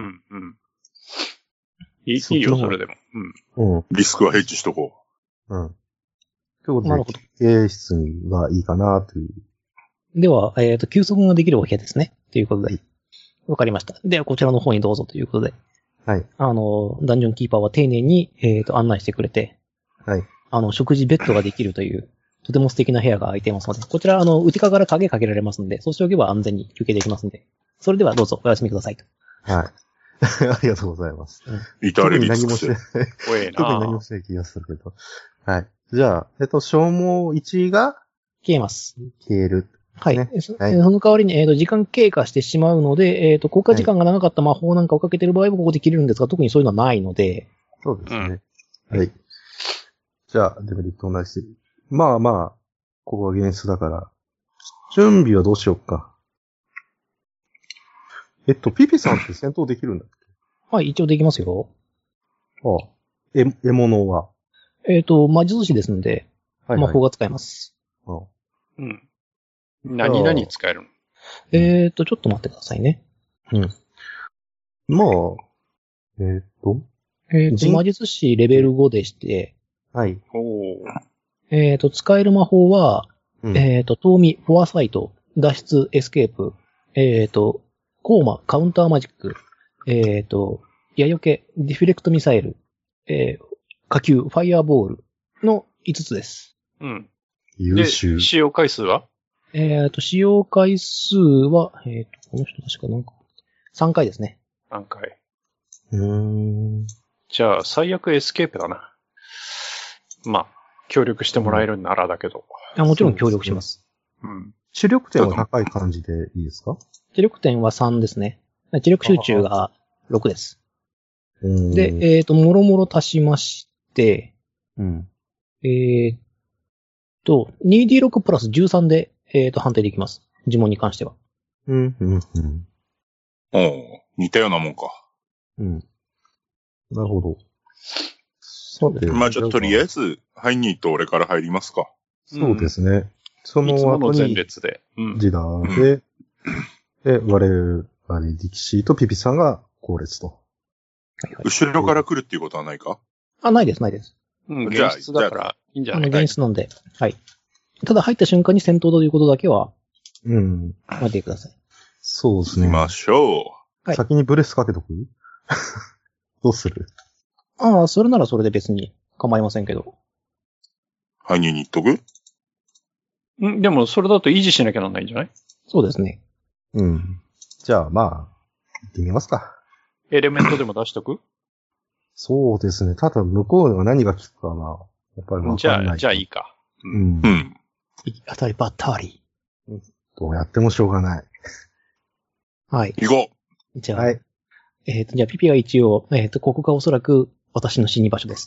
いいよ、それでも。 リスクはヘッジしとこう。ということで、なるほど。経室がいいかなという。 では、休息ができるお部屋ですね。ということで。わかりました。では、こちらの方にどうぞということで。 はい。 ダンジョンキーパーは丁寧に、案内してくれて。 はい。 食事ベッドができるという、とても素敵な部屋が空いていますので、こちら、内側から影かけられますので、そうしておけば安全に休憩できますので、それではどうぞお休みくださいと。 はい。ありがとうございます。 至れり尽くせ。 特に何もしない気がするけど。はい。じゃあ、消耗1が消えます。 消える。 はい。その代わりに、時間経過してしまうので、効果時間が長かった魔法なんかをかけている場合はここで切れるんですが、特にそういうのはないので。 そうですね。はい。じゃあ、デメリット同じで。まあ、ここは現実だから。準備はどうしようか。ピピさんって戦闘できるんだっけ？ はい、一応できますよ。 獲物は魔術師ですので、魔法が使えます。 何使えるの？ちょっと待ってくださいね。 まあ、 魔術師レベル5でして、 はい。 使える魔法は、遠見、フォアサイト、脱出、エスケープ、コーマ、カウンターマジック、矢よけ、ディフレクトミサイル、火球、ファイアーボールの5つです。 優秀。 で、使用回数は？ 使用回数は、この人確かなんか、3回ですね。 3回。じゃあ、最悪エスケープだな。まあ、協力してもらえるならだけど。 もちろん協力します。 知力点は高い感じでいいですか？ 知力点は3ですね。知力集中が6です。 で、もろもろ足しまして、2D6 プラス13で、判定できます。呪文に関しては。 似たようなもんか。 なるほど。 まあ、じゃあ、とりあえず、ハイニーと俺から入りますか。 そうですね。その後に、 前列で。 ジダーで、我々、ディキシーとピピさんが後列と。 後ろから来るっていうことはないか？ ないです、ないです。 現実だから、いいんじゃないか。 現実なんで。はい。ただ入った瞬間に戦闘ということだけは、待ってください。 そうですね。 行きましょう。先にブレスかけとくどうする？ それならそれで別に構いませんけど。 ハイニーに言っとく？ でも、それだと維持しなきゃなんないんじゃない？ そうですね。 じゃあ、まあ、行ってみますか。 エレメントでも出しとく？ そうですね。ただ、向こうが何が効くかな。やっぱりわかんない。 じゃあいいか。 当たりばったり。 どうやってもしょうがない。 はい。 行こう。じゃあ、じゃあピピは一応、ここがおそらく私の死に場所です。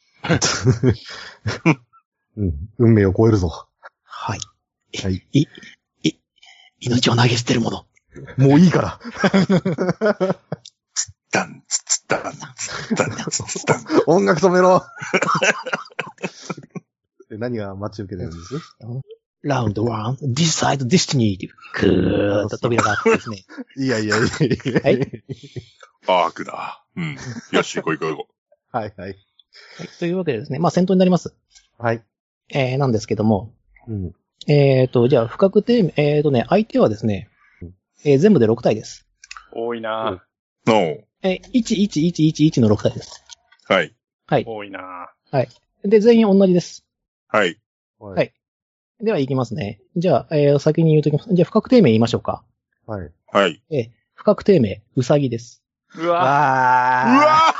運命を超えるぞ。 はい。命を投げ捨てるもの。 もういいから。音楽止めろ。何が待ち受けてるんですラウンド1、Decide Destiny っていう、くーっと扉があってですね。 いや。はい。 アークだ。よし、行こう。 はい。 というわけでですね、まあ戦闘になります。 はい。 なんですけども。じゃあ、不確定、相手はですね、全部で6体です。 多いな 1111の6体です。 はい。 多いなはい。で、全員同じです。 はい。 では、いきますね。じゃあ、先に言うときます。じゃあ、不確定名言いましょうか。 はい。 不確定名、うさぎです。 うわ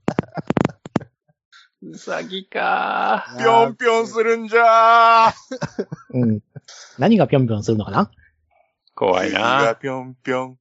うさぎかぴょんぴょんするんじゃー。 何がぴょんぴょんするのかな？ 怖いなぴょんぴょん。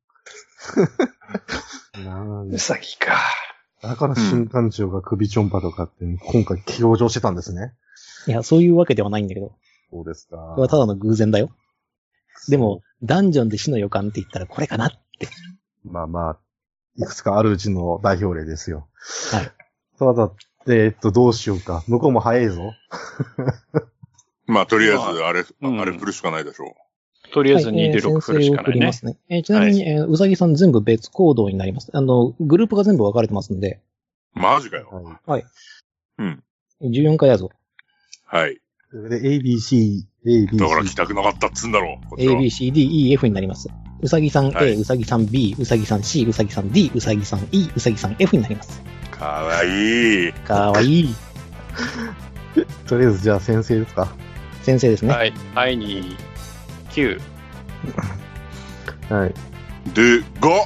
うさぎか。 だから新艦長が首ちょんぱとかって今回登場してたんですね。 いや、そういうわけではないんだけど。 そうですか。 これはただの偶然だよ。でも、ダンジョンで死の予感って言ったらこれかなって。 まあ、いくつかあるうちの代表例ですよ。 はい。 ただ、どうしようか。向こうも早いぞ。 まあ、とりあえず、あれ振るしかないでしょう。 とりあえず 2D6 振るしかないね。 ちなみに、うさぎさん全部別行動になります。グループが全部分かれてますんで。 マジかよ。 はい。14回やぞ。 はい。 で、ABC。 だから来たくなかったっつんだろう。 ABCDEF になります。うさぎさん A、うさぎさん B、うさぎさん C、うさぎさん D、うさぎさん E、うさぎさん F になります。 かわいい。 かわいい。 とりあえず、じゃあ先生ですか。 先生ですね。 はい。I に9。 はい。 で、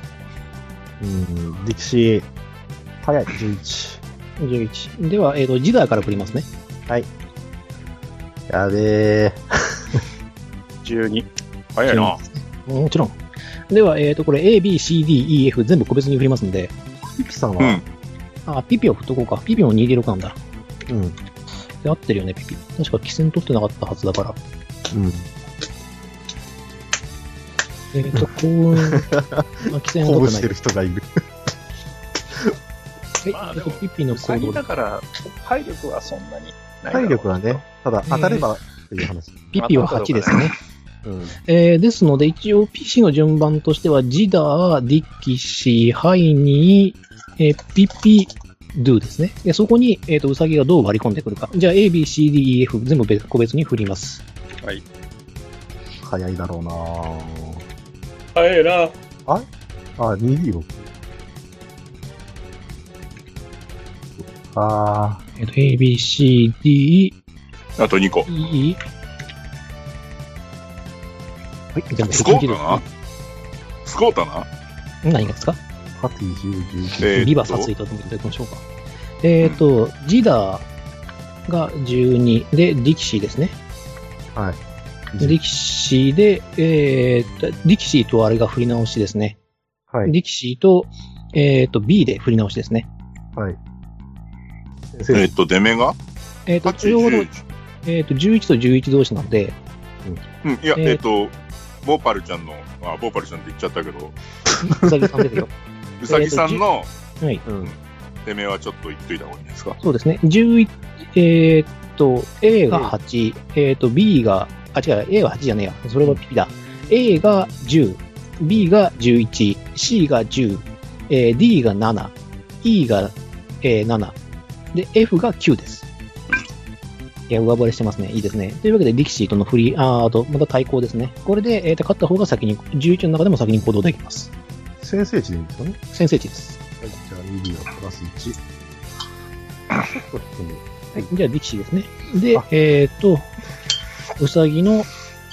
力士、早い、11。 11。では、ジダーから振りますね。 はい。やべー。 12。早いな。 もちろん。では、これ A、B、C、D、E、F 全部個別に振りますんで。 ピピさんは、 ピピを振っとこうか。ピピも 2D6 なんだ。で、合ってるよね、ピピ。確か、汽船取ってなかったはずだから。幸運。汽船を取ってない。 してる人がいる。 ピピの行動だから、体力はそんなにない。 体力はね、ただ当たればっていう話。 ピピは8ですね。ですので、一応 PC の順番としては、ジダー、ディッキシー、ハイニー、ピピ、ドゥですね。でそこに、ウサギがどう割り込んでくるか。じゃあ、A、B、C、D、E、F 全部個別に振ります。 はい。 早いだろうなぁ。 早いな。 2D6。 A, B, C, D, あと2個。 E、はい、全部スコータなスコータな何がですか 8、10、11。 ビバサツイートともいただきましょうか。ジダーが12で、ディキシーですね。 はい。 ディキシーで、ディキシーとあれが振り直しですね。 はい。 ディキシーと、B で振り直しですね。 はい。 出目がちょうど、11と11同士なんで、 うん、いや、ボーパルちゃんの、ボーパルちゃんって言っちゃったけど、 うさぎさんですよ。 うさぎさんのはい。 出目はちょっと言っといた方がいいですか？ そうですね。11、A が8、B が、違う、A は8じゃねえや。それは P だ。A が10、B が11、C が10、D が7、E が、7、で、F が9です。いや、上振れしてますね。いいですね。というわけで、力士とのフリー、あと、また対抗ですね。これで、勝った方が先に、11の中でも先に行動できます。 先制値でいいんですかね？ 先制値です。 はい、じゃあ、2D はプラス1。 はい、じゃあ、力士ですね。で、うさぎの、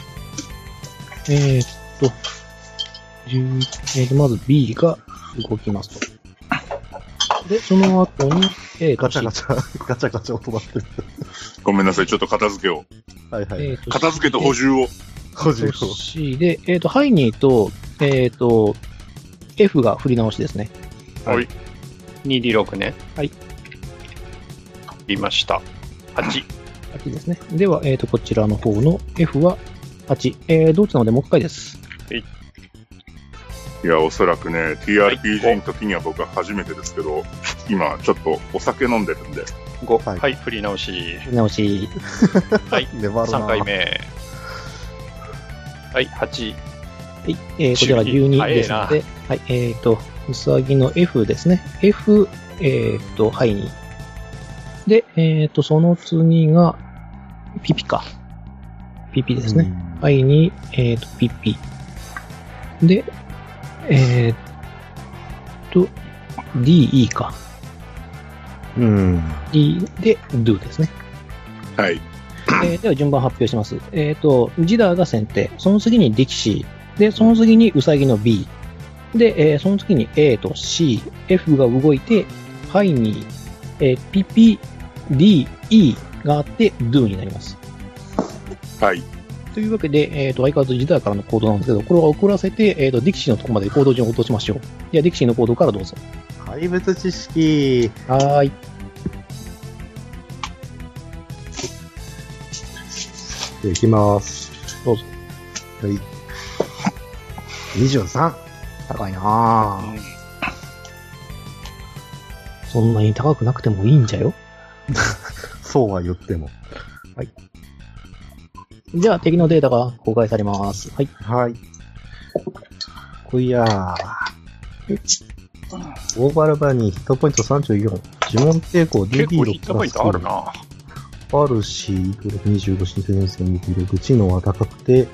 まず B が動きますと。で、その後に A と C。 ガチャガチャ音鳴ってる。 ごめんなさい、ちょっと片付けを。 はいはい。 片付けと補充を。 C で、ハイニーと、F が振り直しですね。 はい。2D6 ね。 はい。 振りました。8。 8ですね。では、こちらの方の F は8。同値なのでもう一回です。 はい。 いや、おそらくね、TRPG の時には僕は初めてですけど、今ちょっとお酒飲んでるんで。 5。はい、振り直し。 振り直し。 はい、3回目。はい、8。 はい、こちらは12ですので、はい、うさぎの F ですね。F、ハイニー。で、その次が、ピピか。ピピですね。ハイニー、ピピ。で、D、E か。D で、Do ですね。 はい。 では順番発表します。ジダーが先手。その次に力士。で、その次にウサギの B。で、その次に A と C、F が動いて、ハイに、ピピ、D、E があって、Do になります。 はい。 というわけで、相変わらずジダーからの行動なんですけど、これは遅らせて、ディキシーのところまで行動順を落としましょう。では、ディキシーの行動からどうぞ。 怪物知識。 はーい。 いきます。 どうぞ。 はい。23。 高いなぁ。そんなに高くなくてもいいんじゃよ。 そうは言っても。 はい。じゃあ、敵のデータが公開されます。はい。 はい。こいやー。オーバルバーにヒットポイント34。呪文抵抗 DD6 結構ヒットポイントあるな。 あるし、25新戦線26、知能は高くて、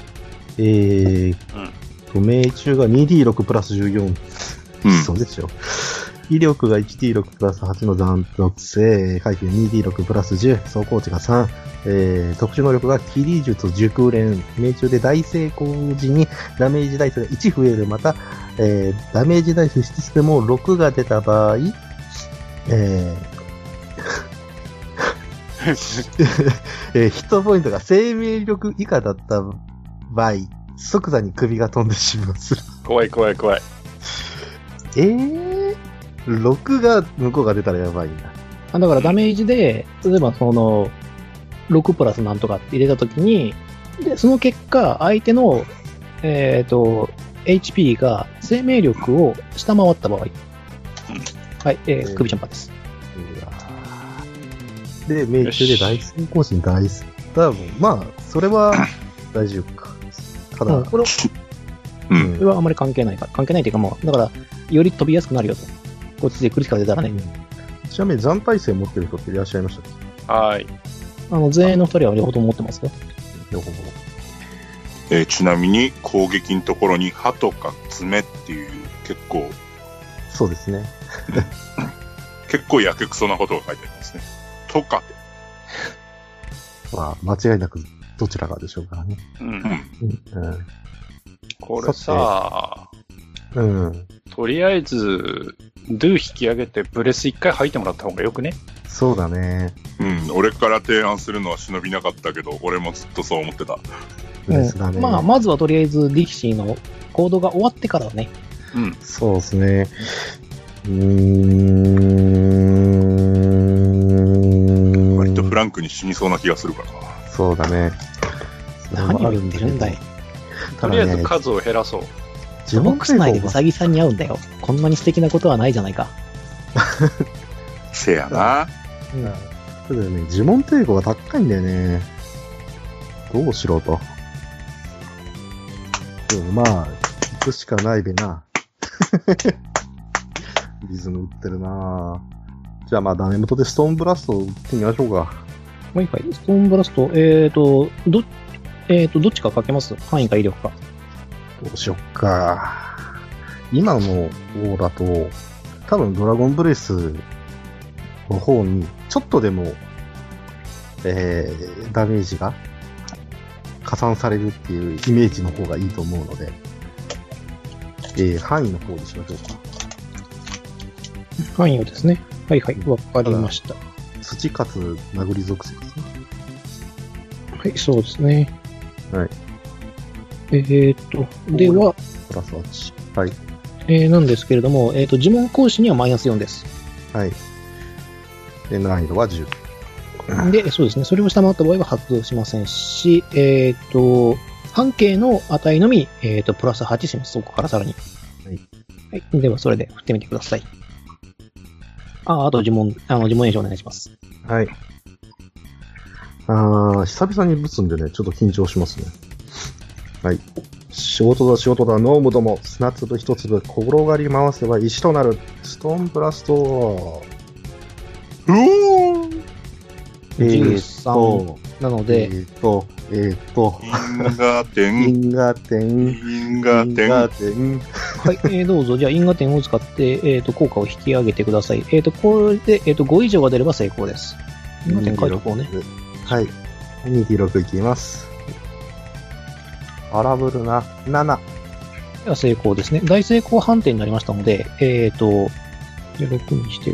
命中が 2D6 プラス14。そうでしょ。威力が 1D6 プラス8の残属性、回避 2D6 プラス10、走行値が3、特殊能力がキリ術熟練、命中で大成功時にダメージダイスが1増える、また、ダメージダイス1つでも6が出た場合、ヒットポイントが生命力以下だった場合、即座に首が飛んでしまう。 怖い怖い怖い。 6が向こうが出たらやばいな。 だからダメージで、例えばその、6プラスなんとかって入れたときに、で、その結果、相手の、HP が生命力を下回った場合。はい、首ジャンパーです。 で、命中で大成功時に大成。多分、まあ、それは大丈夫か。ただ、 これはあまり関係ないから、関係ないというかもう、だから、より飛びやすくなるよと。こっちでクリティカル出たらね。 ちなみに残耐性持ってる人っていらっしゃいました？ はい。 前衛の二人は両方とも持ってますよ。 両方とも。ちなみに、攻撃のところに歯とか爪っていう、結構。 そうですね。 結構やけくそなことが書いてありますね。とかで。まあ、間違いなくどちらかでしょうからね。 これさ、とりあえず、ドゥ引き上げてブレス一回吐いてもらった方がよくね？ そうだね。 俺から提案するのは忍びなかったけど、俺もずっとそう思ってた。 ブレスだね。 まあ、まずはとりあえず、ディキシーの行動が終わってからはね。 そうですね。 死にそうな気がするからな。 そうだね。 何を言ってるんだい。 とりあえず数を減らそう。 ボックス内でウサギさんに会うんだよ。こんなに素敵なことはないじゃないか。 せやな。 そうだよね。呪文抵抗が高いんだよね。どうしろと。でもまあ、行くしかないべな。リズム打ってるな。じゃあまあ、ダメ元でストーンブラストを打ってみましょうか。 はいはい。ストーンブラスト、どっちかかけます？範囲か威力か。 どうしよっか。今の方だと、多分ドラゴンブレスの方に、ちょっとでも、ダメージが加算されるっていうイメージの方がいいと思うので、範囲の方にしましょうか。 範囲をですね。はいはい。わかりました。 土かつ殴り属性ですね。 はい、そうですね。 はい。 では、 プラス8。はい。 なんですけれども、呪文行使にはマイナス4です。 はい。で、難易度は10。 で、そうですね。それを下回った場合は発動しませんし、半径の値のみ、プラス8します。そこからさらに。 はい。 はい。では、それで振ってみてください。あと呪文演習お願いします。 はい。久々にぶつんでね、ちょっと緊張しますね。はい。仕事だ、ノームども、砂粒一粒、転がり回せば石となる、ストーンブラスト。 13なので、 因果点。 はい、どうぞ。じゃあ、因果点を使って、効果を引き上げてください。これで、5以上が出れば成功です。因果点書いとこうね。 はい。2D6 いきます。荒ぶるな。7。 では成功ですね。大成功判定になりましたので、6にして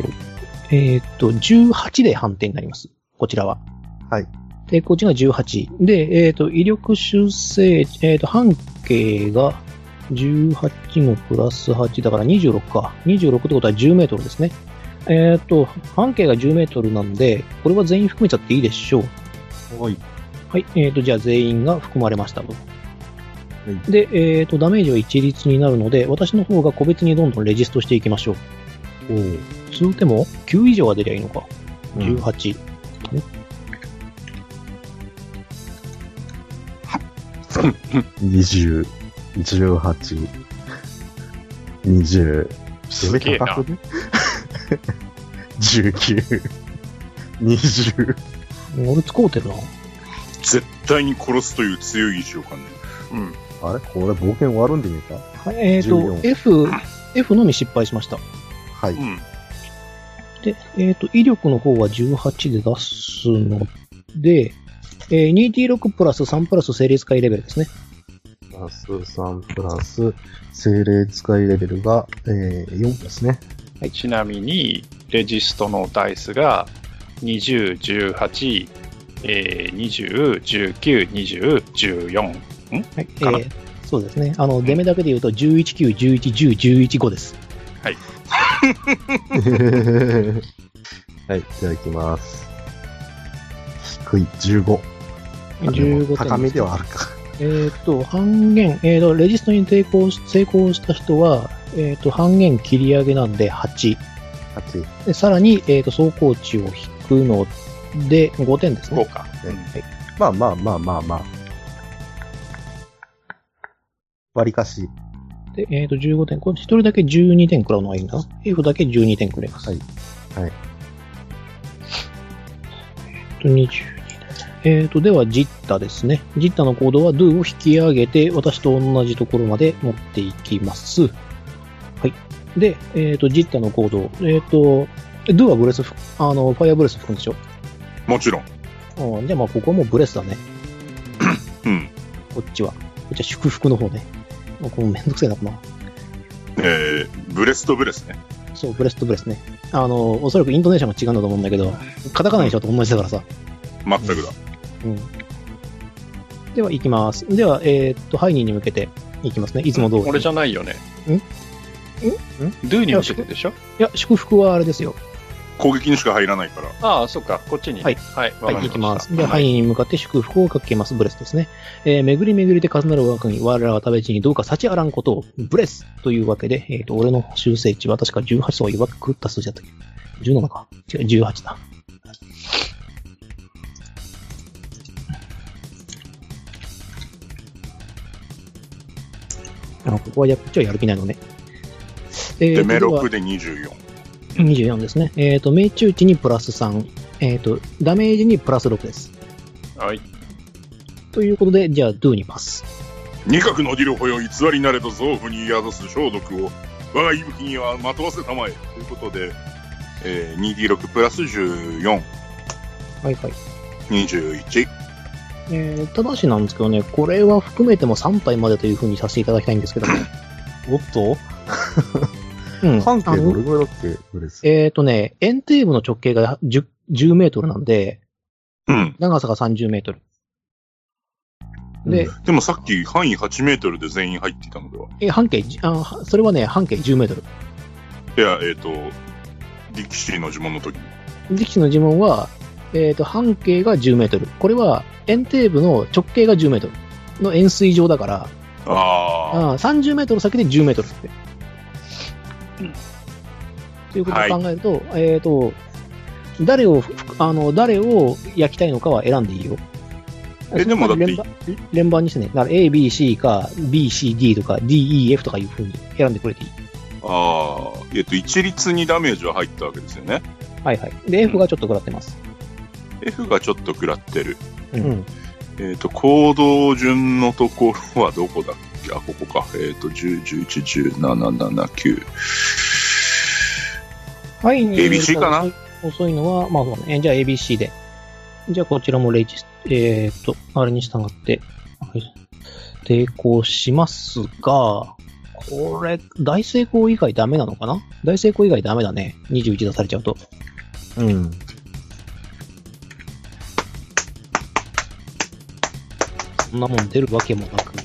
18で判定になります。こちらは。 はい。 で、こっちが18。で、威力修正、半径が18のプラス8だから26か。26ってことは10メートルですね。半径が10メートルなんで、これは全員含めちゃっていいでしょう。 はい。 はい。じゃあ全員が含まれましたと。で、ダメージは一律になるので、私の方が個別にどんどんレジストしていきましょう。数手も9以上は出りゃいいのか。18。 20、18、20、 すげえな。 19、20。 俺使うてるな。 絶対に殺すという強い意志を感じる。 あれこれ冒険終わるんでみた？ F のみ失敗しました。 はい。 で、威力の方は18で出すので、2D6 プラス3プラス精霊使いレベルですね。 プラス3プラス精霊使いレベルが、4ですね。 はい。ちなみに、レジストのダイスが20、18、20、19、20、14。はい。 そうですね。出目だけで言うと、11、9、11、10、11、5です。 はい。 はい。では行きます。低い、15。 15点。 高めではあるか。 半減、レジストに成功した人は、半減切り上げなんで8。でさらに、走行値を引くので、5点ですね。 5か。 はい。まあ。割りかし。 で、15点。これ一人だけ12点食らうのがいいんだな。F だけ12点くれます。 はい。はい。 22。では、ジッタですね。ジッタの行動は Do を引き上げて、私と同じところまで持っていきます。はい。で、ジッタの行動。Do はブレス、ファイアブレス吹くんでしょ？ もちろん。 じゃあまあ、ここはもうブレスだね。こっちは祝福の方ね。もうこのめんどくせえな、この。 ブレストブレスね。 そう、ブレストブレスね。おそらくイントネーションが違うんだと思うんだけど、カタカナにしようと同じだからさ。 全くだ。 では、行きます。では、ハイニーに向けて行きますね。いつも通り。 俺じゃないよね。ドゥに向けてでしょ？ いや、祝福はあれですよ。 攻撃にしか入らないから。 ああ、そっか、こっちに。 はい。 はい、 はい、行きます。で、 は範囲に向かって祝福をかけます。ブレスですね。巡り巡りで数なる我が国、我らは食べ地にどうか幸あらんことを、ブレスというわけで、俺の修正値は確か18と弱く食った数字だったっけ ?17 か。違う、18だ。ここはこっちはやる気ないのね。 で、メ6で24。 24ですね。命中値にプラス3。ダメージにプラス6です。 はい。 ということで、じゃあ、ドゥにパス。 二角のディロホよ偽りなれと臓腑に宿す消毒を、我が息吹にはまとわせたまえ。ということで、2D6 プラス14。 はいはい。 21。 ただしなんですけどね、これは含めても3体までという風にさせていただきたいんですけども。 おっとうん。 半径どれぐらいだっけブレス。 エンテーブの直径が10メートルなんで、 うん。 長さが30メートル。で、 でもさっき範囲8メートルで全員入っていたのでは？ 半径、それはね、半径10メートル。 いや、力士の呪文の時に。 力士の呪文は、半径が10メートル。これは、エンテーブの直径が10メートルの円錐状だから、30メートル先で10メートルって。ということを考えると、誰を焼きたいのかは選んでいいよ。 でもだって連番にしてね。だから A, B, C か B, C, D とか D, E, F とかいう風に選んでくれていい。 一律にダメージは入ったわけですよね。 はいはい。で、F がちょっと食らってます。 F がちょっっと食らってる。 うん。 行動順のところはどこだっけ？ここか。10、11、17、7、9。 はい。 ABC かな？ 遅いのは、まあそうね。じゃあ ABC で。じゃあこちらもレイジ、あれに従って、抵抗しますが、これ、大成功以外ダメなのかな？大成功以外ダメだね。21出されちゃうと。 うん。 そんなもん出るわけもなく。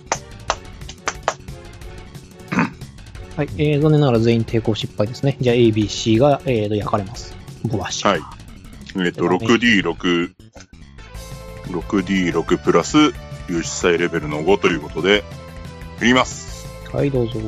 はい、残念ながら全員抵抗失敗ですね。じゃあ A, B, C が、焼かれます。ボワシ。 はい。6D6、6D6 プラス、有志祭レベルの5ということで、振ります。 はい、どうぞ。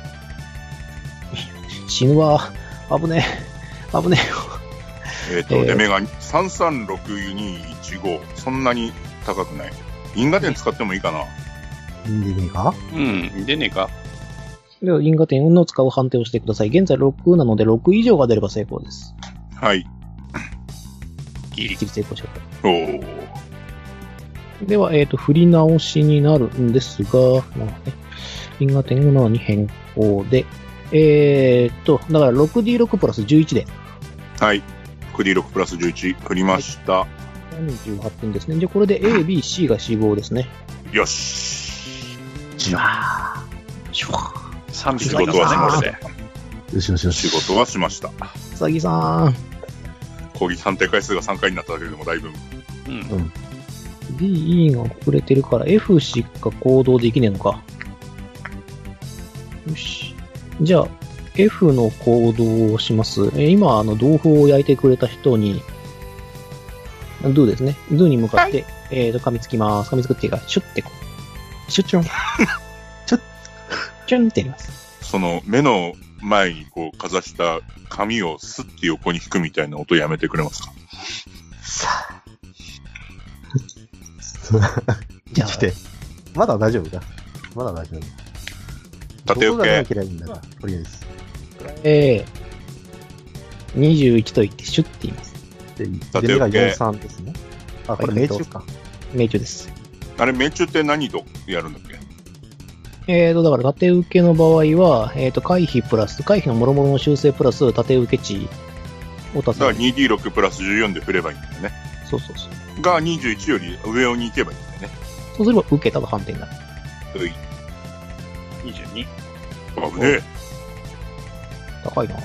死ぬわ。危ねえ。危ねえ。出目が3362215。そんなに高くない。因果点使ってもいいかな。 でねえか？ うん、でねえか。 では、因果点の使う判定をしてください。現在6なので、6以上が出れば成功です。 はい。 ギリギリ成功しちゃった。 おー。 では、振り直しになるんですが、因果点を7に変更で、だから 6D6 プラス11で。 はい。6D6 プラス11、振りました。 28点ですね。じゃあ、これで A, B, C が死亡ですね。 よし。 じわー。しゅわー。 3 仕事はしました。 よしよしよし。 仕事はしました。 さぎさん。 攻撃判定回数が3回になっただけでもだいぶ。 うん。 D, E が遅れてるから F しか行動できねえのか。よし。じゃあ、F の行動をします。今、豆腐を焼いてくれた人に、ドゥですね。ドゥに向かって、噛みつきます。噛みつくっていうか、シュッてこう。シュッチュン。シュッ、チュンってやります。 その、目の前にこう、かざした紙をスッて横に引くみたいな音やめてくれますか？ さあ。じゃあ、まだ大丈夫か。まだ大丈夫。 縦受け。 嫌いんだが、とりあえず。21と言ってシュッて言います。 縦受けが43ですね。あ、これ命中か。 命中です。 あれ、命中って何とやるんだっけ？ だから縦受けの場合は、回避プラス、回避の諸々の修正プラス縦受け値を足す。 だから 2D6 プラス14で振ればいいんだよね。 そうそうそう。 が21より上に行けばいいんだよね。 そうすれば受けたが判定になる。 22。 危ねえ。 高いな。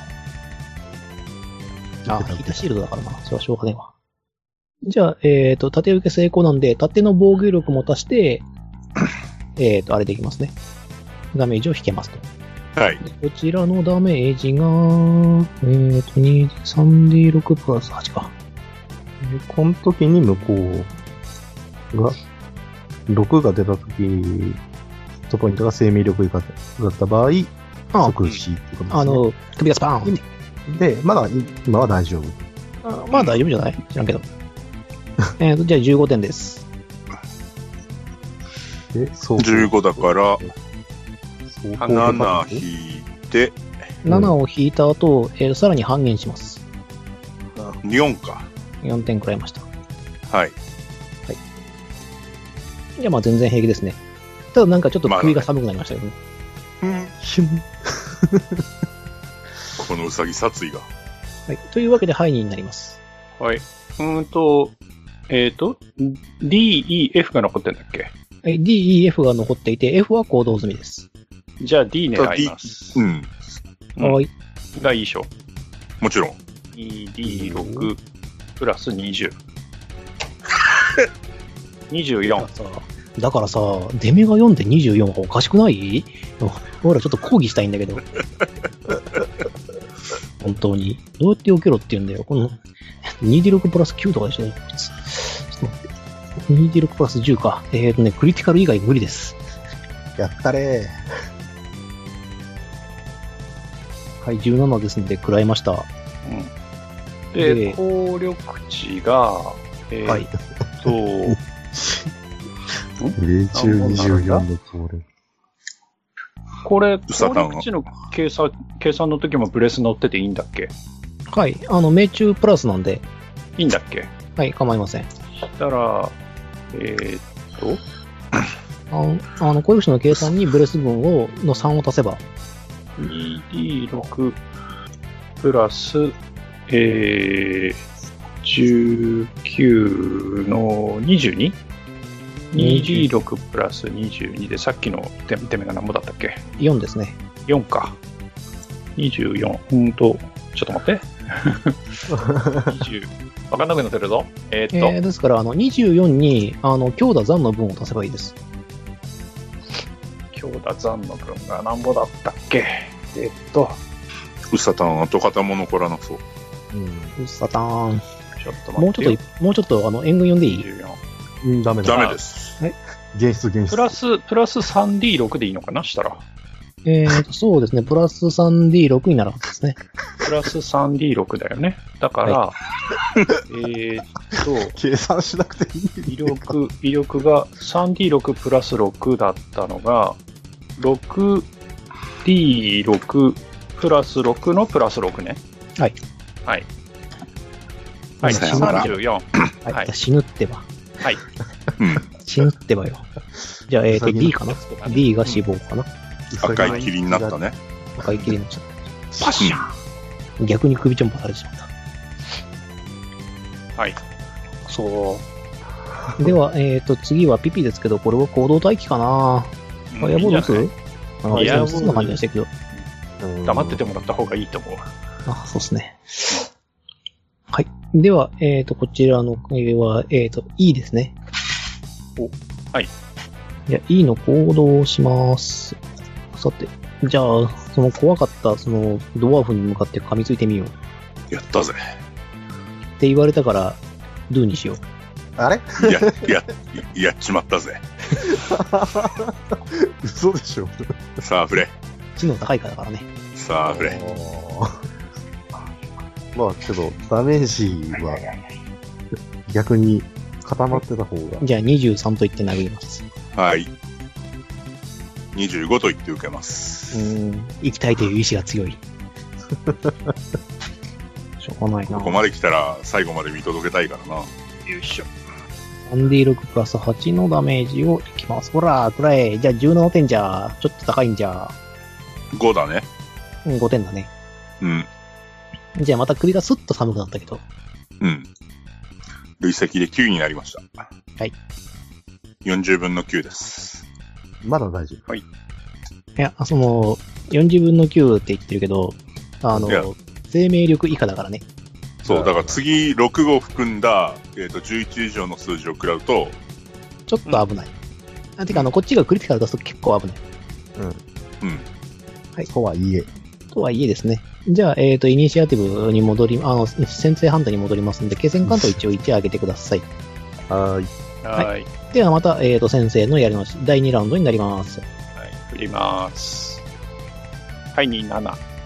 あ、ヒータシールドだからな。それはしょうがねえわ。じゃあ、縦受け成功なんで、縦の防御力も足して、あれできますね。ダメージを引けますと。 はい。 こちらのダメージが、3D6 プラス8か。 この時に向こうが、6が出た時、ヒットポイントが生命力以下だった場合、即死ってことですね。 首がスパーンって。 で、まだ、今は大丈夫。 まあ大丈夫じゃない知らんけど。じゃあ15点です。 で、そう。 15だから、7引いて、 7を引いた後、さらに半減します。 4か。 4点くらいました。 はい。 じゃあまあ全然平気ですね。ただなんかちょっと首が寒くなりましたけどね。 このウサギ殺意が。 はい。というわけで、ハイニーになります。 はい。D、E、F が残ってんだっけ？ はい。D、E、F が残っていて、F は行動済みです。 じゃあ D 狙います。 はい。 がいいでしょ？ もちろん。 2D6 プラス20。24。 だからさ、デメが4で24はおかしくない？俺らちょっと抗議したいんだけど。本当に。どうやって避けろって言うんだよ。この 2D6 プラス9とかでしょ。ちょっと待って。2D6 プラス10か。クリティカル以外無理です。 やったれー。はい、17ですので、食らいました。 で、効力値が、 命中24の効力。 これ、効力値の計算の時もブレス乗ってていいんだっけ？ はい。命中プラスなんで。 いいんだっけ？ はい、構いません。 したら、 効力値の計算にブレス分の3を足せば。 2D6 プラス、19の 22?2D6 プラス22で、さっきの手目が何ぼだったっけ？ 4 ですね。 4か。24。ちょっと待って。20。わかんなくなってるぞ。 ですから、24に、強打残の分を足せばいいです。 強打残の分が何ぼだったっけ？ ウサタン跡形も残らなそう。 ウサタン。 ちょっと待ってよ。 もうちょっと、援軍読んでいい？ ダメです。 はい。現出。 プラス 3D6 でいいのかなしたら。 そうですね。プラス 3D6 になるはずですね。 プラス 3D6 だよね。だから、 計算しなくていい。 威力が 3D6 プラス6だったのが、6D6 プラス6のプラス6ね。 はい。 はい。はい、34。 はい。死ぬってば。 はい。 死ぬってばよ。じゃあ、D かな？ D が死亡かな？ 赤い霧になったね。 赤い霧になっちゃった。パシャン！逆に首ちょんぱされてしまった。 はい。 そう。では、次はピピですけど、これは行動待機かな？野望です？いや、そんな感じがしたけど。 黙っててもらった方がいいと思う。 そうですね。はい。では、こちらのは、E ですね。 はい。 じゃあ、E の行動をします。さて、じゃあ、その怖かった、ドワーフに向かって噛みついてみよう。 やったぜ。 って言われたから、ドゥにしよう。 あれやっちまったぜ。 嘘でしょ。 さあ、触れ。 知能高いからね。 さあ、触れ。 まあ、けど、ダメージは、逆に固まってた方が。 じゃあ、23と言って殴ります。 はい。25と言って受けます。 生きたいという意志が強い。しょうがないな。 ここまで来たら最後まで見届けたいからな。 よいしょ。 3D6 プラス8のダメージをいきます。ほら、くらえ。じゃあ17点じゃ。ちょっと高いんじゃ。 5だね。 5点だね。じゃあまた首がスッと寒くなったけど。 累積で9になりました。 はい。 40分の9です。 まだ大丈夫。 はい。 いや、40分の9って言ってるけど、生命力以下だからね。 そう、だから次6を含んだ、11以上の数字を食らうと、 ちょっと危ない。てか、こっちがクリティカル出すと結構危ない。 はい。 とはいえ。 とはいえですね。じゃあ、イニシアティブに先制判断に戻りますので、継戦関東一応1上げてください。 はーい。 はい。 ではまた、先生のやり直し、第2ラウンドになります。 はい。振ります。はい、2、7。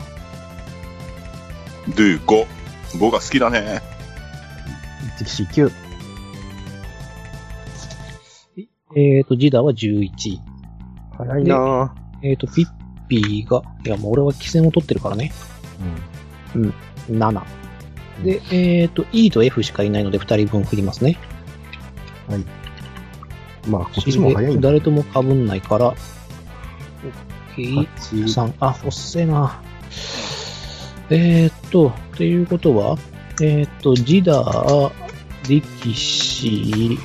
ドゥ5。5が好きだね。 敵士9。 ジダは11。 早いなピッピーが、いやもう俺は棋戦を取ってるからね。7。で、E と F しかいないので2人分振りますね。 はい。まあ、こっちも早いんだ。 誰とも被んないから、OK、 8 3、あ、遅いな。っていうことは、ジダー、力士、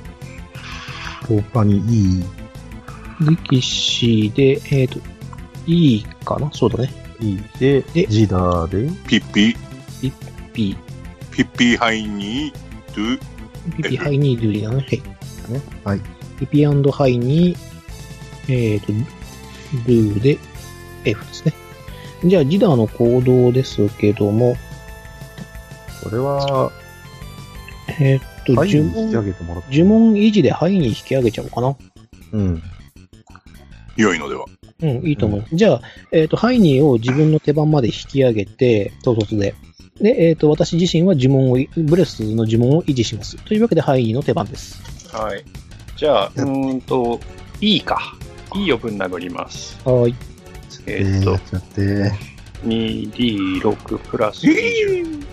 他にいい。 力士で、E かなそうだね。 いいで、ジダーで、 ピッピ、 ピッピピッピハイに、ドゥ、 ー、ピッピーハイにドゥリだね。はい。 ね。はい。 ピピ&ハイに、ルーで F ですね。じゃあ、ジダーの行動ですけども、 これは、はい、 呪引き上げてもらって。 文維持でハイに引き上げちゃおうかな。 うん。 良いのでは。 うん、いいと思う。じゃあ、ハイニーを自分の手番まで引き上げて、統率で。で、私自身はブレスの呪文を維持します。というわけで、ハイニーの手番です。 はい。じゃあ、E か。E をぶん殴ります。 はい。 やっちゃって。 2D6 プラス20。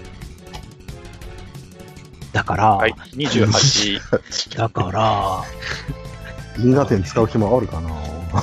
だから、 はい、28。 だから、 因果点使う暇あるかな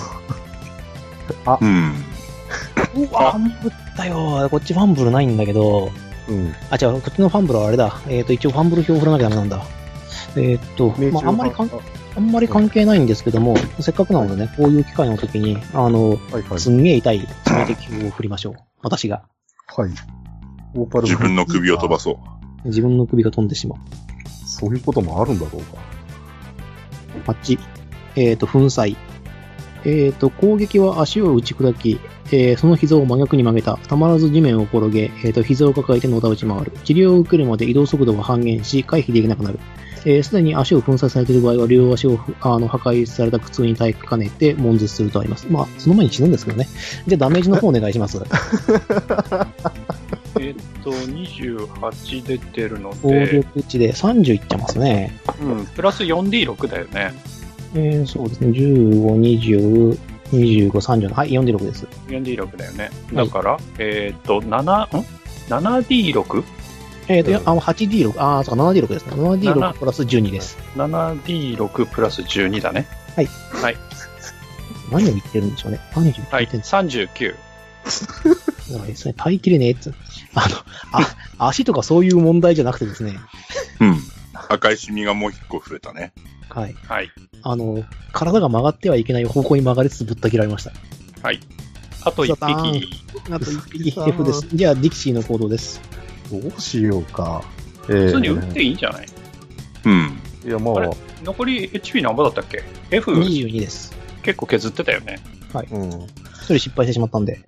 うん。 うわ、ファンブったよ。こっちファンブルないんだけど、 うん。 あ、違う、こっちのファンブルはあれだ。一応ファンブル表を振らなきゃダメなんだ。まあ、あんまり関係ないんですけども、せっかくなのでね、こういう機会の時に、 はいはい。 すんげえ痛い致命的を振りましょう。私が。 はい。オーパル自分の首を飛ばそう。 自分の首が飛んでしまう。 そういうこともあるんだろうか。 8。粉砕。攻撃は足を打ち砕き、その膝を真逆に曲げた。たまらず地面を転げ、膝を抱えてのたうち回る。治療を受けるまで移動速度が半減し、回避できなくなる。すでに足を粉砕されている場合は、両足を破壊された苦痛に耐えかねて、悶絶するとあります。まあ、その前に死ぬんですけどね。じゃあ、ダメージの方お願いします。 28出てるの攻で、 撃値で30いっちゃいますね。 プラス 4D6 だよね。 そうですね。15、20、25、30の。はい、4D6 です。 4D6 だよね。だから、7D6? いや、8D6、そうか、7D6 ですね。7D6 プラス12です。 7D6 プラス12だね。 はい。 はい。 何を言ってるんでしょうね。何を言はい。 ってるんですか。 39。 だからですね、耐えきれねえって。足とかそういう問題じゃなくてですね。 うん。赤いシミがもう一個増えたね。 はい。 はい。 体が曲がってはいけない方向に曲がりつつぶった切られました。 はい。あと1匹。 あと1匹 F です。じゃあ、ディキシーの行動です。 どうしようか。 普通に打っていいんじゃない？ うん。 いや、まあ、 残り HP 何ぼだったっけ？ F 22です。 結構削ってたよね。 うん。 一人失敗してしまったんで。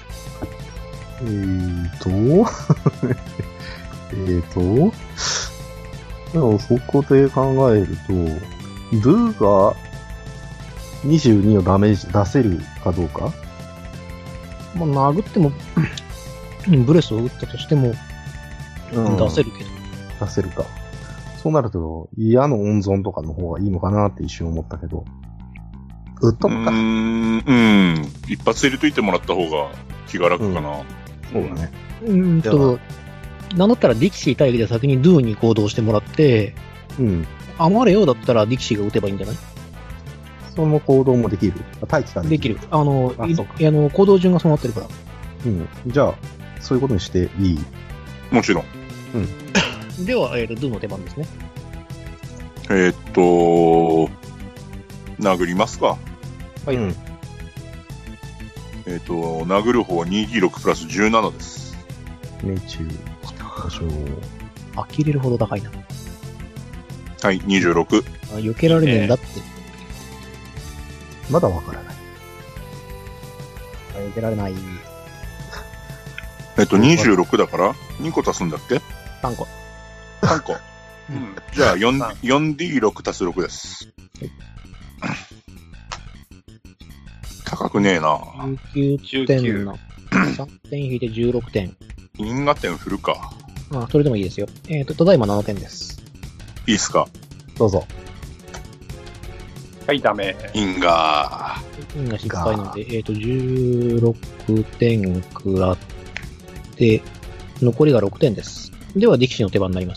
でもそこで考えると、ドゥが22のダメージ出せるかどうか。 まあ、殴っても、ブレスを打ったとしても、出せるけど。 出せるか。そうなると、矢の温存とかの方がいいのかなって一瞬思ったけど。打っとくか。 一発入れといてもらった方が気が楽かな。 そうだね。 なんだったらディキシー対義で先にドゥに行動してもらって、余れようだったらディキシーが打てばいいんじゃない？ その行動もできる。待機ができる。行動順がそうなってるから。 じゃあ、そういうことにしていい？ もちろん。 では、ドゥの出番ですね。 殴りますか。 はい。 殴る方は 2D6 プラス17です。 命中。 呆れるほど高いな。 はい、26。 避けられねえんだって。 まだわからない。 出られない。 26だから2個足すんだっけ ?3 個。 3個。うん。じゃあ 4D6 足す6です。高くねえな。 19点な。3点引いて16点。 因果点振るか。 まあ、それでもいいですよ。ただいま7点です。 いいっすか？ どうぞ。 はい、ダメ。 因果失敗なので、16点食らって、残りが6点です。では、力士の手番になります。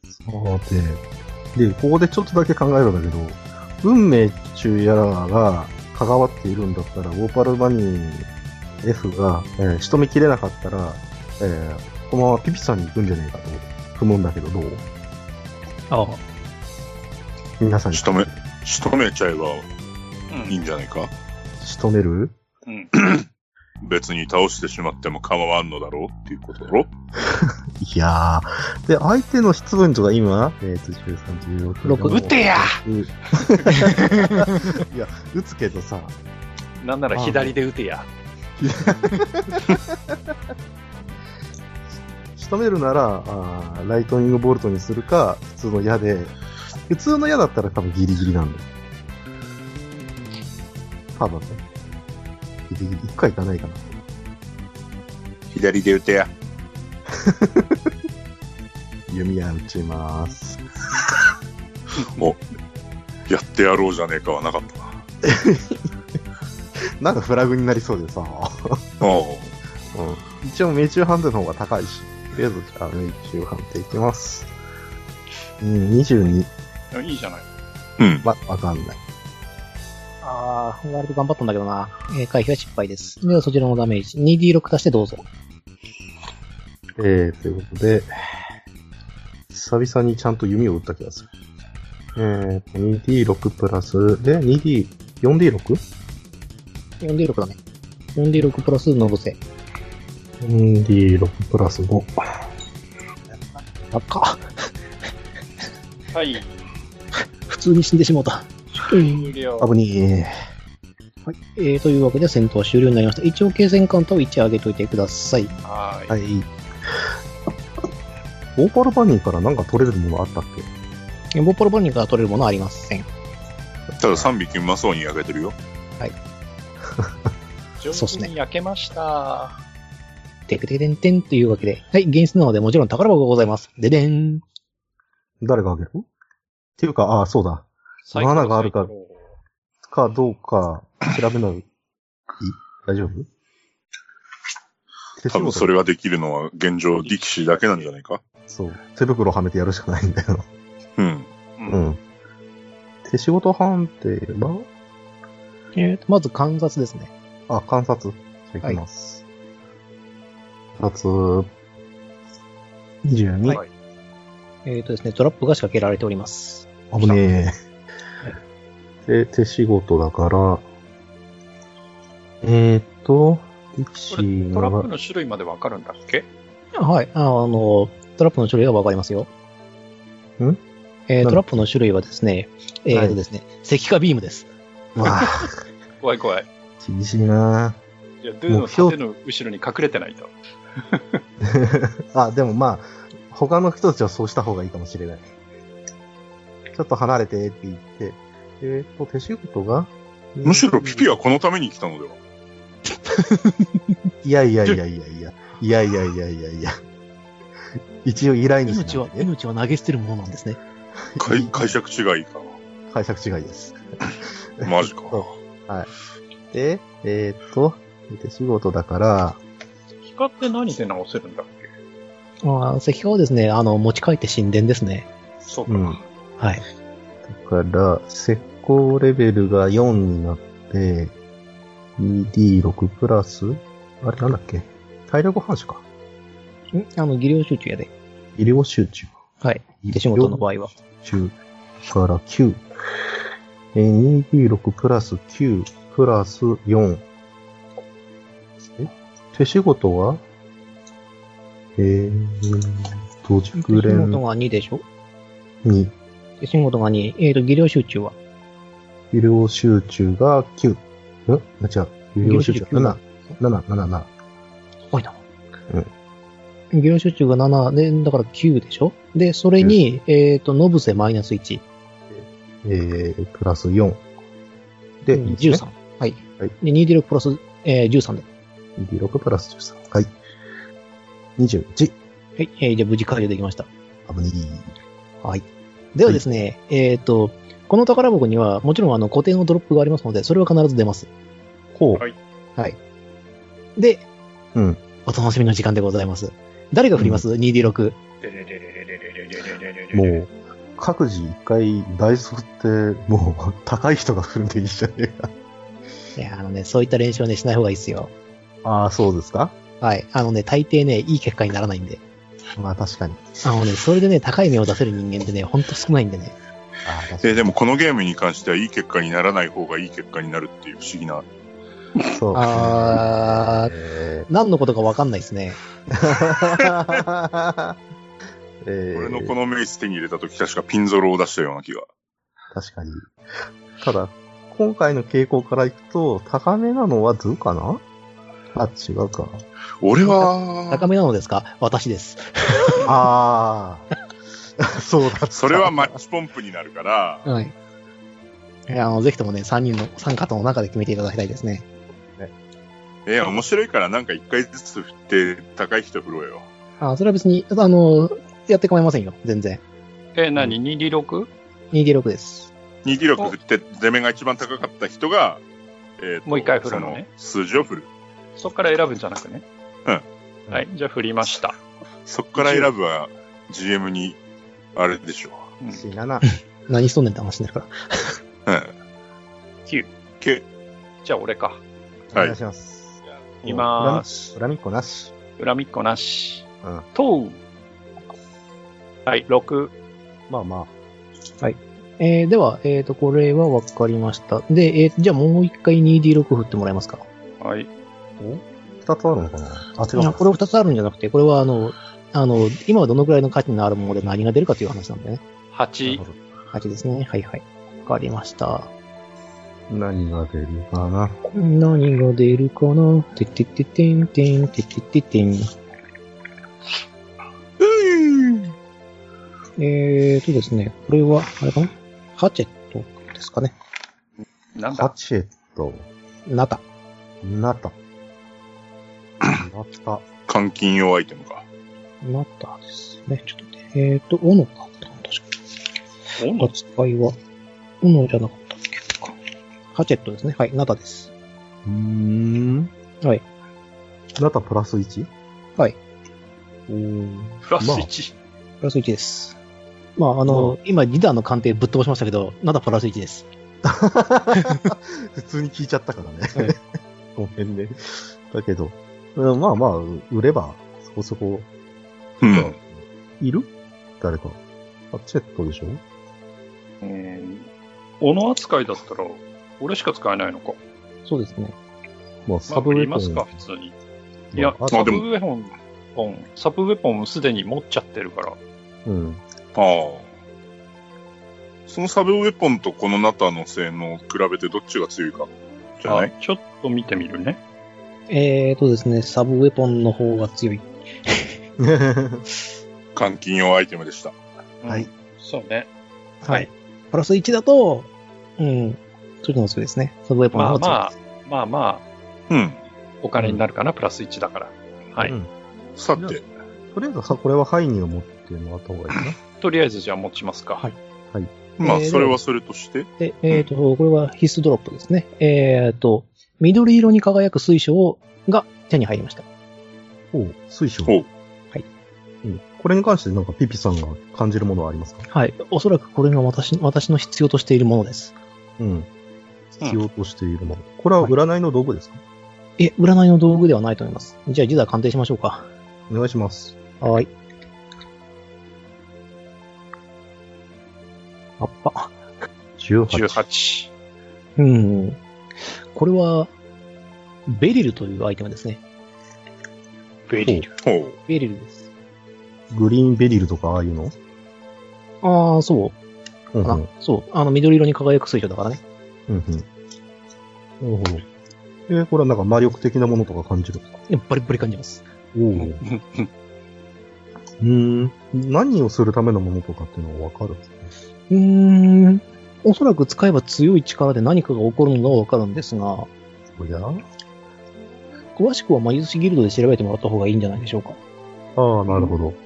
で、ここでちょっとだけ考えるんだけど、運命中やらが関わっているんだったら、ウォーパルバニー F が、仕留めきれなかったら、このままピピさんに行くんじゃねえかと踏むんだけど、どう？ ああ。 皆さんに。 仕留めちゃえばいいんじゃないか？ 仕留める？ うん。別に倒してしまっても構わんのだろうっていうことだろ？ いやー。で、相手の質分とが今、13、16、 6。撃てやいや、撃つけどさ。 なんなら左で撃てや。 仕留めるならライトニングボルトにするか、普通の矢で、普通の矢だったら多分ギリギリなんだよ。多分ね。ギリギリ。1回いかないかな。 左で撃てや。 弓矢撃ちます。 お、やってやろうじゃねえかはなかったな。 なんかフラグになりそうでさ。一応命中判定の方が高いし。とりあえず、じゃあ命中判定いきます。22。 いいじゃない。 うん。 わかんない。 割と頑張ったんだけどな。回避は失敗です。ではそちらのダメージ。2D6 足してどうぞ。 ということで、久々にちゃんと弓を打った気がする。2D6 プラス、で、4D6 だね。4D6 プラスのぼせ。4D6 プラス5。赤。 はい。 普通に死んでしまった。 終了。 危にえ。 はい。というわけで戦闘は終了になりました。一応継戦艦隊を1上げといてください。 はい。 はい。ボーパルバニーからなんか取れるものあったっけ？ボーパルバニーから取れるものはありません。 ただ3匹うまそうに焼けてるよ。 はい。 上手に焼けました。 てくててんてんというわけで。はい。現実なのでもちろん宝箱がございます。ででん。 誰があげる？っていうか、そうだ。罠があるかどうか調べない？大丈夫？ 多分それができるのは現状力士だけなんじゃないか？ そう。手袋はめてやるしかないんだよ。 うん。 うん。手仕事判定は？ まず観察ですね。 観察。じゃあいきます。はい、22。 はい。ですね、トラップが仕掛けられております。 危ねえ。で、手仕事だから、力士トラップの種類までわかるんだっけ？ はい。トラップの種類はわかりますよ。トラップの種類はですね、ですね、石化ビームです。 わあ。 怖い怖い。 厳しいなぁ。 いや、ドゥの盾の後ろに隠れてないと。 でもまあ、他の人たちはそうした方がいいかもしれない。ちょっと離れてって言って、手仕事がむしろピピはこのために来たのでは？ いや。一応依頼主なんで。命は投げ捨てるものなんですね。 解釈違いか。 解釈違いです。 マジか。 はい。で、手仕事だから、 石化って何で直せるんだっけ？ 石化はですね、持ち帰って神殿ですね。 そうか。 はい。 だから、石膏レベルが4になって、2D6 プラス、あれなんだっけ？体力反射か。 技量集中やで。 技量集中。 はい。手仕事の場合は。 集中から9。2D6 プラス9プラス4。手仕事は熟練。 手仕事が2でしょ？ 2。 手仕事が2。技量集中は？ 技量集中が9。違う。技量集中が7。 7。 多いな。技能集中が7で、だから9でしょ。で、それに、ノブセマイナス1。 プラス4。で、 13。はい。 はい。 で、2D6 プラス、13で。 2D6 プラス13。はい。21。 はい。じゃあ無事解除できました。 危ねはい。ではですね、この宝箱には、もちろん固定のドロップがありますので、それは必ず出ます。 ほう。 はい。 はい。で、 うん。 お楽しみの時間でございます。誰が振ります、?2D6。 もう、各自一回ダイス振って、もう、高い人が振るんでいいじゃねえか。 いや、そういった練習はね、しない方がいいですよ。 ああ、そうですか？ はい。大抵ね、いい結果にならないんで。 まあ確かに。 それでね、高い目を出せる人間ってね、ほんと少ないんでね。 ああ、確かに。 でもこのゲームに関してはいい結果にならない方がいい結果になるっていう不思議な。 そう。 何のことかわかんないですね。 俺のこのメイス手に入れた時確かピンゾロを出したような気が。 確かに。ただ、今回の傾向からいくと、高めなのはズーかな？あ、違うか。 俺は、 高めなのですか？私です。 ああ。そうだった。 それはマッチポンプになるから、 はい。ぜひともね、3方の中で決めていただきたいですね。 面白いからなんか一回ずつ振って高い人振ろうよ。 それは別に、やって構いませんよ。全然。 何 ?2D6? 2D6 です。 2D6 振って出目が一番高かった人が、 もう一回振るのね。 その数字を振る。 そっから選ぶんじゃなくね。 うん。 はい。じゃあ振りました。 そっから選ぶは GM に、あれでしょう。 7。 何しとんねんって話になるから。 うん。 9。 9。 じゃあ俺か。 お願いします。 いきまーす。 恨みっこなし。 恨みっこなし。 うん。 とう。はい、6。 まあまでは、これは分かりました。で、じゃあもう一回 2D6 振ってもらえますか？ はい。 あ。2つあるのかな？あ、違う。 いや、これ2つあるんじゃなくて、これは今はどのくらいの価値のあるもので何が出るかという話なんでね。 8。 8ですね。はいはい。分かりました。 何が出るかな？ 何が出るかな？ててててんてんててててん。ですね、これは、あれかな？ハチェットですかね。 なんだハチェット。 ナタ。 ナタ。 換金用アイテムか。 ナタですね。ちょっと待って。オノか。確かに。扱いは、オノじゃなかったっけか。ハチェットですね。はい、ナタです。はい。 ナタプラス 1？ はい。 プラス1。 プラス1です。まあ、今2段の鑑定ぶっ飛ばしましたけど、ナタプラス1です。 普通に聞いちゃったからね。 はい、 ごめんね。だけど、まあまあ、売れば、そこそこ。 うん。 いる？誰か。ハチェットでしょ？ 斧扱いだったら、俺しか使えないのか。 そうですね。 まあ、 サブウェポン。振りますか、普通に。いや、サブウェポンすでに持っちゃってるから。 うん。 ああ。そのサブウェポンとこのナタの性能を比べてどっちが強いか。じゃない？ ちょっと見てみるね。 ですね、サブウェポンの方が強い。 換金用アイテムでした。 はい。 そうね。 はい。プラス1だと、それの方が強いですね。サブウェポンの方が強いです。 まあ、 うん。 お金になるかな、プラス1だから。はい。 さて。 とりあえず、これはハイニーを持ってもらった方がいいかな。 とりあえずじゃあ持ちますか。 はい。 はい。 まあ、それはそれとして。 で、これは必須ドロップですね。緑色に輝く水晶が手に入りました。 水晶。 はい。 これに関してなんかピピさんが感じるものはありますか？ はい。おそらくこれが私の必要としているものです。 必要としているもの。これは占いの道具ですか？ 占いの道具ではないと思います。じゃあ、実は鑑定しましょうか。 お願いします。 はい。あっぱ。 18。 これは、ベリルというアイテムですね。 ベリル。 ベリルです。 グリーンベリルとかああいうの？ ああ、そうかな。そう。緑色に輝く水晶だからね。 なるほど。 これはなんか魔力的なものとか感じるんですか？ バリバリ感じます。 おお。何をするためのものとかっていうのはわかるんですか？ おそらく使えば強い力で何かが起こるのがわかるんですが、 おや？ 詳しくは魔術師ギルドで調べてもらった方がいいんじゃないでしょうか。 ああ、なるほど。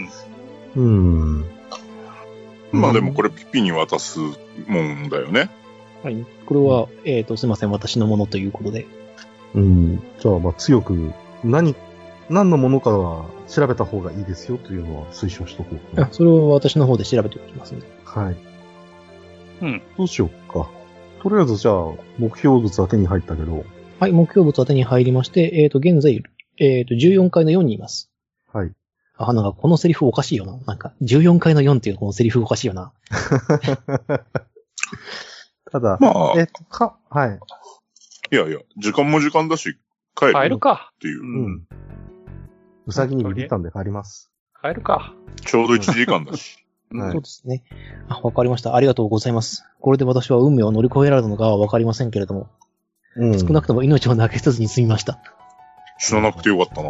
まあでもこれピピに渡すもんだよね。 はい。これは、すいません、私のものということで。 じゃあ、まあ強く、何のものかは調べた方がいいですよというのは推奨しとこう。 それを私の方で調べておきますね。 はい。 うん。 どうしようか。とりあえずじゃあ、目標物は手に入ったけど。 はい、目標物は手に入りまして、現在、14階の4にいます。 はい。 なんかこのセリフおかしいよな。なんか、14階の4っていうこのセリフおかしいよな。 ただ、 まあ、 はい。 いやいや、時間も時間だし、帰るか。 っていう。 うさぎにビビったんで帰ります。 帰るか。 ちょうど1時間だし。 はい、 そうですね。わかりました。ありがとうございます。これで私は運命を乗り越えられたのかはわかりませんけれども。少なくとも命を投げ捨てずに済みました。 知らなくてよかったな。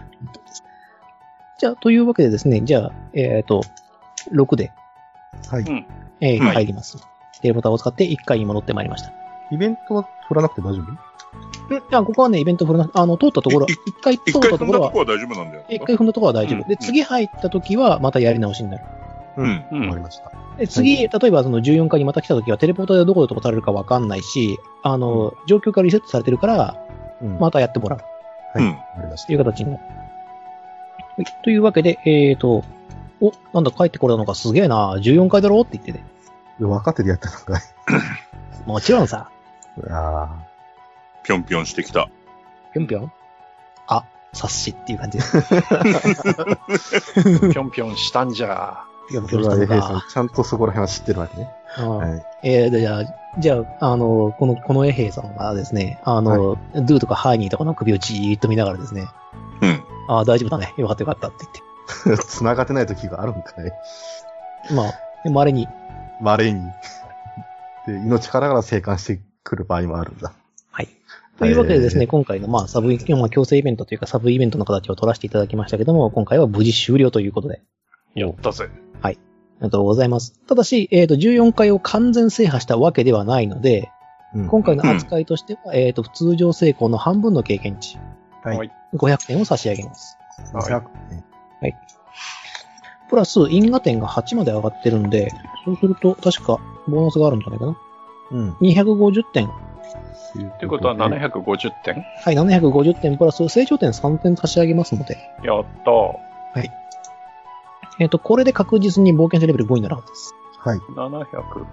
じゃあ、というわけでですね、じゃあ、6で、 はい。 入ります。テレポタを使って1回に戻ってまいりました。 イベントは振らなくて大丈夫？ ここはね、イベント振らなくて、通ったところ、一回通ったところは、 大丈夫なんだよ。 一回踏んだところは大丈夫。で、次入った時は、またやり直しになる。 わかりました。 で、次、例えばその14回にまた来た時は、テレポーターでどこで飛ばされるかわかんないし、状況がリセットされてるから、またやってもらう。 はい。わかりました。 という形になる。というわけで、なんだ帰ってこれたのかすげえな、14回だろって言ってて。 分かっててやったのかい。 もちろんさ。 ぴょんぴょんしてきた。 ぴょんぴょん察しっていう感じです。 ぴょんぴょんしたんじゃ。 ぴょんぴょんしたのか。 ちゃんとそこら辺は知ってるわけね。 じゃあ、このエヘイさんはですね、ドゥとかハイニーとかの首をじーっと見ながらですね。大丈夫だね。よかったよかったって言って。繋がってない時があるんかい。 まあ、稀に。 で、命からがら生還してくる場合もあるんだ。 はい。というわけでですね、今回の強制イベントというかサブイベントの形を取らせていただきましたけども、今回は無事終了ということで。 やったぜ。 はい。ありがとうございます。ただし、14回を完全制覇したわけではないので、今回の扱いとしては、通常成功の半分の経験値。 はい。 500点を差し上げます。 500 点。はい。プラス、因果点が8まで上がってるんで、そうすると、確か、ボーナスがあるんじゃないかな。250点。 ってことは750点？ はい、750点プラス、成長点3点差し上げますので。 やったー。 はい。これで確実に冒険者レベル5になるはずです。 はい。 750。はい。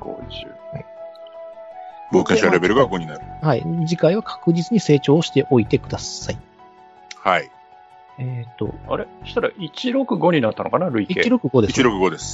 冒険者レベルが5になる。 はい。次回は確実に成長をしておいてください。 はい。 あれしたら165になったのかな累計。 165です。 165です。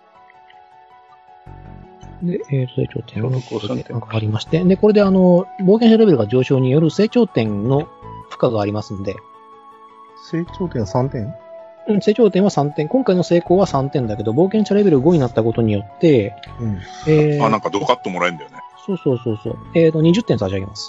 で、成長点が上がりまして。で、これで冒険者レベルが上昇による成長点の負荷がありますんで。 成長点は3点？ 成長点は3点。今回の成功は3点だけど、冒険者レベル5になったことによって、 なんかドカッともらえるんだよね。 そう。20点差し上げます。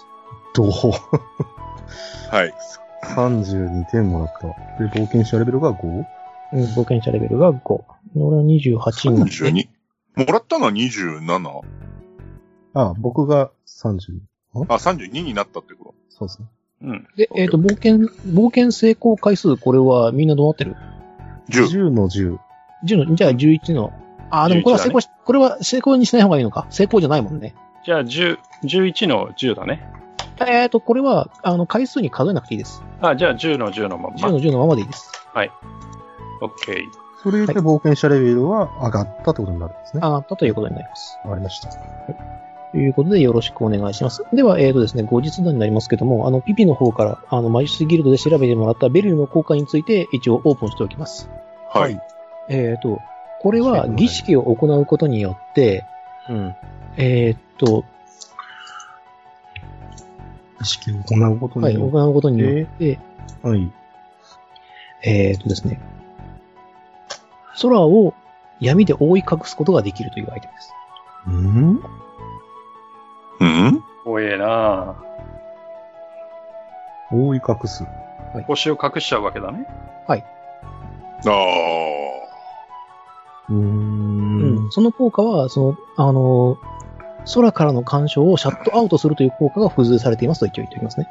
はい。 32点もらった。で、冒険者レベルが 5？ 冒険者レベルが5。俺は28になって。 32。もらったのは 27？ 僕が30。 32になったってこと？ そうですね。 で、冒険成功回数、これはみんなどうなってる？ 10の10。 10の、じゃあ11の。でもこれはこれは成功にしない方がいいのか。成功じゃないもんね。 じゃあ11の10だね。 これは、回数に数えなくていいです。 じゃあ10の10のまま。 10の10のままでいいです。 はい。OK。 それで冒険者レベルは上がったってことになるんですね。 上がったということになります。 わかりました。 ということでよろしくお願いします。では、ですね、後日談になりますけども、ピピの方から、魔術師ギルドで調べてもらったベリルの効果について一応オープンしておきます。 はい。 これは儀式を行うことによって、 儀式を行うことによって、 行うことによって、ですね、空を闇で覆い隠すことができるというアイテムです。 怖えな覆い隠す。 星を隠しちゃうわけだね。 あその効果は、空からの干渉をシャットアウトするという効果が付随されていますと一応言っておきますね。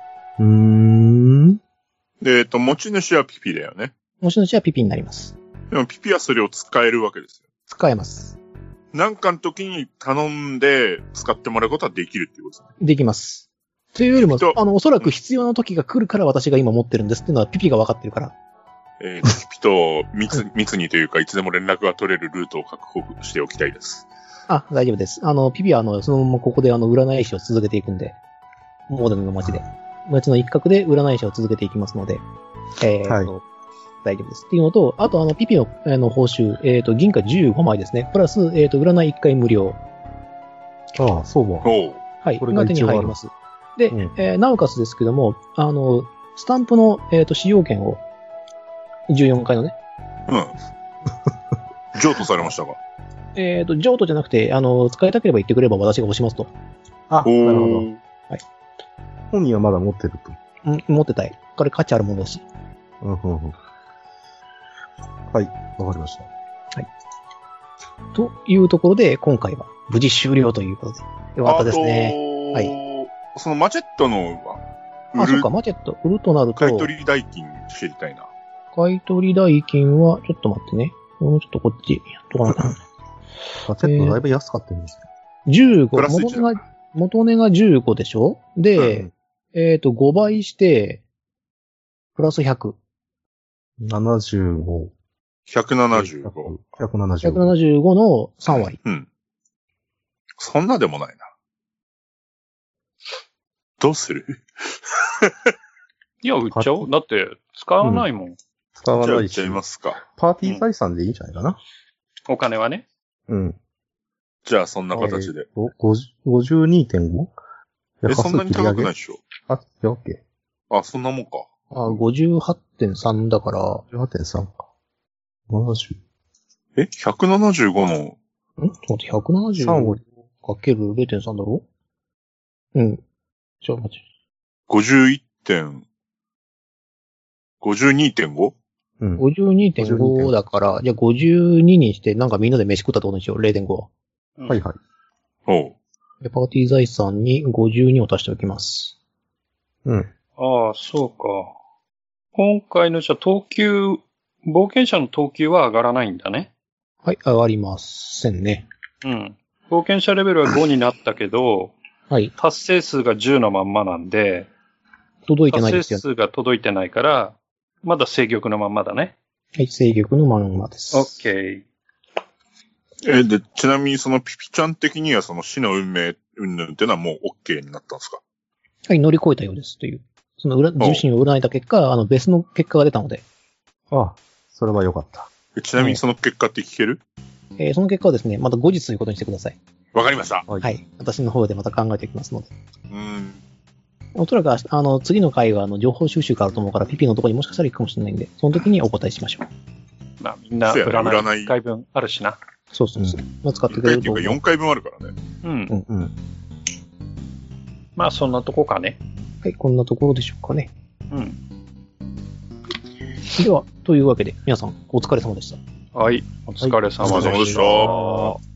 で、持ち主はピピだよね。 持ち主はピピになります。 でもピピはそれを使えるわけですよ。 使えます。 なんかの時に頼んで使ってもらうことはできるっていうことですね。 できます。というよりも、おそらく必要な時が来るから私が今持ってるんですっていうのはピピが分かってるから。 ピピと密にというか、いつでも連絡が取れるルートを確保しておきたいです。 あ、大丈夫です。ピピはそのままここで占い師を続けていくんで、モーデルの街で。街の一角で占い師を続けていきますので、大丈夫です。っていうのと、あとピピの、報酬、銀貨15枚ですね。プラス、占い1回無料。 ああ、そうはい。これが手に入ります。で、 うんなおかつですけども、スタンプの、使用権を、14回のね。 譲渡されましたか？ 譲渡じゃなくて、使いたければ言ってくれば私が押しますと。 あ、なるほど。 はい。 本人はまだ持ってると。 持ってたい。これ価値あるものだし。 はい、わかりました。 はい。というところで、今回は無事終了ということで。よかったですね。はい。 そのマチェットの、 そうか、マチェット。売るとなると。 買取代金知りたいな。 買取代金は、ちょっと待ってね。もうちょっとこっち、やっとかなきゃな。 マチェットだいぶ安かったんですよ。 15。元値が15でしょで、5倍して、プラス100。 75。 175。 175の3割。 そんなでもないな。どうする？ いや、売っちゃおう。だって、使わないもん。 使わないし。 売っちゃいますか。 パーティー財産でいいんじゃないかな。 お金はね。 じゃあ、そんな形で。 52.5? そんなに高くないでしょ？ あ、いや、OK。 あ、そんなもんか。 58.3 だから。 58.3 か。70。 175の。 ちょっと待って、175かける 0.3 だろ？ちょっと待って。 52.5? 52.5 だから、じゃあ52にして、なんかみんなで飯食ったってことにしよう、0.5。 はいはい。 で、パーティー財産に52を足しておきます。 ああ、そうか。今回のじゃあ冒険者の等級は上がらないんだね。 はい、上がりませんね。 冒険者レベルは5になったけど、 はい。 達成数が10のまんまなんで、 届いてないですよね。 達成数が届いてないから、まだ制御のまんまだね。 はい、制御のまんまです。 オッケー。で、ちなみにそのピピちゃん的にはその死の運命云々っていうのはもうオッケーになったんですか？ はい、乗り越えたようですという。その自身を占いた結果、別の結果が出たので。 あ、それは良かった。 ちなみにその結果って聞ける？ その結果はですね、また後日ということにしてください。 わかりました。 はい。私の方でまた考えていきますので。おそらく、次の回は、情報収集があると思うから、ピピのところにもしかしたら行くかもしれないんで、その時にお答えしましょう。 まあ、みんな、占い1回分あるしな。 そう。まあ、使ってくれると。 1回っていうか4回分あるからね。 まあ、そんなとこかね。 はい、こんなところでしょうかね。では、というわけで、皆さん、お疲れ様でした。 はい、お疲れ様でした。